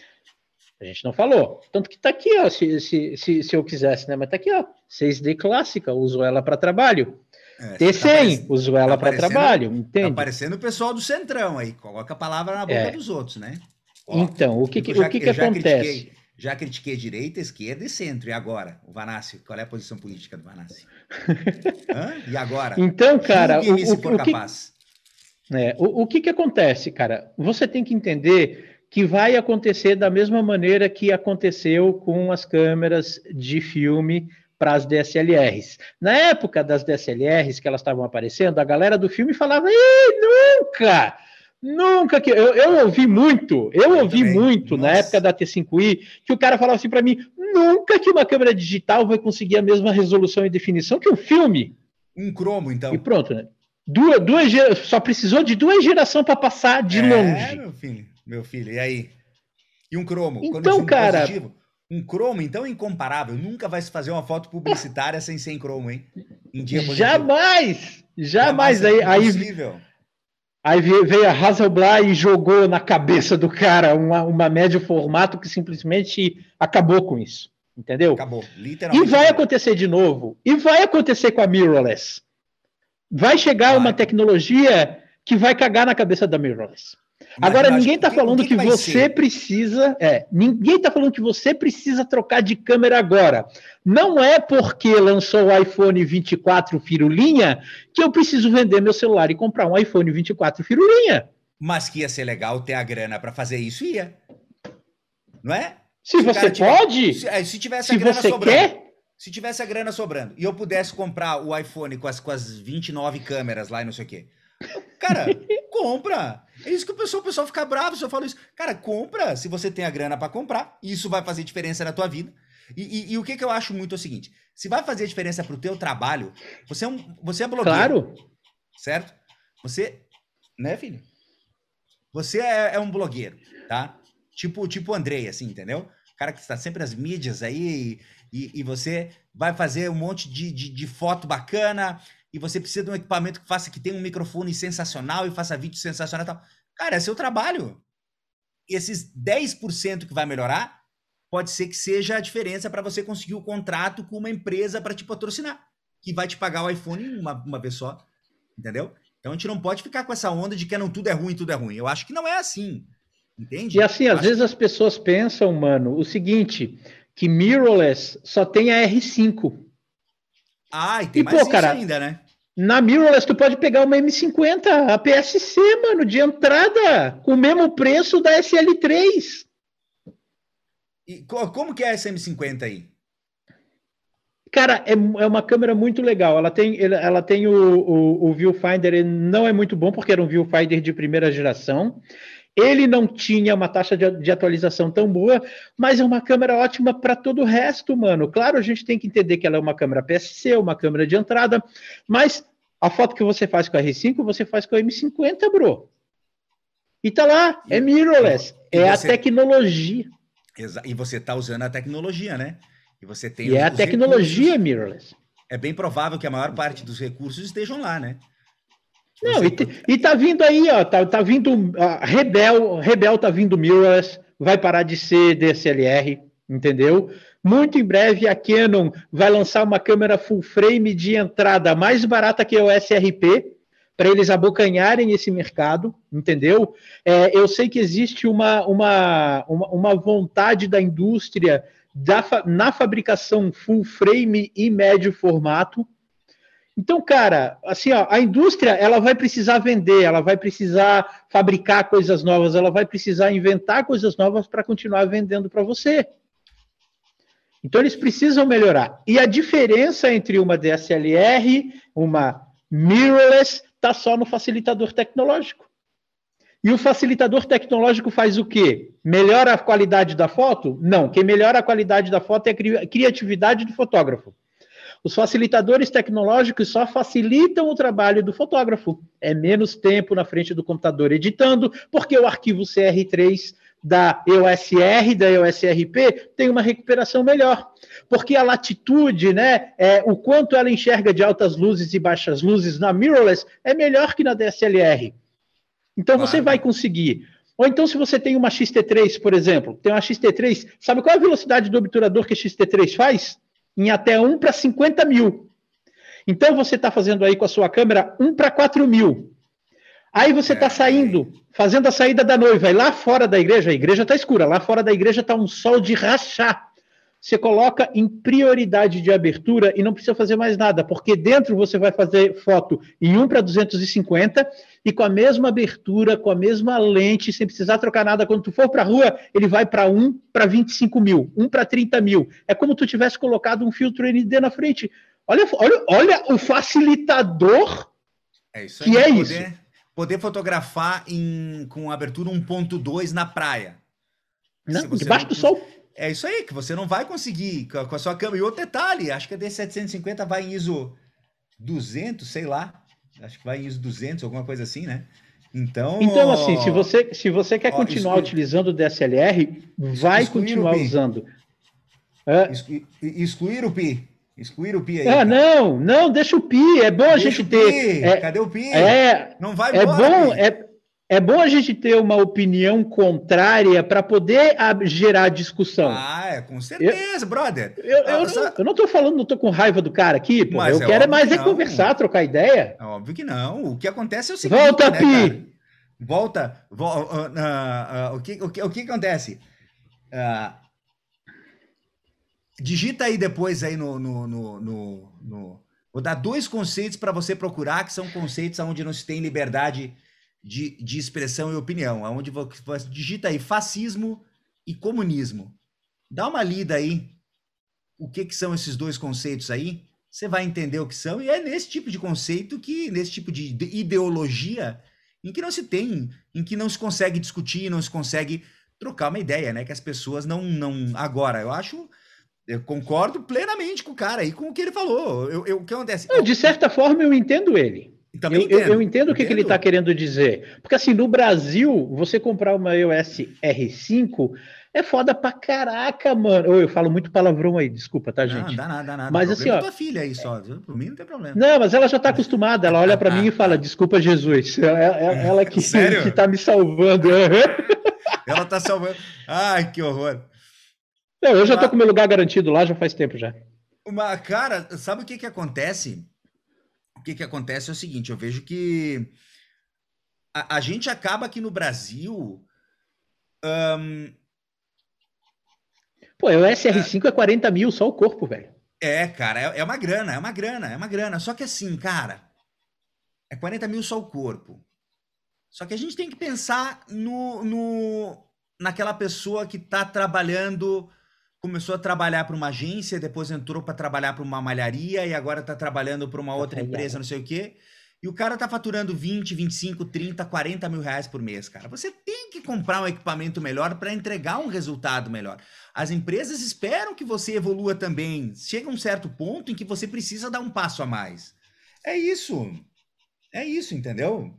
A gente não falou. Tanto que tá aqui, ó, se, se, se, se eu quisesse, né? Mas tá aqui, ó. seis D clássica, uso ela para trabalho. É, T cem, tá uso ela tá para trabalho, entende? Tá parecendo o pessoal do Centrão aí, coloca a palavra na boca é. dos outros, né? Ó, então, o que, que, já, o que, que já acontece? Critiquei, já critiquei direita, esquerda e centro. E agora? O Vanassi, qual é a posição política do Vanassi? Hã? E agora? Então, cara, o, se for o, que, capaz. É, o, o que que acontece, cara? Você tem que entender que vai acontecer da mesma maneira que aconteceu com as câmeras de filme para as D S L Rs. Na época das D S L Rs que elas estavam aparecendo, a galera do filme falava, nunca, nunca que... Eu, eu ouvi muito, eu, eu ouvi também. muito Nossa. na época da T cinco i, que o cara falava assim para mim, nunca que uma câmera digital vai conseguir a mesma resolução e definição que um filme. Um cromo, então. E pronto, né? Duas, duas, só precisou de duas gerações para passar de é, longe. meu filho. Meu filho, e aí? E um cromo? Então, cara... Positivo, um cromo, então, incomparável. Nunca vai se fazer uma foto publicitária sem ser em cromo, hein? Em dia positivo. Jamais! Jamais! Jamais aí, é impossível. Aí, aí veio a Hasselblad e jogou na cabeça do cara uma, uma médio formato que simplesmente acabou com isso. Entendeu? Acabou, literalmente. E vai acabou. acontecer de novo. E vai acontecer com a mirrorless. Vai chegar vai. uma tecnologia que vai cagar na cabeça da mirrorless. Agora, ninguém está que, falando que, que, que você ser? precisa... É, ninguém está falando que você precisa trocar de câmera agora. Não é porque lançou o iPhone vinte e quatro firulinha que eu preciso vender meu celular e comprar um iPhone vinte e quatro firulinha. Mas que ia ser legal ter a grana para fazer isso, ia. Não é? Se, se você tiver, pode... Se, se tivesse se a grana você sobrando... Quer? Se tivesse a grana sobrando e eu pudesse comprar o iPhone com as, com as vinte e nove câmeras lá e não sei o quê. Cara, compra. É isso que o pessoal, o pessoal fica bravo se eu falo isso. Cara, compra se você tem a grana para comprar. Isso vai fazer diferença na tua vida. E, e, e o que, que eu acho muito é o seguinte. Se vai fazer diferença pro teu trabalho, você é, um, você é blogueiro. Claro. Certo? Você... Né, filho? Você é, é um blogueiro, tá? Tipo, tipo o Andrei, assim, entendeu? O cara que está sempre nas mídias aí... E, e você vai fazer um monte de, de, de foto bacana e você precisa de um equipamento que faça, que tenha um microfone sensacional e faça vídeo sensacional e tal. Cara, é seu trabalho. E esses dez por cento que vai melhorar, pode ser que seja a diferença para você conseguir o contrato com uma empresa para te patrocinar, que vai te pagar o iPhone uma, uma vez só, entendeu? Então a gente não pode ficar com essa onda de que não tudo é ruim, tudo é ruim. Eu acho que não é assim, entende? E assim, às vezes que... as pessoas pensam, mano, o seguinte... que mirrorless só tem a R cinco. Ah, e tem e, mais pô, isso cara, ainda, né? Na mirrorless tu pode pegar uma M cinquenta, a P S C, mano, de entrada, com o mesmo preço da S L três. E como que é essa M cinquenta aí? Cara, é, é uma câmera muito legal. Ela tem, ela tem o, o, o viewfinder, ele não é muito bom, porque era um viewfinder de primeira geração. Ele não tinha uma taxa de, de atualização tão boa, mas é uma câmera ótima para todo o resto, mano. Claro, a gente tem que entender que ela é uma câmera P S C, uma câmera de entrada, mas a foto que você faz com a R cinco, você faz com a M cinquenta, bro. E tá lá, é mirrorless, e, e é você, a tecnologia. E você tá usando a tecnologia, né? E você tem e os, é a os tecnologia recursos. mirrorless. É bem provável que a maior parte dos recursos estejam lá, né? Não, e, e tá vindo aí, ó, tá, tá vindo, uh, Rebel, Rebel tá vindo mirrorless, vai parar de ser D S L R, entendeu? Muito em breve a Canon vai lançar uma câmera full frame de entrada mais barata que o S R P, para eles abocanharem esse mercado, entendeu? É, eu sei que existe uma, uma, uma, uma vontade da indústria da, na fabricação full frame e médio formato. Então, cara, assim, ó, a indústria, ela vai precisar vender, ela vai precisar fabricar coisas novas, ela vai precisar inventar coisas novas para continuar vendendo para você. Então, eles precisam melhorar. E a diferença entre uma D S L R, uma mirrorless, está só no facilitador tecnológico. E o facilitador tecnológico faz o quê? Melhora a qualidade da foto? Não, quem melhora a qualidade da foto é a criatividade do fotógrafo. Os facilitadores tecnológicos só facilitam o trabalho do fotógrafo. É menos tempo na frente do computador editando, porque o arquivo C R três da E O S R, da E O S R P, tem uma recuperação melhor. Porque a latitude, né, é, o quanto ela enxerga de altas luzes e baixas luzes na mirrorless é melhor que na D S L R. Então claro. Você vai conseguir. Ou então se você tem uma X T três, por exemplo, tem uma X T três, sabe qual é a velocidade do obturador que a X T três faz? Em até um para cinquenta mil. Então, você está fazendo aí com a sua câmera um para quatro mil. Aí você está é, saindo, fazendo a saída da noiva, e lá fora da igreja, a igreja está escura, lá fora da igreja está um sol de rachar. Você coloca em prioridade de abertura e não precisa fazer mais nada, porque dentro você vai fazer foto em um para duzentos e cinquenta e com a mesma abertura, com a mesma lente, sem precisar trocar nada. Quando tu for para a rua, ele vai para um para vinte e cinco mil, um para trinta mil. É como tu tivesse colocado um filtro N D na frente. Olha, olha, olha o facilitador é isso aí, que é poder, isso. Poder fotografar em, com abertura um ponto dois na praia. Não, debaixo não... do sol. É isso aí, que você não vai conseguir com a sua câmera. E outro detalhe, acho que a D setecentos e cinquenta vai em I S O duzentos, sei lá. Acho que vai em I S O duzentos, alguma coisa assim, né? Então, então assim, se você, se você quer ó, continuar excluir, utilizando o D S L R, vai continuar usando. É. Excluir, excluir o Pi. Excluir o Pi aí. Ah, cara. não, não, deixa o Pi. É bom deixa a gente o ter. É, Cadê o Pi? É, não vai é embora, bom, é, é bom a gente ter uma opinião contrária para poder a, gerar discussão. Ah, é, com certeza, eu, brother. Eu, eu, ah, não, eu não tô falando, não tô com raiva do cara aqui, pô. Eu é quero mais que é conversar, trocar ideia. É óbvio que não. O que acontece é o seguinte, Volta, né, Pi! Cara? volta, vol, uh, uh, uh, o, que, o, que, o que acontece? Uh, digita aí depois aí no, no, no, no, no... Vou dar dois conceitos para você procurar, que são conceitos onde não se tem liberdade de, de expressão e opinião. Onde você digita aí fascismo e comunismo. Dá uma lida aí. O que, que são esses dois conceitos aí? Você vai entender o que são. E é nesse tipo de conceito, que nesse tipo de ideologia, em que não se tem, em que não se consegue discutir, não se consegue trocar uma ideia, né? Que as pessoas não... não... Agora, eu acho... Eu concordo plenamente com o cara aí, com o que ele falou. Eu, eu, o que acontece? Eu, de certa forma, eu entendo ele. Também Eu, eu, eu entendo. entendo o que, que ele está querendo dizer. Porque, assim, no Brasil, você comprar uma E O S R cinco é foda pra caraca, mano. Eu, eu falo muito palavrão aí, desculpa, tá, Não, gente? dá nada, dá nada. Mas, O assim, problema é ó. tua filha aí só. Por mim não tem problema. Não, mas ela já tá acostumada. Ela olha para mim e fala: desculpa, Jesus. Ela, ela que, Sério? que tá me salvando. Ela tá salvando. Ai, que horror. Não, eu já Uma, tô com meu lugar garantido lá já faz tempo já. uma cara, sabe o que que acontece? O que que acontece é o seguinte, eu vejo que a, a gente acaba aqui no Brasil... Um, Pô, o S R cinco é quarenta mil só o corpo, velho. É, cara, é, é uma grana, é uma grana, é uma grana. Só que assim, cara, é quarenta mil só o corpo. Só que a gente tem que pensar no, no naquela pessoa que está trabalhando, começou a trabalhar para uma agência, depois entrou para trabalhar para uma malharia e agora está trabalhando para uma outra empresa, não sei o quê. E o cara tá faturando vinte, vinte e cinco, trinta, quarenta mil reais por mês, cara. Você tem que comprar um equipamento melhor para entregar um resultado melhor. As empresas esperam que você evolua também. Chega um certo ponto em que você precisa dar um passo a mais. É isso. É isso, entendeu?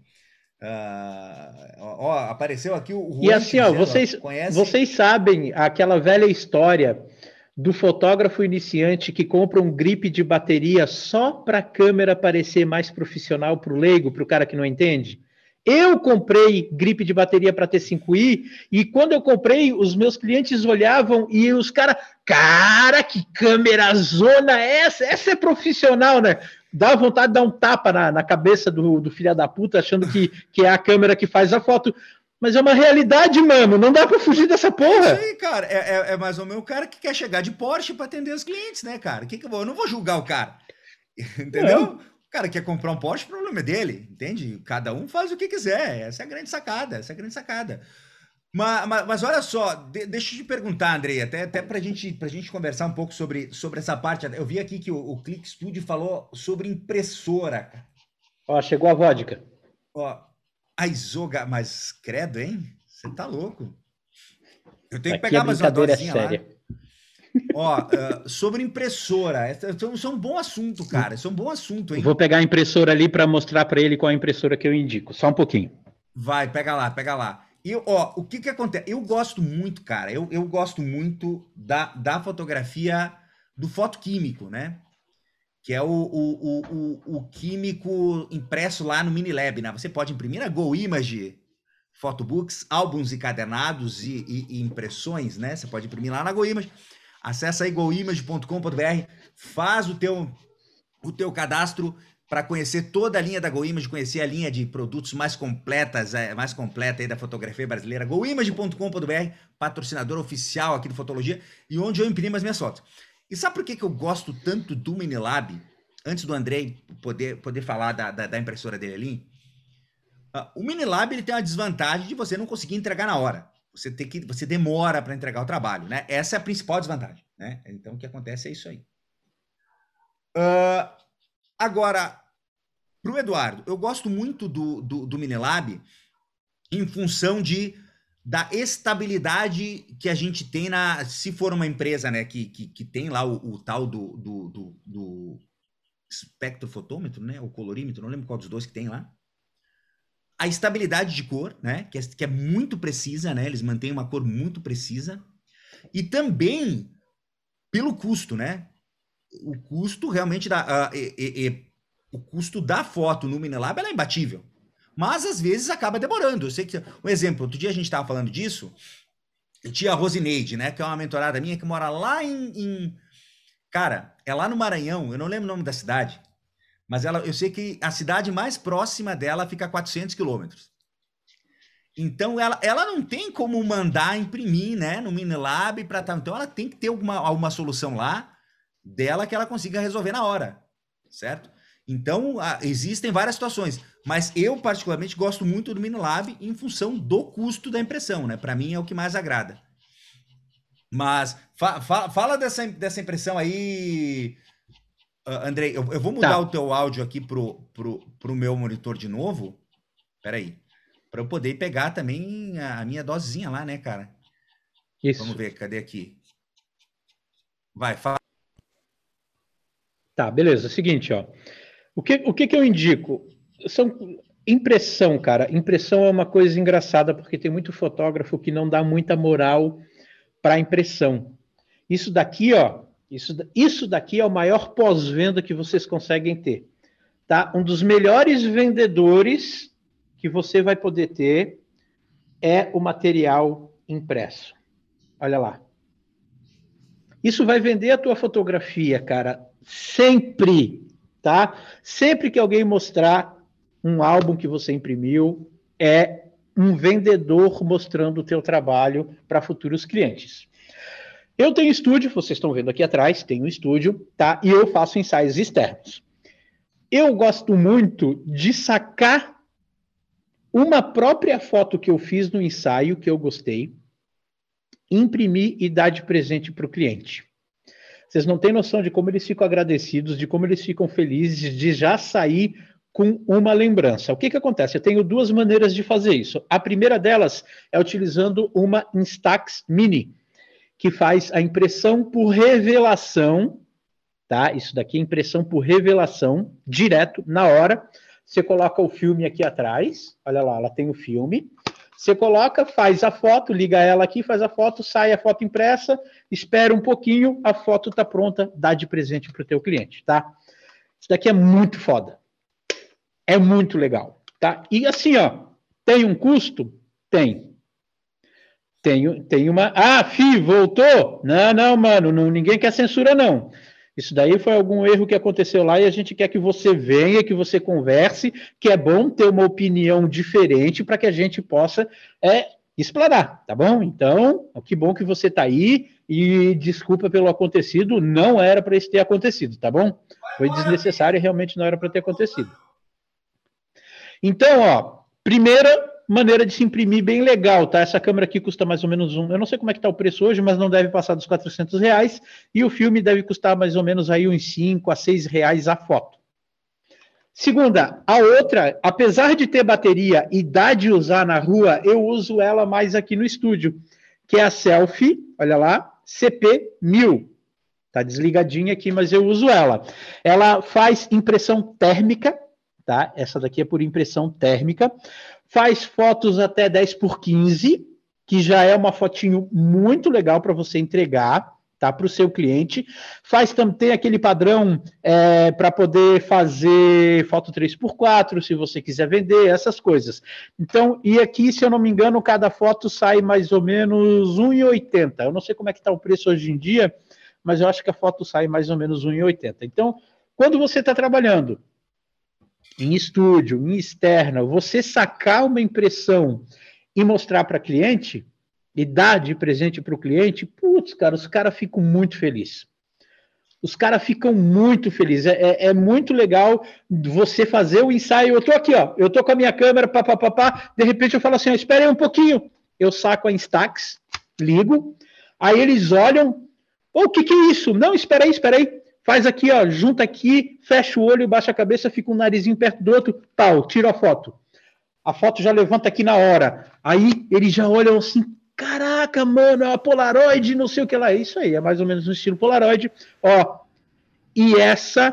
Uh, ó, apareceu aqui o Juan E assim, ó, dizendo, vocês, ó, conhece... vocês sabem aquela velha história do fotógrafo iniciante que compra um grip de bateria só para a câmera parecer mais profissional para o leigo, para o cara que não entende? Eu comprei grip de bateria para T cinco i e quando eu comprei, os meus clientes olhavam e os caras, cara, que câmera zona é essa? Essa é profissional, né? Dá vontade de dar um tapa na, na cabeça do, do filho da puta, achando que, que é a câmera que faz a foto. Mas é uma realidade, mano. Não dá pra fugir dessa porra. É isso aí, cara. É, é, é mais ou menos o cara que quer chegar de Porsche para atender os clientes, né, cara? Que que eu, vou? eu não vou julgar o cara. Entendeu? Não. O cara quer comprar um Porsche, o problema é dele, entende? Cada um faz o que quiser. Essa é a grande sacada. Essa é a grande sacada. Mas, mas, mas olha só, de, deixa eu te perguntar, Andrei, até, até para gente, a gente conversar um pouco sobre, sobre essa parte. Eu vi aqui que o, o Click Studio falou sobre impressora, cara. Ó, chegou a vodka. Ó, a Isoga, mas credo, hein? Você tá louco. Eu tenho aqui que pegar mais uma dosezinha séria. Lá. Ó, uh, sobre impressora, isso é um bom assunto, cara. Isso é um bom assunto, hein? Vou pegar a impressora ali para mostrar para ele qual a impressora que eu indico. Só um pouquinho. Vai, pega lá, pega lá. E, ó, o que que acontece? Eu gosto muito, cara, eu, eu gosto muito da, da fotografia do fotoquímico, né? Que é o, o, o, o químico impresso lá no Minilab, né? Você pode imprimir na GoImage Photobooks, álbuns encadernados e, e, e impressões, né? Você pode imprimir lá na GoImage. Acessa aí goimage ponto com ponto br, faz o teu, o teu cadastro para conhecer toda a linha da GoImage, conhecer a linha de produtos mais completas, mais completa aí da fotografia brasileira. goimage ponto com ponto br, patrocinador oficial aqui do Fotologia, e onde eu imprimo as minhas fotos. E sabe por que, que eu gosto tanto do Minilab? Antes do Andrei poder, poder falar da, da, da impressora dele ali, uh, o Minilab ele tem uma desvantagem de você não conseguir entregar na hora. Você, tem que, você demora para entregar o trabalho, né? Essa é a principal desvantagem, né? Então, o que acontece é isso aí. Uh, agora, para o Eduardo, eu gosto muito do, do, do Minilab em função de, da estabilidade que a gente tem na... Se for uma empresa, né, que, que, que tem lá o, o tal do, do, do, do espectrofotômetro, né? O colorímetro, não lembro qual dos dois que tem lá. A estabilidade de cor, né? Que é, que é muito precisa, né? Eles mantêm uma cor muito precisa. E também pelo custo, né? O custo realmente da... Uh, e, e, e, o custo da foto no Minilab ela é imbatível. Mas às vezes acaba demorando. Eu sei que... Um exemplo, outro dia a gente estava falando disso. Eu tinha a Rosineide, né? Que é uma mentorada minha que mora lá em, em... Cara, é lá no Maranhão. Eu não lembro o nome da cidade. Mas ela, eu sei que a cidade mais próxima dela fica a quatrocentos quilômetros. Então, ela, ela não tem como mandar imprimir, né, no Minilab para tá, então ela tem que ter alguma, alguma solução lá dela que ela consiga resolver na hora, certo? Então, a, existem várias situações, mas eu particularmente gosto muito do Minilab em função do custo da impressão, né? Para mim é o que mais agrada. Mas fa, fa, fala dessa, dessa impressão aí, Andrei. Eu, eu vou mudar Tá. o teu áudio aqui pro, pro, pro meu monitor de novo. Espera aí. Para eu poder pegar também a minha dosezinha lá, né, cara? Isso. Vamos ver, cadê aqui? Vai, fala. Tá, beleza. Seguinte, ó. O que, o que que eu indico? São impressão, cara. Impressão é uma coisa engraçada, porque tem muito fotógrafo que não dá muita moral para impressão. Isso daqui, ó, isso, isso daqui é o maior pós-venda que vocês conseguem ter, tá? Um dos melhores vendedores que você vai poder ter é o material impresso. Olha lá. Isso vai vender a tua fotografia, cara, sempre, tá? Sempre que alguém mostrar um álbum que você imprimiu, é um vendedor mostrando o teu trabalho para futuros clientes. Eu tenho estúdio, vocês estão vendo aqui atrás, tenho um estúdio, tá? E eu faço ensaios externos. Eu gosto muito de sacar uma própria foto que eu fiz no ensaio, que eu gostei, imprimir e dar de presente para o cliente. Vocês não têm noção de como eles ficam agradecidos, de como eles ficam felizes de já sair com uma lembrança. O que que acontece? Eu tenho duas maneiras de fazer isso. A primeira delas é utilizando uma Instax Mini, que faz a impressão por revelação, tá? Isso daqui é impressão por revelação, direto, na hora. Você coloca o filme aqui atrás, olha lá, ela tem o filme. Você coloca, faz a foto, liga ela aqui, faz a foto, sai a foto impressa, espera um pouquinho, a foto está pronta, dá de presente para o teu cliente, tá? Isso daqui é muito foda. É muito legal, tá? E assim, ó, tem um custo? Tem. Tem, tem uma... Ah, Fi, voltou? Não, não, mano, não, ninguém quer censura, não. Isso daí foi algum erro que aconteceu lá e a gente quer que você venha, que você converse, que é bom ter uma opinião diferente para que a gente possa é, explanar, tá bom? Então, que bom que você está aí e desculpa pelo acontecido, não era para isso ter acontecido, tá bom? Foi desnecessário e realmente não era para ter acontecido. Então, ó, primeira maneira de se imprimir bem legal, tá? Essa câmera aqui custa mais ou menos um... Eu não sei como é que tá o preço hoje, mas não deve passar dos quatrocentos reais. E o filme deve custar mais ou menos aí uns cinco a seis reais a foto. Segunda, a outra, apesar de ter bateria e dar de usar na rua, eu uso ela mais aqui no estúdio, que é a Selfie, olha lá, C P mil. Tá desligadinha aqui, mas eu uso ela. Ela faz impressão térmica, tá? Essa daqui é por impressão térmica. Faz fotos até dez por quinze, que já é uma fotinho muito legal para você entregar, tá? Para o seu cliente. Faz também aquele padrão é, para poder fazer foto três por quatro, se você quiser vender, essas coisas. Então, e aqui, se eu não me engano, cada foto sai mais ou menos um real e oitenta centavos. Eu não sei como é que está o preço hoje em dia, mas eu acho que a foto sai mais ou menos um real e oitenta centavos. Então, quando você está trabalhando em estúdio, em externa, você sacar uma impressão e mostrar para cliente, e dar de presente para o cliente, putz, cara, os caras ficam muito felizes. Os caras ficam muito felizes. É, é, é muito legal você fazer o ensaio. Eu tô aqui, ó, eu tô com a minha câmera, pá, pá, pá, pá, de repente eu falo assim, ó, espera aí um pouquinho. Eu saco a Instax, ligo, aí eles olham, ô, o que que é isso? Não, espera aí, espera aí. Faz aqui, ó, junta aqui, fecha o olho, baixa a cabeça, fica um narizinho perto do outro, tal, tira a foto. A foto já levanta aqui na hora. Aí eles já olham assim, caraca, mano, é uma Polaroid, não sei o que lá. É isso aí, é mais ou menos no estilo Polaroid. Ó, e essa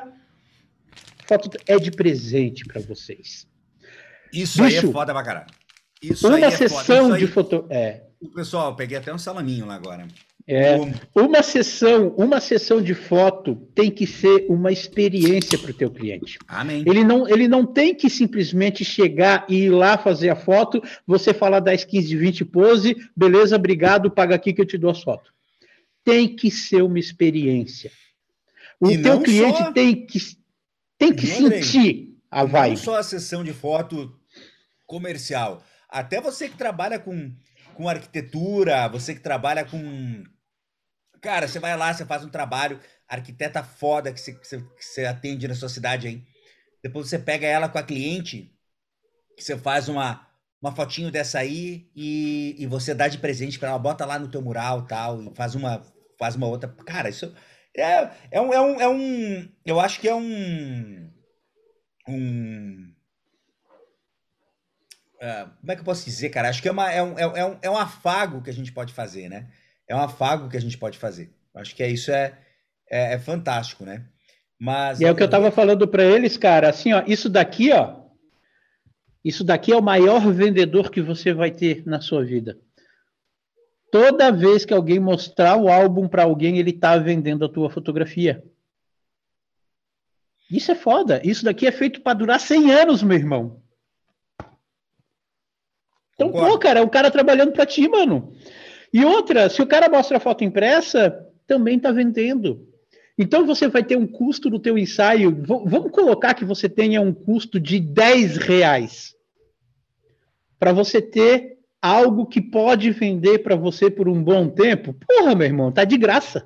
foto é de presente para vocês. Isso Bicho, aí é foda pra caralho. Isso uma aí é sessão foda. de foto... É. Pessoal, eu peguei até um salaminho lá agora. É, uma sessão, uma sessão de foto tem que ser uma experiência para o teu cliente. Amém. Ele não, ele não tem que simplesmente chegar e ir lá fazer a foto, você falar dez, quinze, vinte pose, beleza, obrigado, paga aqui que eu te dou as fotos. Tem que ser uma experiência. O e teu cliente só... tem que, tem que sentir a vibe. Não só a sessão de foto comercial. até você que trabalha com, com arquitetura, você que trabalha com... Cara, você vai lá, você faz um trabalho, arquiteta foda que você, que você, que você atende na sua cidade aí. Depois você pega ela com a cliente, que você faz uma, uma fotinho dessa aí e, e você dá de presente para ela, bota lá no teu mural tal, e faz uma, faz uma outra. Cara, isso é, é, um, é, um, é um. Eu acho que é um. Um. Uh, como é que eu posso dizer, cara? Acho que é, uma, é, um, é, um, é um afago que a gente pode fazer, né? É um afago que a gente pode fazer. Acho que é isso é, é, é fantástico, né? Mas E é o eu, que eu eu estava vou... falando para eles, cara, assim, ó, isso daqui, ó, isso daqui é o maior vendedor que você vai ter na sua vida. Toda vez que alguém mostrar o álbum para alguém, ele está vendendo a tua fotografia. Isso é foda. Isso daqui é feito para durar cem anos, meu irmão. Então, pô, Concordo. cara, é o cara trabalhando para ti, mano. E outra, se o cara mostra a foto impressa, também está vendendo. Então você vai ter um custo do teu ensaio. V- vamos colocar que você tenha um custo de dez reais para você ter algo que pode vender para você por um bom tempo. Porra, meu irmão, tá de graça.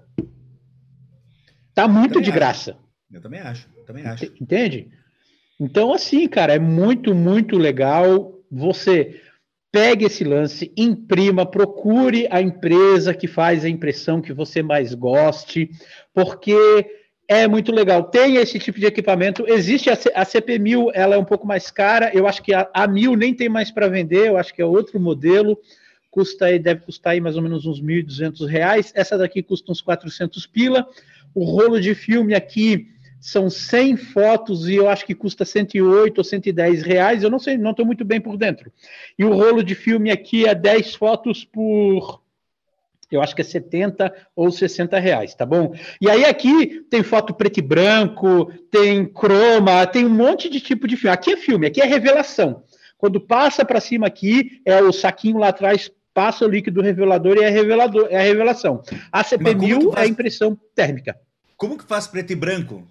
Tá Eu muito também de acho. graça. Eu também acho. Eu também acho. Entende? Então, assim, cara, é muito, muito legal. Você pegue esse lance, imprima, procure a empresa que faz a impressão que você mais goste, porque é muito legal. Tem esse tipo de equipamento. Existe a, C- a C P mil, ela é um pouco mais cara. Eu acho que a, a mil nem tem mais para vender. Eu acho que é outro modelo. Custa aí, deve custar aí mais ou menos uns mil e duzentos reais. Essa daqui custa uns quatrocentos pila. O rolo de filme aqui são cem fotos e eu acho que custa cento e oito ou cento e dez reais. Eu não sei, não estou muito bem por dentro. E o rolo de filme aqui é dez fotos por, eu acho que é setenta ou sessenta reais, tá bom? E aí aqui tem foto preto e branco, tem croma, tem um monte de tipo de filme. Aqui é filme, aqui é revelação. Quando passa para cima aqui, é o saquinho lá atrás, passa o líquido revelador e é, revelador, é a revelação. A Mas como que C P mil é faz, impressão térmica. como que faz preto e branco?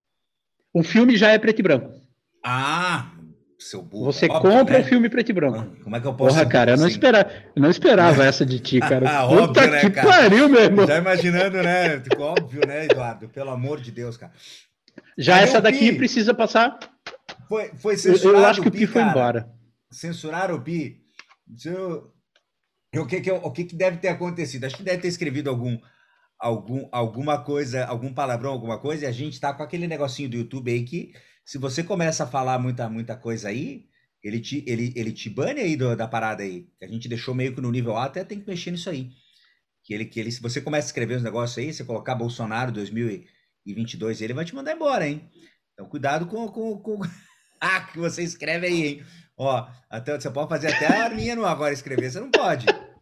O filme já é preto e branco. Ah, seu burro, é Você óbvio, compra o né? filme preto e branco. Como é que eu posso Porra, ser cara, burro eu não, assim? espera, eu não esperava essa de ti, cara. Puta Óbvio, né, que cara? pariu, meu irmão. Já imaginando, né? Tipo, óbvio, né, Eduardo? Pelo amor de Deus, cara. Já Cadê essa o daqui Pi? precisa passar. Foi, foi Eu, eu acho censurado que o o Pi Pi, foi cara? embora. Censuraram o Pi? Isso eu- O que que, eu- o que que deve ter acontecido? Acho que deve ter escrevido algum, algum, alguma coisa, algum palavrão, alguma coisa, e a gente tá com aquele negocinho do YouTube aí que, se você começa a falar muita, muita coisa aí, ele te, ele, ele te bane aí do- da parada aí. A gente deixou meio que no nível A, até tem que mexer nisso aí. Que ele, que ele, se você começa a escrever os negócios aí, você colocar Bolsonaro dois mil e vinte e dois, ele vai te mandar embora, hein? Então cuidado com, com, com... ah, que você escreve aí, hein? Ó, até, você pode fazer até a arminha no agora escrever, você não pode,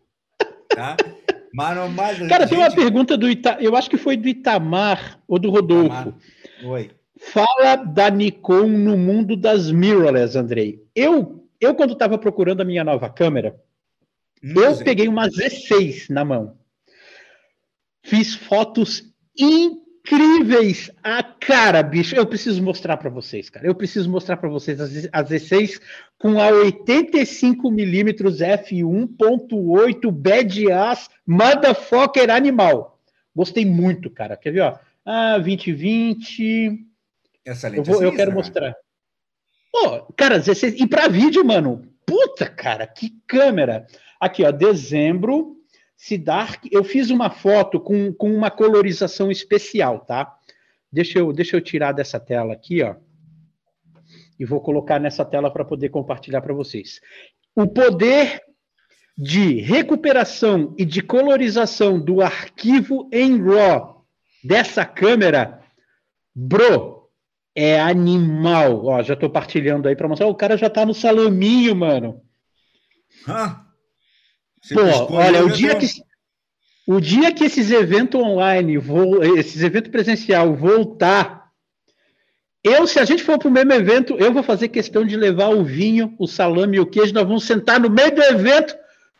tá? Mas, não- mas Cara, tem uma gente, pergunta do Ita... Eu acho que foi do Itamar ou do Itamar, Rodolfo. oi. Fala da Nikon no mundo das mirrorless, Andrei. Eu, eu quando estava procurando a minha nova câmera, Nunca eu usei. peguei uma Z seis na mão. Fiz fotos incríveis. A cara, bicho, eu preciso mostrar para vocês, cara. Eu preciso mostrar para vocês a Z seis com a oitenta e cinco milímetros f um ponto oito bad ass motherfucker animal. Gostei muito, cara. Quer ver, ó? Ah, vinte e vinte. Essa Eu lente é vou, eu quero sinistra, cara. mostrar. Pô, cara, dezesseis. E para vídeo, mano. Puta, cara, que câmera. Aqui, ó, dezembro. Siddharth, eu fiz uma foto com, com uma colorização especial, tá? Deixa eu, deixa eu tirar dessa tela aqui, ó. E vou colocar nessa tela para poder compartilhar para vocês. O poder de recuperação e de colorização do arquivo em RAW dessa câmera, bro, é animal. Ó, já estou partilhando aí para mostrar. O cara já tá no salaminho, mano. Ah, você Pô, piscou ali, olha, eu o já dia que tô... o dia que esses eventos online, vou, esses eventos presencial voltar, eu, se a gente for para o mesmo evento, eu vou fazer questão de levar o vinho, o salame e o queijo, nós vamos sentar no meio do evento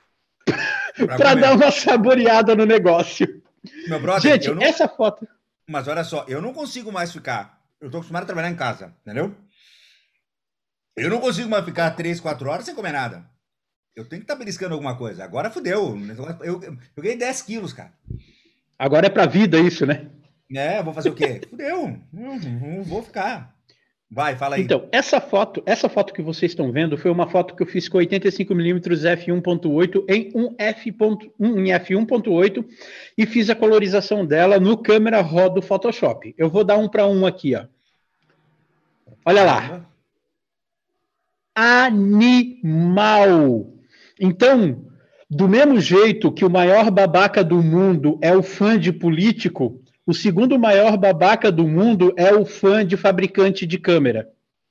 Pra para dar comer. uma saboreada no negócio. Meu brother, eu Gente, não... essa foto. Mas olha só, eu não consigo mais ficar... Eu tô acostumado a trabalhar em casa, entendeu? Eu não consigo mais ficar três, quatro horas sem comer nada. Eu tenho que estar beliscando alguma coisa. Agora fudeu. Eu, eu, eu ganhei dez quilos, cara. Agora é pra vida isso, né? É, vou fazer o quê? Fudeu. Não, não vou ficar. Vai, fala aí. Então, essa foto, essa foto que vocês estão vendo foi uma foto que eu fiz com oitenta e cinco milímetros f um ponto oito em um f um ponto oito e fiz a colorização dela no Camera Raw do Photoshop. Eu vou dar um para um aqui, ó. Olha lá. Animal. Então, do mesmo jeito que o maior babaca do mundo é o fã de político, o segundo maior babaca do mundo é o fã de fabricante de câmera.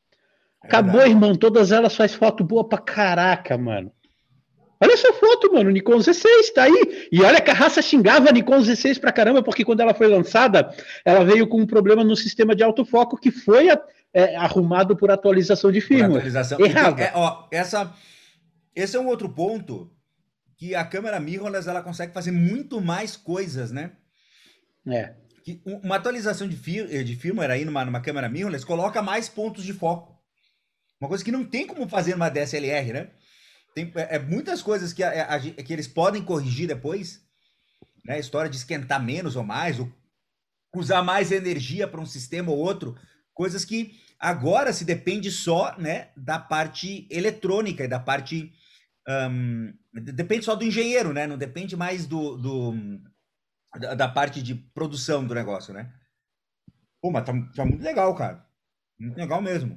É Acabou, verdade. Irmão. Todas elas faz foto boa pra caraca, mano. Olha essa foto, mano. Nikon Z seis, tá aí. E olha que a raça xingava a Nikon Z seis pra caramba, porque quando ela foi lançada, ela veio com um problema no sistema de autofoco que foi é, arrumado por atualização de firmware. Atualização. Errava. É, ó, essa, esse é um outro ponto que a câmera mirrorless ela consegue fazer muito mais coisas, né? É. Que uma atualização de, fir de firmware aí numa, numa câmera mirrorless coloca mais pontos de foco. Uma coisa que não tem como fazer numa D S L R, né? Tem é, muitas coisas que, a, a, que eles podem corrigir depois, né? História de esquentar menos ou mais, ou usar mais energia para um sistema ou outro, coisas que agora se depende só, né, da parte eletrônica e da parte... Um, depende só do engenheiro, né? Não depende mais do... do da, da parte de produção do negócio, né? Pô, mas tá, tá muito legal, cara. Muito legal mesmo.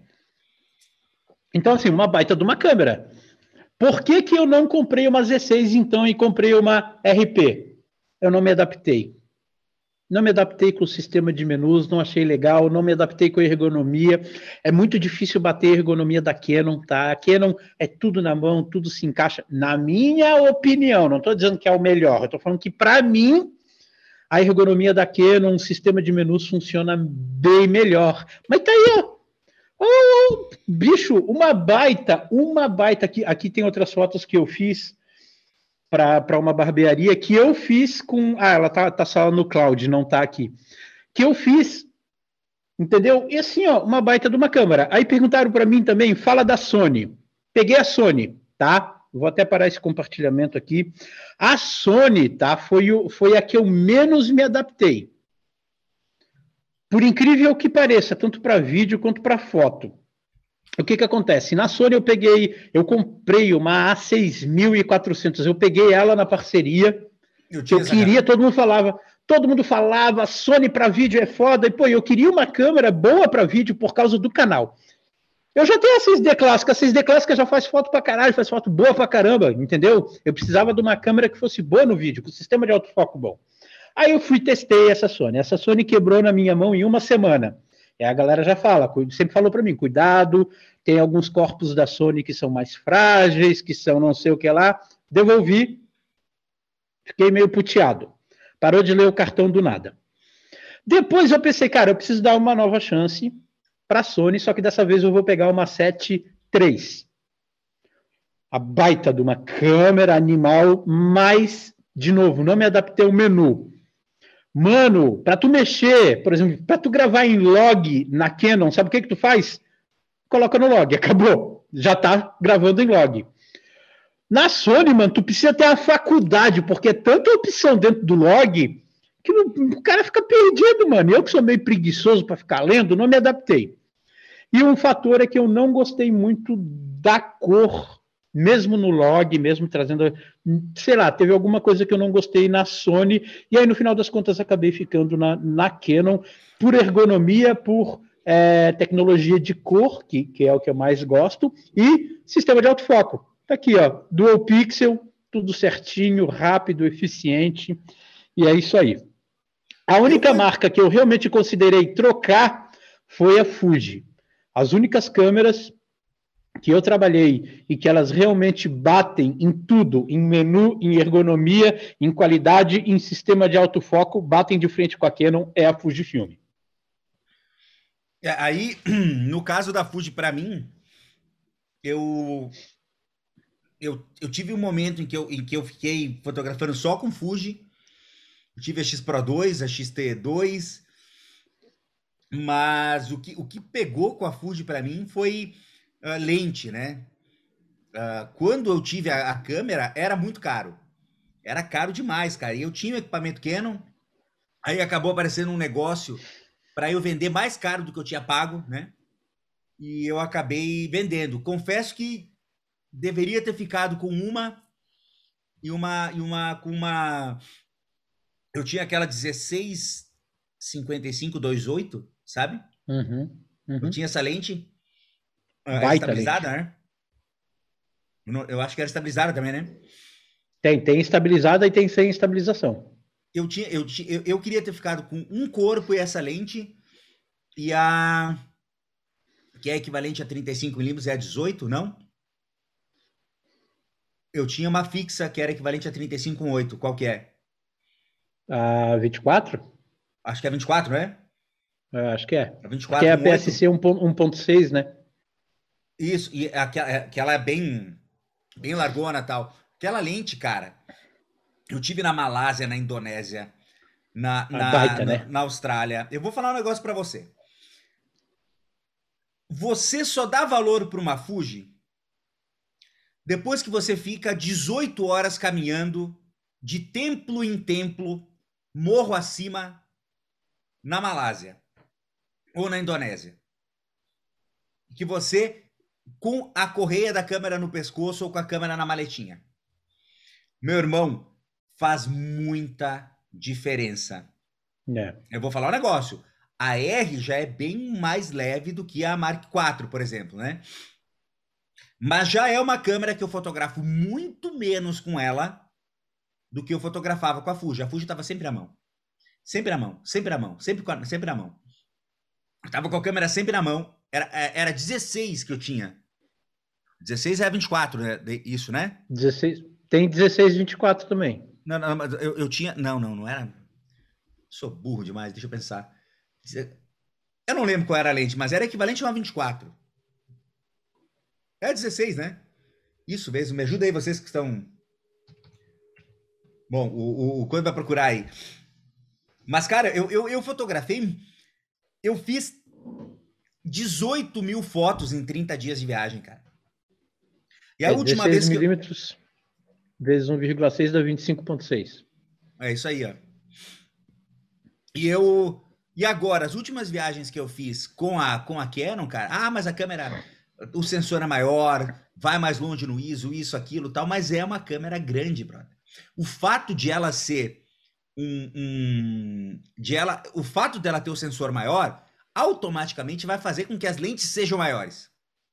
Então, assim, uma baita de uma câmera. Por que que eu não comprei uma Z seis, então, e comprei uma R P? Eu não me adaptei. Não me adaptei com o sistema de menus, não achei legal, não me adaptei com a ergonomia. É muito difícil bater a ergonomia da Canon, tá? A Canon é tudo na mão, tudo se encaixa. Na minha opinião, não estou dizendo que é o melhor, eu estou falando que, para mim, a ergonomia da Canon, o sistema de menus funciona bem melhor. Mas tá aí, ó. Oh, bicho, uma baita, uma baita. Aqui, aqui tem outras fotos que eu fiz para uma barbearia que eu fiz com... Ah, ela tá, tá só no cloud, não tá aqui. Que eu fiz, entendeu? E assim, ó, uma baita de uma câmera. Aí perguntaram para mim também, fala da Sony. Peguei a Sony, tá? Vou até parar esse compartilhamento aqui. A Sony, tá? Foi, o, foi a que eu menos me adaptei. Por incrível que pareça, tanto para vídeo quanto para foto. O que que acontece? Na Sony eu peguei, eu comprei uma A seis mil e quatrocentos, eu peguei ela na parceria, eu, eu queria, todo mundo falava, todo mundo falava, Sony para vídeo é foda, e pô, eu queria uma câmera boa para vídeo por causa do canal. Eu já tenho a seis D clássica, a seis D clássica já faz foto pra caralho, faz foto boa pra caramba, entendeu? Eu precisava de uma câmera que fosse boa no vídeo, com sistema de autofoco bom. Aí eu fui testei essa Sony. Essa Sony quebrou na minha mão em uma semana. E a galera já fala, sempre falou para mim, cuidado, tem alguns corpos da Sony que são mais frágeis, que são não sei o que lá. Devolvi, fiquei meio puteado. Parou de ler o cartão do nada. Depois eu pensei, cara, eu preciso dar uma nova chance para a Sony, só que dessa vez eu vou pegar uma sete três. A baita de uma câmera animal, mas, de novo, não me adaptei ao menu. Mano, para tu mexer, por exemplo, para tu gravar em log na Canon, sabe o que que tu faz? Coloca no log, acabou. Já tá gravando em log. Na Sony, mano, tu precisa ter a faculdade, porque é tanta opção dentro do log que não, o cara fica perdido, mano. Eu que sou meio preguiçoso para ficar lendo, não me adaptei. E um fator é que eu não gostei muito da cor, mesmo no log, mesmo trazendo, sei lá, teve alguma coisa que eu não gostei na Sony, e aí no final das contas acabei ficando na, na Canon, por ergonomia, por é, tecnologia de cor, que, que é o que eu mais gosto, e sistema de autofoco. Tá aqui, ó, Dual Pixel, tudo certinho, rápido, eficiente, e é isso aí. A única marca que eu realmente considerei trocar foi a Fuji. As únicas câmeras que eu trabalhei e que elas realmente batem em tudo, em menu, em ergonomia, em qualidade, em sistema de autofoco, batem de frente com a Canon, é a Fujifilm. É, aí, no caso da Fuji, para mim, eu, eu, eu tive um momento em que eu, em que eu fiquei fotografando só com Fuji. Eu tive a X Pro dois, a X T dois, mas o que, o que pegou com a Fuji para mim foi uh, lente, né? uh, quando eu tive a, a câmera, era muito caro. Era caro demais, cara. E eu tinha um equipamento Canon, aí acabou aparecendo um negócio para eu vender mais caro do que eu tinha pago, né? E eu acabei vendendo. Confesso que deveria ter ficado com uma e uma e uma com uma. Eu tinha aquela dezesseis cinquenta e cinco vinte e oito, sabe? Uhum, uhum. Eu tinha essa lente uh, Baita estabilizada, lente. né? Eu acho que era estabilizada também, né? Tem, tem estabilizada e tem sem estabilização. Eu, tinha, eu, eu, eu queria ter ficado com um corpo e essa lente, e a. Que é equivalente a trinta e cinco milímetros, é a dezoito, não? Eu tinha uma fixa que era equivalente a trinta e cinco com oito. Qual que é? A vinte e quatro? Acho que é vinte e quatro, não é? É, acho que é. A vinte e Porque quatro é a com P oito. S C um ponto seis, né? Isso, e aquela, aquela é bem, bem largona e tal. Aquela lente, cara, eu tive na Malásia, na Indonésia, na, A na, baita, na, né? na Austrália. Eu vou falar um negócio pra você. Você só dá valor pra uma Fuji depois que você fica dezoito horas caminhando de templo em templo, morro acima, na Malásia ou na Indonésia. Que você, com a correia da câmera no pescoço ou com a câmera na maletinha. Meu irmão, faz muita diferença. É. Eu vou falar um negócio. A R já é bem mais leve do que a Mark quatro, por exemplo, né? Mas já é uma câmera que eu fotografo muito menos com ela do que eu fotografava com a Fuji. A Fuji estava sempre à mão. Sempre à mão, sempre à mão, sempre, sempre à mão. Eu tava com a câmera sempre na mão. Era, era dezesseis que eu tinha. dezesseis é vinte e quatro, né? Isso, né? dezesseis. Tem dezesseis e vinte e quatro também. Não, não, mas eu, eu tinha. Não, não, não era. Sou burro demais, deixa eu pensar. Eu não lembro qual era a lente, mas era equivalente a uma vinte e quatro. É dezesseis, né? Isso mesmo, me ajuda aí, vocês que estão. Bom, o, o, o quando vai procurar aí. Mas, cara, eu, eu, eu fotografei. Eu fiz dezoito mil fotos em trinta dias de viagem, cara. E a é última vez que. milímetros vezes um vírgula seis dá vinte e cinco ponto seis. É isso aí, ó. E eu. E agora, as últimas viagens que eu fiz com a, com a Canon, cara. Ah, mas a câmera. O sensor é maior, vai mais longe no I S O, isso, aquilo tal, mas é uma câmera grande, brother. O fato de ela ser um. um de ela, o fato dela ter o sensor maior, automaticamente vai fazer com que as lentes sejam maiores.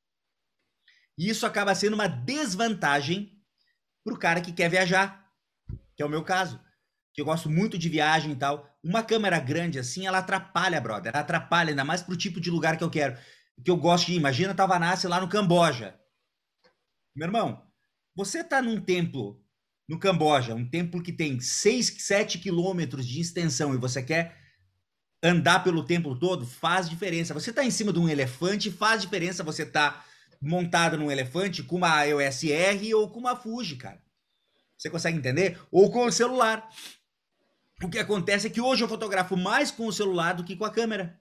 E isso acaba sendo uma desvantagem pro cara que quer viajar, que é o meu caso. Que eu gosto muito de viagem e tal. Uma câmera grande assim, ela atrapalha, brother. Ela atrapalha, ainda mais pro tipo de lugar que eu quero. Que eu gosto de ir. Imagina Tavanassi lá no Camboja. Meu irmão, você tá num templo no Camboja, um templo que tem seis, sete quilômetros de extensão e você quer andar pelo templo todo, faz diferença. Você tá em cima de um elefante, faz diferença você tá montado num elefante com uma E O S R ou com uma Fuji, cara. Você consegue entender? Ou com o celular. O que acontece é que hoje eu fotografo mais com o celular do que com a câmera.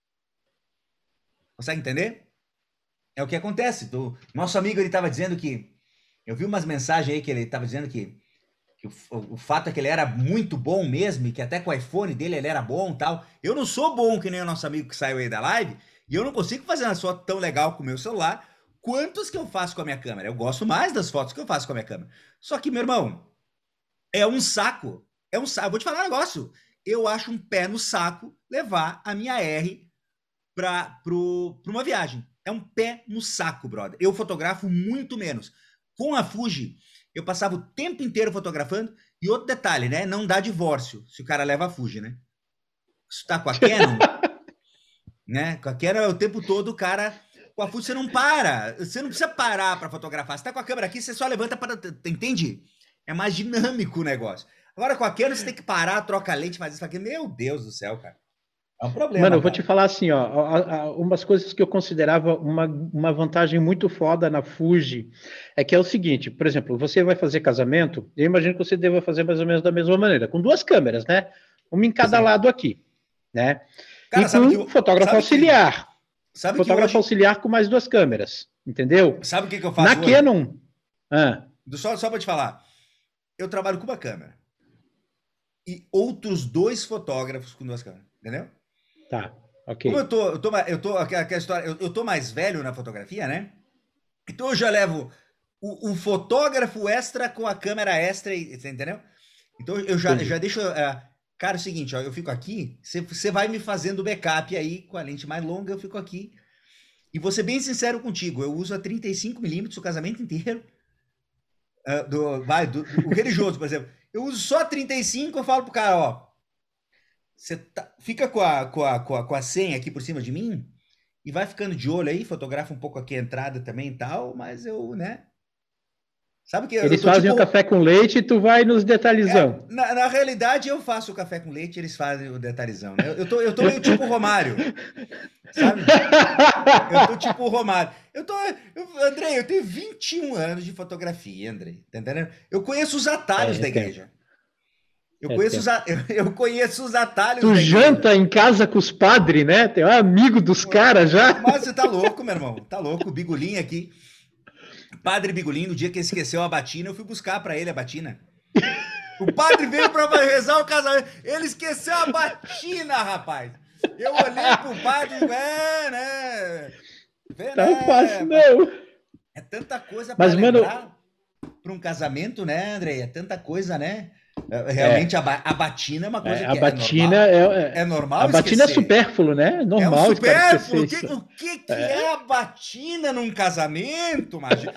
Consegue entender? É o que acontece. Do... Nosso amigo, ele estava dizendo que... Eu vi umas mensagens aí que ele estava dizendo que, que o, o, o fato é que ele era muito bom mesmo e que até com o iPhone dele ele era bom e tal. Eu não sou bom que nem o nosso amigo que saiu aí da live e eu não consigo fazer uma foto tão legal com o meu celular quantos que eu faço com a minha câmera. Eu gosto mais das fotos que eu faço com a minha câmera. Só que, meu irmão, é um saco. É um saco. Eu vou te falar um negócio. Eu acho um pé no saco levar a minha R para uma viagem. É um pé no saco, brother. Eu fotografo muito menos. Com a Fuji, eu passava o tempo inteiro fotografando. E outro detalhe, né? Não dá divórcio se o cara leva a Fuji, né? Se tá com a Canon, né? Com a Canon é o tempo todo o cara... Com a Fuji você não para. Você não precisa parar para fotografar. Você tá com a câmera aqui, você só levanta para... Entende? É mais dinâmico o negócio. Agora, com a Canon, você tem que parar, troca a lente, faz isso aqui. Meu Deus do céu, cara. É um problema, Mano, eu vou cara. te falar assim, ó, umas coisas que eu considerava uma, uma vantagem muito foda na Fuji, é que é o seguinte, por exemplo, você vai fazer casamento, eu imagino que você deva fazer mais ou menos da mesma maneira, com duas câmeras, né? Uma em cada Sim. lado aqui, né? Cara, e com um que, fotógrafo auxiliar. Que, sabe fotógrafo que hoje... auxiliar com mais duas câmeras, entendeu? Sabe o que, que eu faço Na hoje? Canon, Ah, Só, só para te falar, eu trabalho com uma câmera e outros dois fotógrafos com duas câmeras, entendeu? tá, Como eu ok. tô, eu tô, eu tô, aquela história, eu, eu tô mais velho na fotografia, né? Então eu já levo o, o fotógrafo extra com a câmera extra, entendeu? Então eu já, já Entendi. deixo. Uh, cara, é o seguinte, ó, eu fico aqui, você vai me fazendo backup aí com a lente mais longa, eu fico aqui. E vou ser bem sincero contigo, eu uso a trinta e cinco milímetros o casamento inteiro. Uh, do, vai, do, do, o religioso, por exemplo. Eu uso só trinta e cinco, eu falo pro cara, ó, você tá, fica com a, com, a, com, a, com a senha aqui por cima de mim e vai ficando de olho aí, fotografa um pouco aqui a entrada também e tal, mas eu, né? Sabe que eu, eu Eles tô fazem o tipo. café com leite e tu vai nos É, detalhizão. na, na realidade, eu faço o café com leite, eles fazem o detalhizão, né? Eu, eu, tô, eu tô meio tipo Romário, sabe? Eu tô tipo Romário. Eu tô. Eu, Andrei, eu tenho vinte e um anos de fotografia, Andrei. Tá entendendo? Eu conheço os atalhos É, é da tempo, igreja. Eu é conheço os, tempo. a- eu, eu conheço os atalhos Tu da igreja. janta em casa com os padres, né? Tu é amigo dos caras já. Mas você tá louco, meu irmão? Tá louco? O Bigolim aqui. Padre Bigolim, no dia que ele esqueceu a batina, eu fui buscar pra ele a batina. O padre veio pra rezar o casamento. Ele esqueceu a batina, rapaz. Eu olhei pro padre e digo, é, né? Vê, Tá fácil, né? não. É tanta coisa pra Mas, mano, lembrar pra um casamento, né, André? É tanta coisa, né? É, é, realmente, a, ba a batina é uma é, coisa a que é batina normal. é, É é- a normal batina é esquecer. supérfluo, né? É É um normal esse cara esquecer supérfluo. O que, isso. o que, que É, é a batina num casamento, imagina?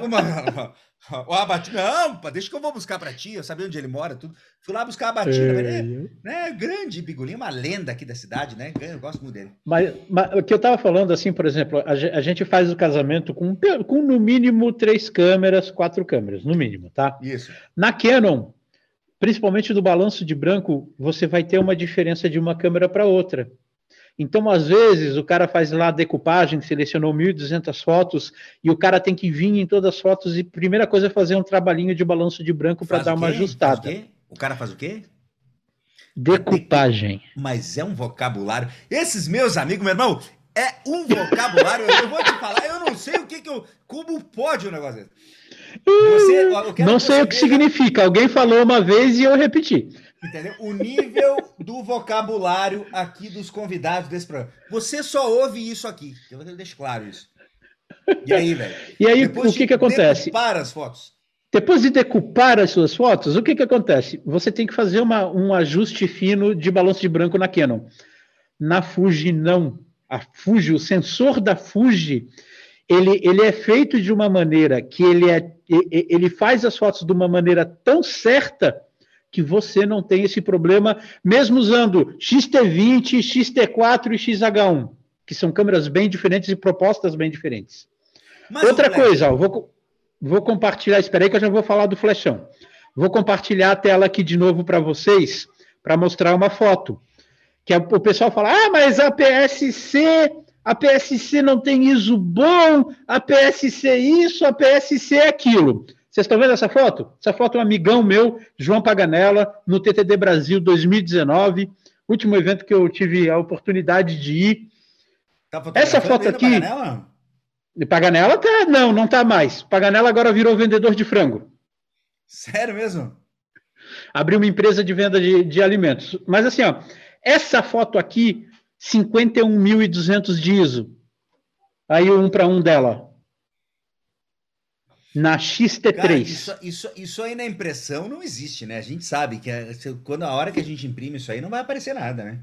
Ou a batina, não, pá, deixa que eu vou buscar pra ti. Eu sabia onde ele mora, tudo. Fui lá buscar a batina. É, é, né, grande Bigolinho, uma lenda aqui da cidade, né? Eu gosto muito dele. mas, mas o que eu estava falando, assim, por exemplo, a, ge- a gente faz o casamento com, com no mínimo três câmeras, quatro câmeras, no mínimo, tá? Isso. Na Canon, principalmente do balanço de branco, você vai ter uma diferença de uma câmera para outra. Então, às vezes, o cara faz lá a decupagem, selecionou mil e duzentas fotos, e o cara tem que vir em todas as fotos, e a primeira coisa é fazer um trabalhinho de balanço de branco para Faz dar o uma quê? Faz o ajustada. quê? O cara faz o quê? A decu... Decupagem. Mas é um vocabulário. Esses meus amigos, meu irmão, é um vocabulário. Eu vou te falar, eu não sei o que que eu. Como pode um negócio desse? Você, eu quero Não que sei você o que veja, significa. Alguém falou uma vez e eu repeti. entendeu? O nível do vocabulário aqui dos convidados desse programa. Você só ouve isso aqui. Eu deixo claro isso. E aí, velho? E aí, Depois o que, de que acontece? decupar as fotos. Depois de decupar as suas fotos, o que, que acontece? Você tem que fazer uma, um ajuste fino de balanço de branco na Canon. Na Fuji, não. A Fuji, o sensor da Fuji, ele, ele é feito de uma maneira que ele, é, ele faz as fotos de uma maneira tão certa que você não tem esse problema, mesmo usando X T vinte, X T quatro e X H um, que são câmeras bem diferentes e propostas bem diferentes. Mas o Outra flash. coisa, ó, vou, vou compartilhar, espera aí que eu já vou falar do flashão. Vou compartilhar a tela aqui de novo para vocês, para mostrar uma foto. Que o pessoal fala, ah, mas a P S C, a P S C não tem I S O bom, a P S C isso, a P S C aquilo. Vocês estão vendo essa foto? Essa foto é um amigão meu, João Paganella, no T T D Brasil dois mil e dezenove, último evento que eu tive a oportunidade de ir. Tá Essa fotografando foto aí no aqui, Paganella? de Paganella, tá, não, não tá mais. Paganella agora virou vendedor de frango. Sério mesmo? Abriu uma empresa de venda de, de alimentos. Mas assim, ó, essa foto aqui, cinquenta e um mil e duzentos de I S O. Aí o um para um dela. Na X T Cara, isso, três. isso, isso aí na impressão não existe, né? A gente sabe que é, se- quando a hora que a gente imprime isso aí não vai aparecer nada, né?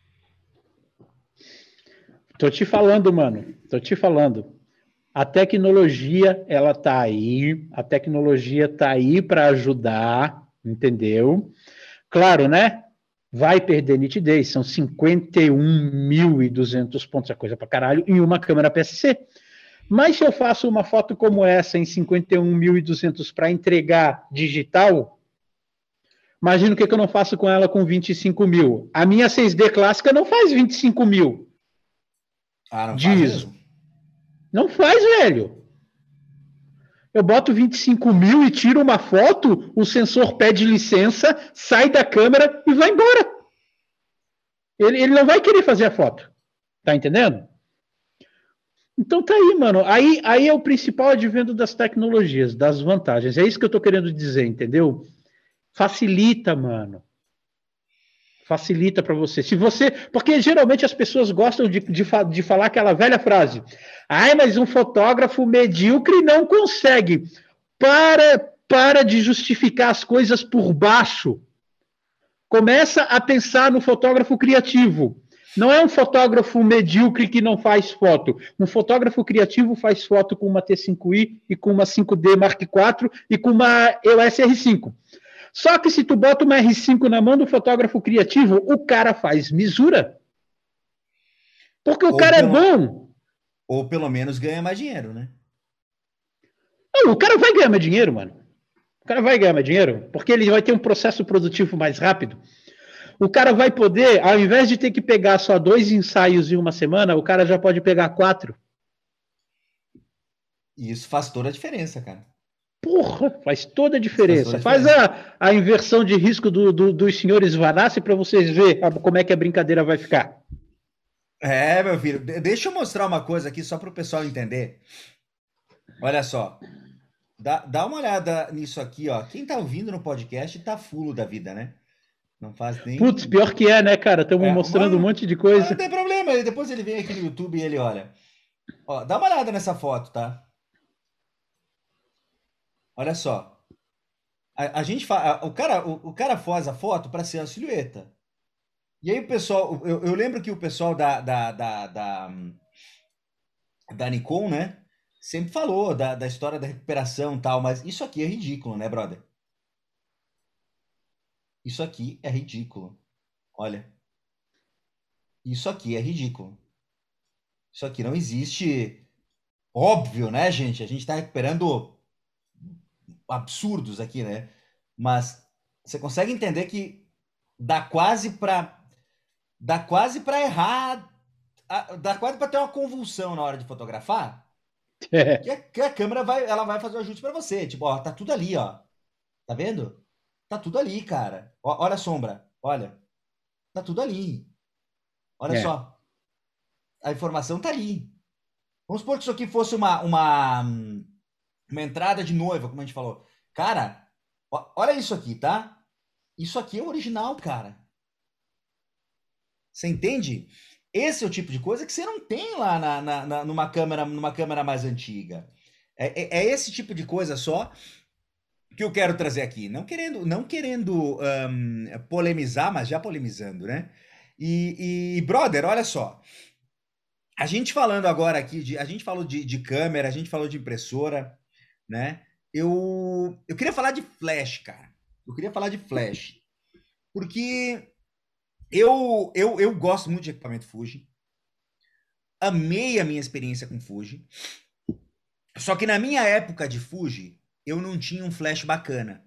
Tô te falando, mano. Tô te falando. A tecnologia, ela tá aí. A tecnologia tá aí para ajudar, entendeu? Claro, né? Vai perder nitidez. São cinquenta e um mil e duzentos pontos, é coisa pra caralho, em uma câmera P S C. Mas se eu faço uma foto como essa em cinquenta e um mil e duzentos para entregar digital, imagina o que, que eu não faço com ela com vinte e cinco mil. A minha seis D clássica não faz vinte e cinco mil Ah, não de faz I S O. mesmo? Não faz, velho. Eu boto vinte e cinco mil e tiro uma foto, o sensor pede licença, sai da câmera e vai embora. Ele, ele não vai querer fazer a foto. Tá entendendo? Então tá aí, mano. Aí, aí é o principal advento das tecnologias, das vantagens. É isso que eu tô querendo dizer, entendeu? Facilita, mano. Facilita para você. Se você. Porque geralmente as pessoas gostam de, de, de falar aquela velha frase. Ai, mas um fotógrafo medíocre não consegue. Para, para de justificar as coisas por baixo. Começa a pensar no fotógrafo criativo. Não é um fotógrafo medíocre que não faz foto. Um fotógrafo criativo faz foto com uma T cinco i e com uma cinco D Mark quatro e com uma E O S R cinco. Só que se tu bota uma R cinco na mão do fotógrafo criativo, o cara faz misura. Porque o Ou cara pelo, é bom. ou pelo menos ganha mais dinheiro, né? Não, o cara vai ganhar mais dinheiro, mano. O cara vai ganhar mais dinheiro, porque ele vai ter um processo produtivo mais rápido. O cara vai poder, ao invés de ter que pegar só dois ensaios em uma semana, o cara já pode pegar quatro. E isso faz toda a diferença, cara. Porra, faz toda a Isso faz toda diferença. a Faz diferença. a, a inversão de risco do, do, dos senhores Vanassi para vocês verem como é que a brincadeira vai ficar. É, meu filho, de- deixa eu mostrar uma coisa aqui só para o pessoal entender. Olha só, dá, dá uma olhada nisso aqui, ó. Quem tá ouvindo no podcast tá fulo da vida, né? Não faz Putz, nem. pior que é, né, cara? Estamos É, mostrando um mas, monte de mas não coisa. tem problema, ele- depois ele vem aqui no YouTube e ele olha. Ó, dá uma olhada nessa foto, tá? Olha só. A, a gente fa... o cara, o, o cara faz a foto para ser a silhueta. E aí o pessoal, eu, eu lembro que o pessoal da, da, da, da, da Nikon, né? Sempre falou da, da história da recuperação e tal, mas isso aqui é ridículo, né, brother? Isso aqui é ridículo. Olha, isso aqui é ridículo. Isso aqui não existe. Óbvio, né, gente? A gente tá recuperando absurdos aqui, né? Mas você consegue entender que dá quase para dá quase para errar, a- dá quase para ter uma convulsão na hora de fotografar, que É, a, que a câmera vai, ela vai fazer o ajuste para você. Tipo, ó, tá tudo ali, ó. Tá vendo? Tá tudo ali, cara. Ó, olha a sombra, olha. Tá tudo ali. Olha é. só. A informação tá ali. Vamos supor que isso aqui fosse uma, uma, uma entrada de noiva, como a gente falou. Cara, ó- olha isso aqui, tá? Isso aqui é o original, cara. Você entende? Esse é o tipo de coisa que você não tem lá na, na- na- numa câmera, numa câmera mais antiga. É, é- é esse tipo de coisa só que eu quero trazer aqui. Não querendo, não querendo ahn, polemizar, mas já polemizando, né? E, e, brother, olha só. A gente falando agora aqui, de, a gente falou de, de câmera, a gente falou de impressora, né? Eu, eu queria falar de flash, cara. Eu queria falar de flash. Porque eu, eu, eu gosto muito de equipamento Fuji. Amei a minha experiência com Fuji. Só que na minha época de Fuji, eu não tinha um flash bacana.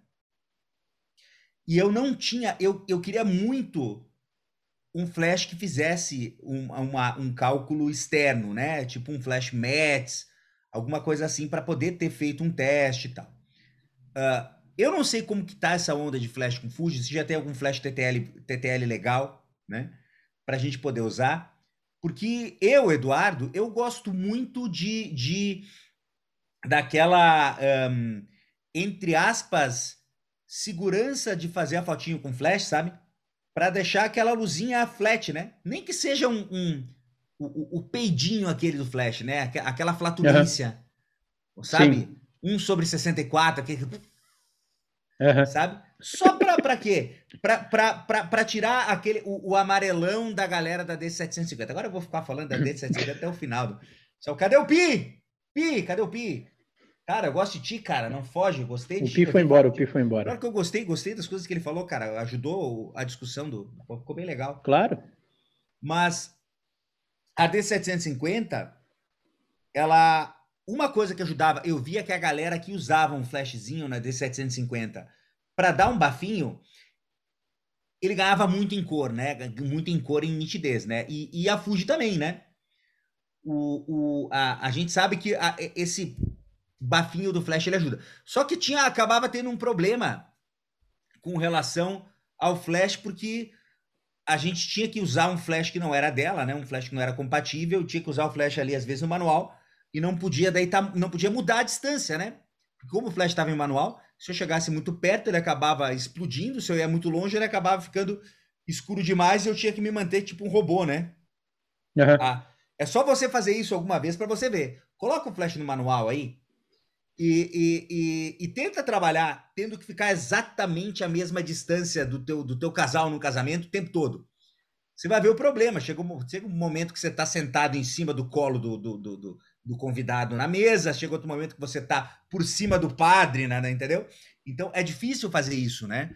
E eu não tinha, eu, eu queria muito um flash que fizesse um, uma, um cálculo externo, né? Tipo um flash mats, alguma coisa assim, para poder ter feito um teste e tal. Uh, eu não sei como que tá essa onda de flash com Fuji, se já tem algum flash T T L, T T L legal, né? Pra gente poder usar. Porque eu, Eduardo, eu gosto muito de, de daquela, um, entre aspas, segurança de fazer a fotinho com flash, sabe? Para deixar aquela luzinha flat, né? Nem que seja um, um o, o, peidinho aquele do flash, né? Aquela Uhum. flatulência, sabe? Sim. um sobre sessenta e quatro, aquele, Uhum. sabe? Só pra, pra quê? Pra, pra, pra, pra tirar aquele, o, o amarelão da galera da D setecentos e cinquenta. Agora eu vou ficar falando da D setecentos e cinquenta até o final. Do... Só, cadê o Pi? Pi, cadê o Pi? Cara, eu gosto de ti, cara, não foge, gostei O de ti, Pi foi gostei de embora, falar o Pi contigo. foi embora. Claro que eu gostei, gostei das coisas que ele falou, cara, ajudou a discussão do... Ficou bem legal. Claro. Mas a D setecentos e cinquenta, ela... Uma coisa que ajudava, eu via que a galera que usava um flashzinho na D setecentos e cinquenta para dar um bafinho, ele ganhava muito em cor, né? Muito em cor e em nitidez, né? E, e a Fuji também, né? O, o, a, a gente sabe que a, esse bafinho do flash ele ajuda. Só que tinha, acabava tendo um problema com relação ao flash, porque a gente tinha que usar um flash que não era dela, né? Um flash que não era compatível, tinha que usar o flash ali, às vezes, no manual. e não podia daí tá, não podia mudar a distância, né? Como o flash estava em manual, se eu chegasse muito perto, ele acabava explodindo, se eu ia muito longe, ele acabava ficando escuro demais e eu tinha que me manter tipo um robô, né? Uhum. Ah, é só você fazer isso alguma vez para você ver. Coloca o flash no manual aí e, e, e, e tenta trabalhar tendo que ficar exatamente a mesma distância do teu, do teu casal no casamento o tempo todo. Você vai ver o problema. Chega um, chega um momento que você está sentado em cima do colo do, do, do, do, do convidado na mesa, chega outro momento que você está por cima do padre, né, entendeu? Então é difícil fazer isso, né?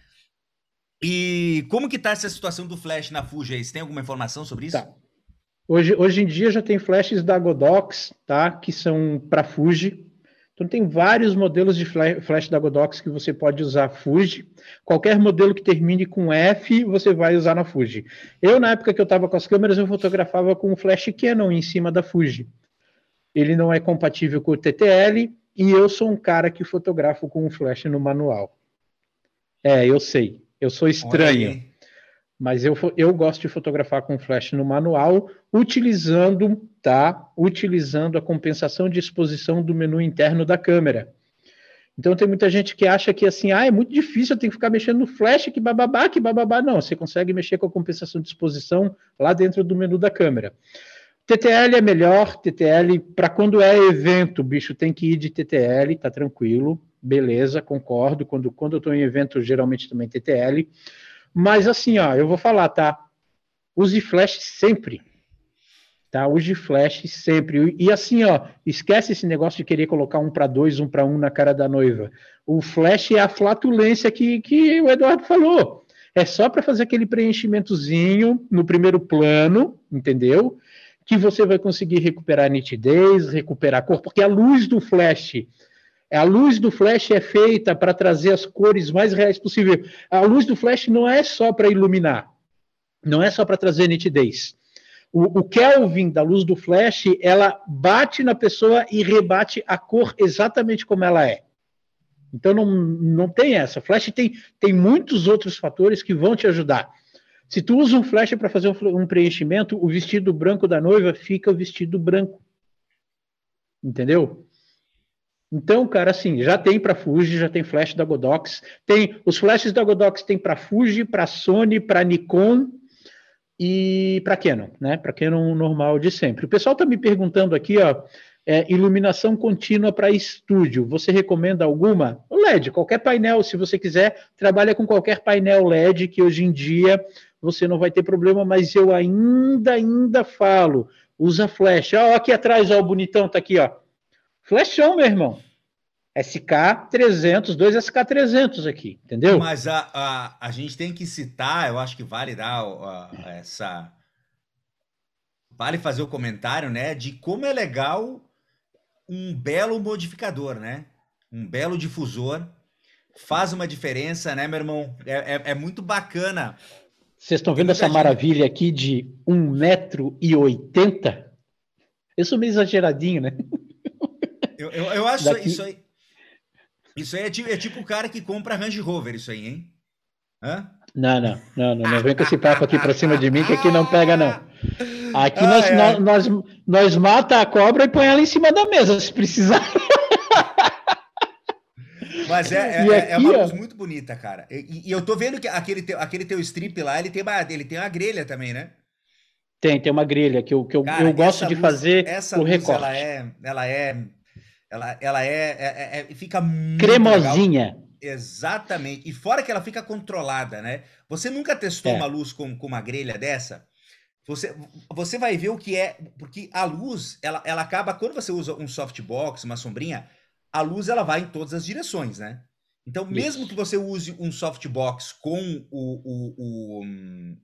E como que tá essa situação do flash na Fuji aí? Você tem alguma informação sobre isso? Tá. Hoje, hoje em dia já tem flashes da Godox, tá? Que são para Fuji. Então tem vários modelos de flash da Godox que você pode usar Fuji. Qualquer modelo que termine com F, você vai usar na Fuji. Eu, na época que eu estava com as câmeras, eu fotografava com o flash Canon em cima da Fuji. Ele não é compatível com o T T L e eu sou um cara que fotografo com o flash no manual. É, eu sei. Eu sou estranho. Mas eu, eu gosto de fotografar com flash no manual, utilizando, tá? Utilizando a compensação de exposição do menu interno da câmera. Então tem muita gente que acha que assim, ah, é muito difícil, eu tenho que ficar mexendo no flash, que bababá, que bababá. Não, você consegue mexer com a compensação de exposição lá dentro do menu da câmera. T T L é melhor, T T L, para quando é evento, bicho, tem que ir de T T L, tá tranquilo, beleza, concordo. Quando, quando eu estou em evento, geralmente também T T L. Mas assim, ó, eu vou falar, tá? Use flash sempre. Tá? Use flash sempre. E assim, ó, esquece esse negócio de querer colocar um para dois, um para um na cara da noiva. O flash é a flatulência que, que o Eduardo falou. É só para fazer aquele preenchimentozinho no primeiro plano, entendeu? Que você vai conseguir recuperar a nitidez, recuperar a cor, porque a luz do flash... A luz do flash é feita para trazer as cores mais reais possível. A luz do flash não é só para iluminar, não é só para trazer nitidez. O, o Kelvin da luz do flash, ela bate na pessoa e rebate a cor exatamente como ela é. Então não, não tem essa. Flash tem, tem muitos outros fatores que vão te ajudar. Se tu usa um flash para fazer um, um preenchimento, o vestido branco da noiva fica o vestido branco. Entendeu? Então, cara, assim, já tem para Fuji, já tem flash da Godox, tem os flashes da Godox tem para Fuji, para Sony, para Nikon e para Canon, né? Para Canon normal de sempre. O pessoal está me perguntando aqui, ó, é, iluminação contínua para estúdio. Você recomenda alguma? O L E D, qualquer painel, se você quiser, trabalha com qualquer painel L E D que hoje em dia você não vai ter problema, mas eu ainda, ainda falo, usa flash. Ó, aqui atrás, ó, o bonitão tá aqui, ó. Flashão, meu irmão. S K trezentos, dois S K trezentos aqui, entendeu? Mas a, a, a gente tem que citar, eu acho que vale dar a, a, essa... Vale fazer o comentário, né, de como é legal um belo modificador, né? Um belo difusor. Faz uma diferença, né, meu irmão? É, é, é muito bacana. Vocês estão vendo essa gente... maravilha aqui de um metro e oitenta? Eu sou meio exageradinho, né? Eu, eu, eu acho Daqui... isso aí. Isso aí é tipo, é tipo o cara que compra Range Rover, isso aí, hein? Hã? Não, não, não, não, não vem com esse papo aqui pra cima de mim, que aqui não pega, não. Aqui ah, nós, é. nós, nós, nós mata a cobra e põe ela em cima da mesa, se precisar. Mas é, é, aqui, é uma luz ó, muito bonita, cara. E, e eu tô vendo que aquele teu, aquele teu strip lá, ele tem, uma, ele tem uma grelha também, né? Tem, tem uma grelha que eu, que eu, cara, eu gosto de luz, fazer essa o luz, recorte. Ela é, ela é, ela, ela é, é, é fica muito cremosinha. Legal. Exatamente. E fora que ela fica controlada, né? Você nunca testou é. uma luz com, com uma grelha dessa? Você, você vai ver o que é, porque a luz, ela, ela acaba, quando você usa um softbox, uma sombrinha, a luz ela vai em todas as direções, né? Então, Isso. mesmo que você use um softbox com o, o, o um...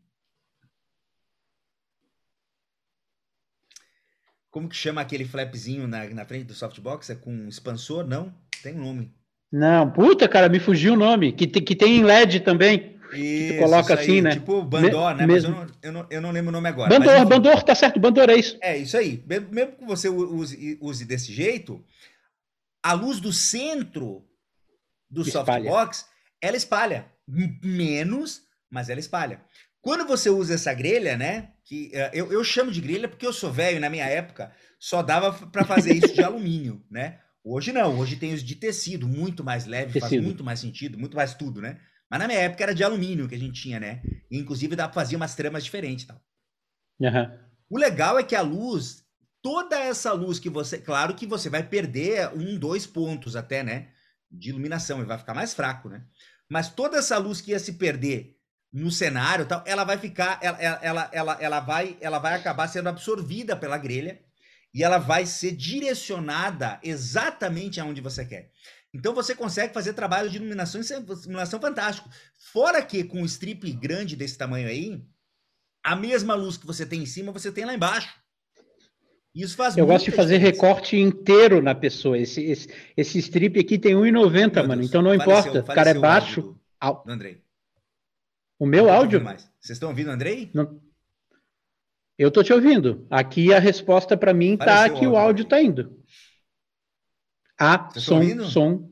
como que chama aquele flapzinho na, na frente do softbox? É com expansor? Não? Tem um nome. Não, puta, cara, me fugiu o nome. Que, que tem em L E D também. Isso, que tu coloca isso aí, assim, né? Tipo Bandor, Me, né? Mesmo. Mas eu não, eu, não, eu não lembro o nome agora. Bandor, mas, Bandor, tá certo, Bandor é isso. É, isso aí. Mesmo que você use, use desse jeito, a luz do centro do espalha. softbox, ela espalha. Menos, mas ela espalha. Quando você usa essa grelha, né? Que uh, eu, eu chamo de grelha porque eu sou velho, na minha época só dava para fazer isso de alumínio, né? Hoje não, hoje tem os de tecido, muito mais leve, faz Tecido. muito mais sentido, muito mais tudo, né? Mas na minha época era de alumínio que a gente tinha, né? E, inclusive dá para fazer umas tramas diferentes, tal. Uhum. O legal é que a luz, toda essa luz que você, claro que você vai perder um, dois pontos até, né? De iluminação, ele vai ficar mais fraco, né? Mas toda essa luz que ia se perder no cenário, tal, ela vai ficar, ela, ela, ela, ela, vai, ela vai acabar sendo absorvida pela grelha e ela vai ser direcionada exatamente aonde você quer. Então você consegue fazer trabalho de iluminação, iluminação fantástico. Fora que com um strip grande desse tamanho aí, a mesma luz que você tem em cima, você tem lá embaixo. Isso faz Eu gosto de fazer diferença. recorte inteiro na pessoa. Esse, esse, esse strip aqui tem um e noventa, mano. Deus, então não faleceu, importa. O cara é faleceu o áudio baixo. do, Au. do Andrei. O Não meu tô te ouvindo áudio? mais. Vocês estão ouvindo o Andrei? Não. Eu tô te ouvindo. Aqui a resposta para mim tá Faleceu o que o áudio do áudio Andrei. tá indo. Ah, Vocês estão som, ouvindo? som.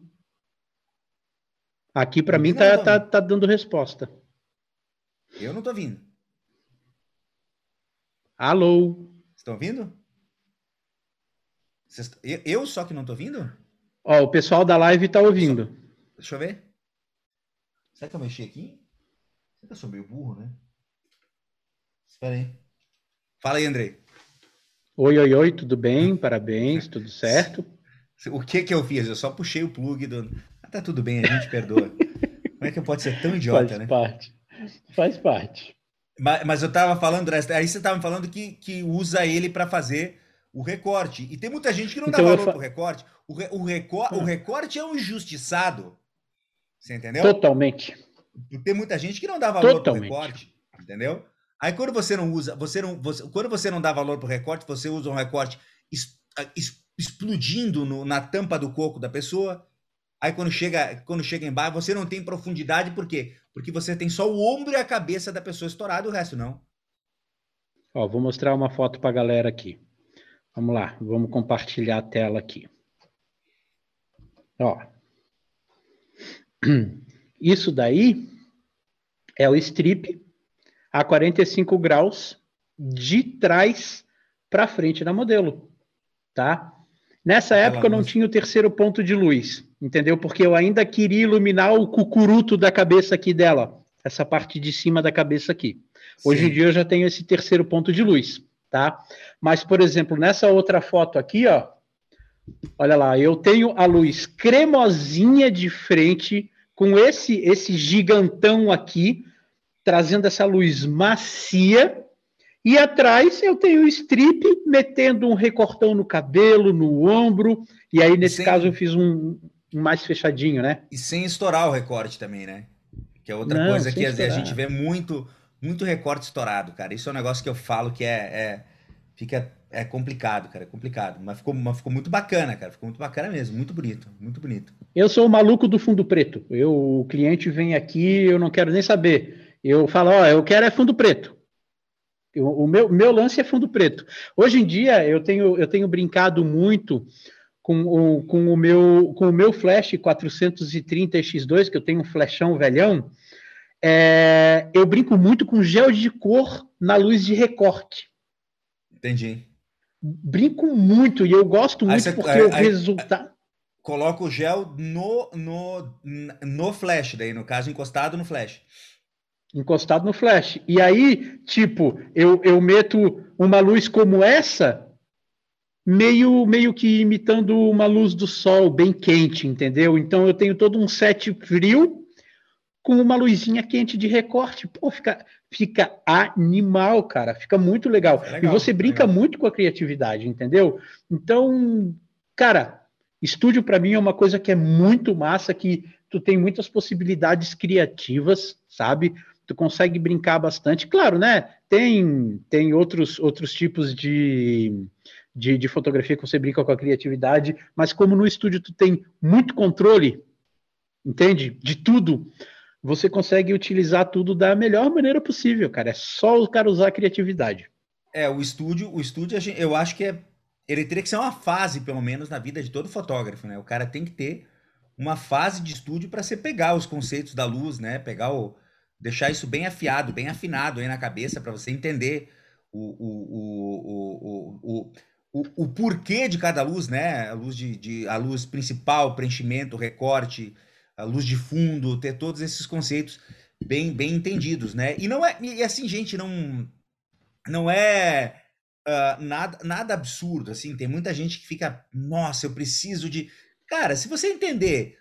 Aqui para Estão mim ouvindo ou não tá, estão tá, ouvindo? tá dando resposta. Eu não tô ouvindo. Alô? Estão ouvindo? Vocês... Eu só que não tô ouvindo? Ó, o pessoal da live tá Só... ouvindo. Deixa eu ver. Será que eu mexi aqui? Será que eu sou meio burro, né? Espera aí. Fala aí, Andrei. Oi, oi, oi, tudo bem? Parabéns, tudo certo? O que que eu fiz? Eu só puxei o plug do... Ah, tá tudo bem, a gente perdoa. Como é que pode ser tão idiota, Faz né? parte. Faz parte. Mas, mas eu tava falando, aí você tava me falando que, que usa ele para fazer o recorte. E tem muita gente que não dá Então eu valor fa... pro recorte. O, re, o, recor, o ah, recorte é um injustiçado. Você entendeu? totalmente. Tem muita gente que não dá valor pro Totalmente. recorte, entendeu? Aí quando você não usa, você não, você, quando você não dá valor pro recorte, você usa um recorte es, es, explodindo no, na tampa do coco da pessoa. Aí quando chega, quando chega embaixo, você não tem profundidade, por quê? Porque você tem só o ombro e a cabeça da pessoa estourada, o resto não. Ó, vou mostrar uma foto para a galera aqui. Vamos lá, vamos compartilhar a tela aqui. Ó. Isso daí é o strip a quarenta e cinco graus de trás para frente da modelo, tá? Nessa Aquela época eu não luz. tinha o terceiro ponto de luz, entendeu? Porque eu ainda queria iluminar o cucuruto da cabeça aqui dela, essa parte de cima da cabeça aqui. Hoje em Sim. dia eu já tenho esse terceiro ponto de luz, tá? Mas, por exemplo, nessa outra foto aqui, ó, olha lá, eu tenho a luz cremosinha de frente com esse esse gigantão aqui, trazendo essa luz macia, e atrás eu tenho o strip metendo um recortão no cabelo, no ombro, e aí E nesse caso eu sem, fiz um, um mais fechadinho, né? e sem estourar o recorte também, né? Que é outra Não, coisa sem que a, a gente estourar. vê muito, muito recorte estourado, cara. Isso é um negócio que eu falo que é, é fica é complicado, cara, é complicado. Mas ficou, mas ficou muito bacana, cara. Ficou muito bacana mesmo, muito bonito, muito bonito. Eu sou o maluco do fundo preto. Eu, o cliente vem aqui, eu não quero nem saber. Eu falo, ó, eu quero é fundo preto. Eu, o meu, meu lance é fundo preto. Hoje em dia eu tenho, eu tenho brincado muito com o, com o meu com o meu flash quatrocentos e trinta X dois, que eu tenho um flashão velhão. É, eu brinco muito com gel de cor na luz de recorte. Entendi. Brinco muito e eu gosto Aí muito você porque aí, o aí resultado. coloca o gel no, no, no flash, daí, no caso, encostado no flash. Encostado no flash. E aí, tipo, eu, eu meto uma luz como essa, meio, meio que imitando uma luz do sol bem quente, entendeu? Então eu tenho todo um set frio com uma luzinha quente de recorte. Pô, fica, fica animal, cara. Fica muito Não, legal. fica E legal, você fica brinca legal. muito com a criatividade, entendeu? Então, cara, estúdio para mim é uma coisa que é muito massa, que tu tem muitas possibilidades criativas, sabe? Tu consegue brincar bastante. Claro, né? Tem, tem outros, outros tipos de, de, de fotografia que você brinca com a criatividade, mas como no estúdio tu tem muito controle, entende? De tudo, você consegue utilizar tudo da melhor maneira possível, cara. É só o cara usar a criatividade. É, o estúdio, o estúdio, a gente- eu acho que é, ele teria que ser uma fase, pelo menos, na vida de todo fotógrafo, né? O cara tem que ter uma fase de estúdio para você pegar os conceitos da luz, né? Pegar o, deixar isso bem afiado, bem afinado aí na cabeça para você entender o, o, o, o, o, o, o porquê de cada luz, né? A luz, de, de, a luz principal, preenchimento, recorte, a luz de fundo, ter todos esses conceitos bem, bem entendidos, né? E não é, e assim, gente, não, não é uh, nada, nada absurdo, assim, tem muita gente que fica, nossa, eu preciso de... Cara, se você entender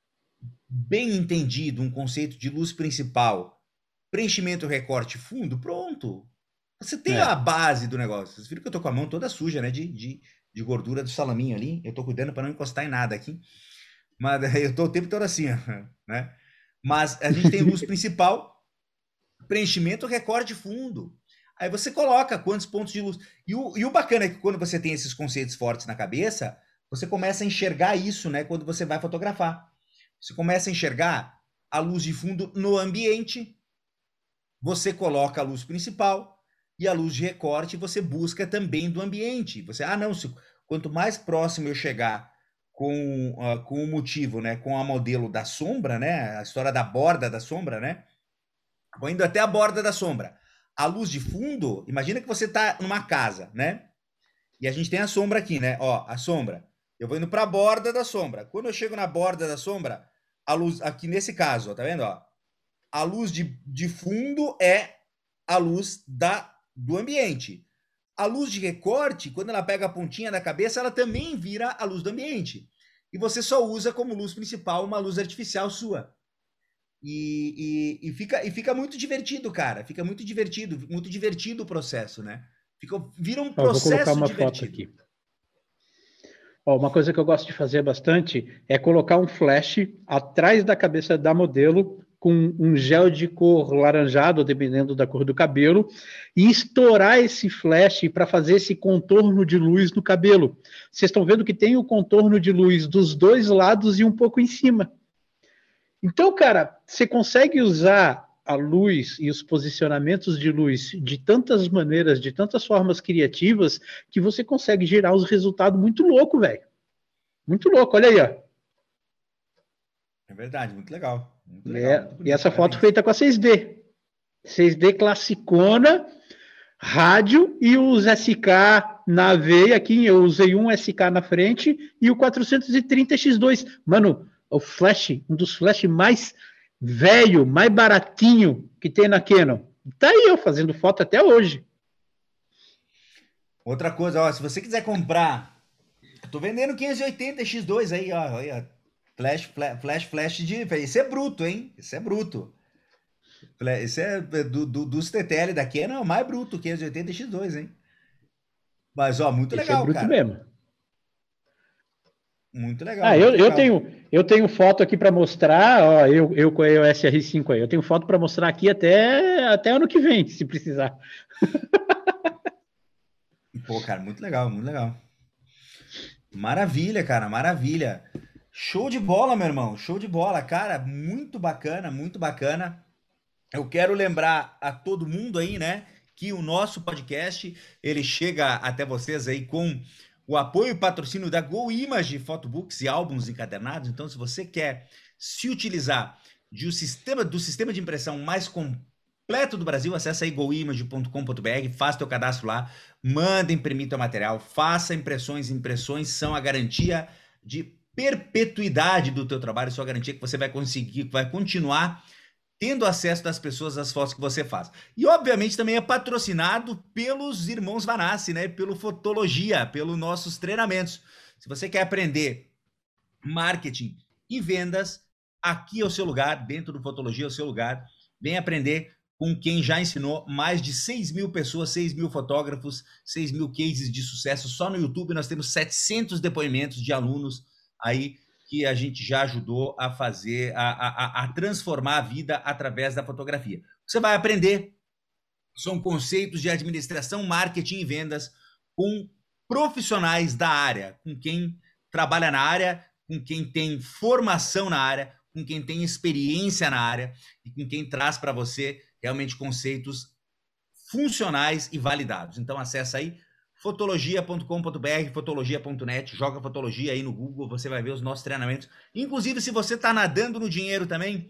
bem entendido um conceito de luz principal, preenchimento, recorte, fundo, pronto. Você tem É. a base do negócio. Vocês viram que eu tô com a mão toda suja, né? De, de, de gordura do salaminho ali. Eu tô cuidando para não encostar em nada aqui. Mas eu tô o tempo todo assim, né? Mas a gente tem luz principal, preenchimento, recorte, fundo. Aí você coloca quantos pontos de luz. E o, e o bacana é que quando você tem esses conceitos fortes na cabeça, você começa a enxergar isso, né? Quando você vai fotografar. Você começa a enxergar a luz de fundo no ambiente, você coloca a luz principal e a luz de recorte você busca também do ambiente. Você, ah, não, se, quanto mais próximo eu chegar com, uh, com o motivo, né, com a modelo da sombra, né, a história da borda da sombra, né, vou indo até a borda da sombra. A luz de fundo, imagina que você está numa casa, né, e a gente tem a sombra aqui, né, ó, a sombra. Eu vou indo para a borda da sombra. Quando eu chego na borda da sombra, a luz, aqui nesse caso, ó, tá vendo, ó? A luz de, de fundo é a luz da, do ambiente. A luz de recorte, quando ela pega a pontinha da cabeça, ela também vira a luz do ambiente. E você só usa como luz principal uma luz artificial sua. E, e, e, fica, e fica muito divertido, cara. Fica muito divertido, muito divertido o processo, né? Fica, vira um Ó, vou colocar processo uma divertido. foto aqui. Ó, uma coisa que eu gosto de fazer bastante é colocar um flash atrás da cabeça da modelo com um gel de cor laranjado, dependendo da cor do cabelo, e estourar esse flash para fazer esse contorno de luz no cabelo. Vocês estão vendo que tem o contorno de luz dos dois lados e um pouco em cima. Então, cara, você consegue usar a luz e os posicionamentos de luz de tantas maneiras, de tantas formas criativas, que você consegue gerar os resultados muito louco, velho. Muito louco, olha aí, ó. É verdade, muito legal. Muito legal, É, muito e bonito, essa parabéns. foto feita com a seis D. seis D classicona, rádio e os S K na veia aqui. Eu usei um S K na frente e o quatrocentos e trinta X dois. Mano, o flash, um dos flash mais velho, mais baratinho que tem na Canon. Tá aí eu fazendo foto até hoje. Outra coisa, ó, se você quiser comprar, eu tô vendendo quinhentos e oitenta X dois aí, ó, ó, flash, flash, flash, flash de, esse é bruto, hein? Esse é bruto. Esse é do, do, dos T T L da Canon, é o mais bruto, quinhentos e oitenta X dois, hein? Mas, ó, muito Esse é legal, bruto cara. mesmo. Muito legal, Ah, muito eu, legal. eu, tenho, eu tenho foto aqui para mostrar, ó, eu, eu com a E O S R cinco aí, eu tenho foto para mostrar aqui até, até ano que vem, se precisar. Pô, cara, muito legal, muito legal. Maravilha, cara, maravilha. Show de bola, meu irmão, show de bola, cara, muito bacana, muito bacana. Eu quero lembrar a todo mundo aí, né, que o nosso podcast, ele chega até vocês aí com o apoio e patrocínio da Go Image Photobooks e álbuns encadernados. Então, se você quer se utilizar de um sistema, do sistema de impressão mais completo do Brasil, acessa aí go image ponto com ponto b r, faça teu cadastro lá, manda imprimir teu material, faça impressões. Impressões são a garantia de perpetuidade do teu trabalho, sua garantia que você vai conseguir, vai continuar tendo acesso das pessoas às fotos que você faz. E, obviamente, também é patrocinado pelos irmãos Vanassi, né? Pelo Fotologia, pelos nossos treinamentos. Se você quer aprender marketing e vendas, aqui é o seu lugar, dentro do Fotologia é o seu lugar. Vem aprender com quem já ensinou mais de seis mil pessoas, seis mil fotógrafos, seis mil cases de sucesso. Só no YouTube nós temos setecentos depoimentos de alunos aí que a gente já ajudou a fazer, a, a, a transformar a vida através da fotografia. Você vai aprender, são conceitos de administração, marketing e vendas com profissionais da área, com quem trabalha na área, com quem tem formação na área, com quem tem experiência na área e com quem traz para você realmente conceitos funcionais e validados. Então, acessa aí fotologia ponto com ponto b r, fotologia ponto net, joga fotologia aí no Google, você vai ver os nossos treinamentos. Inclusive, se você está nadando no dinheiro também,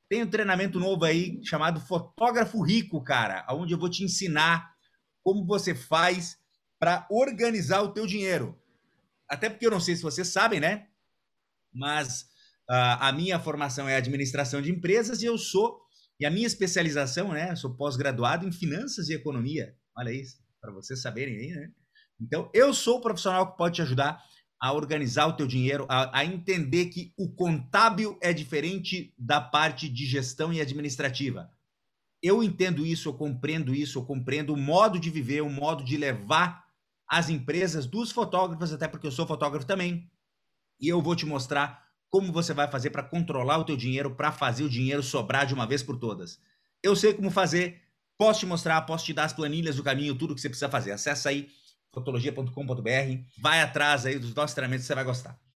tem um treinamento novo aí chamado Fotógrafo Rico, cara, onde eu vou te ensinar como você faz para organizar o teu dinheiro. Até porque eu não sei se vocês sabem, né? Mas uh, a minha formação é administração de empresas e eu sou, e a minha especialização, né? Eu sou pós-graduado em finanças e economia. Olha isso, para vocês saberem aí, né? Então, eu sou o profissional que pode te ajudar a organizar o teu dinheiro, a, a entender que o contábil é diferente da parte de gestão e administrativa. Eu entendo isso, eu compreendo isso, eu compreendo o modo de viver, o modo de levar as empresas dos fotógrafos, até porque eu sou fotógrafo também, e eu vou te mostrar como você vai fazer para controlar o teu dinheiro, para fazer o dinheiro sobrar de uma vez por todas. Eu sei como fazer, posso te mostrar, posso te dar as planilhas do caminho, tudo que você precisa fazer. Acessa aí fotologia ponto com ponto br, vai atrás aí dos nossos treinamentos, você vai gostar.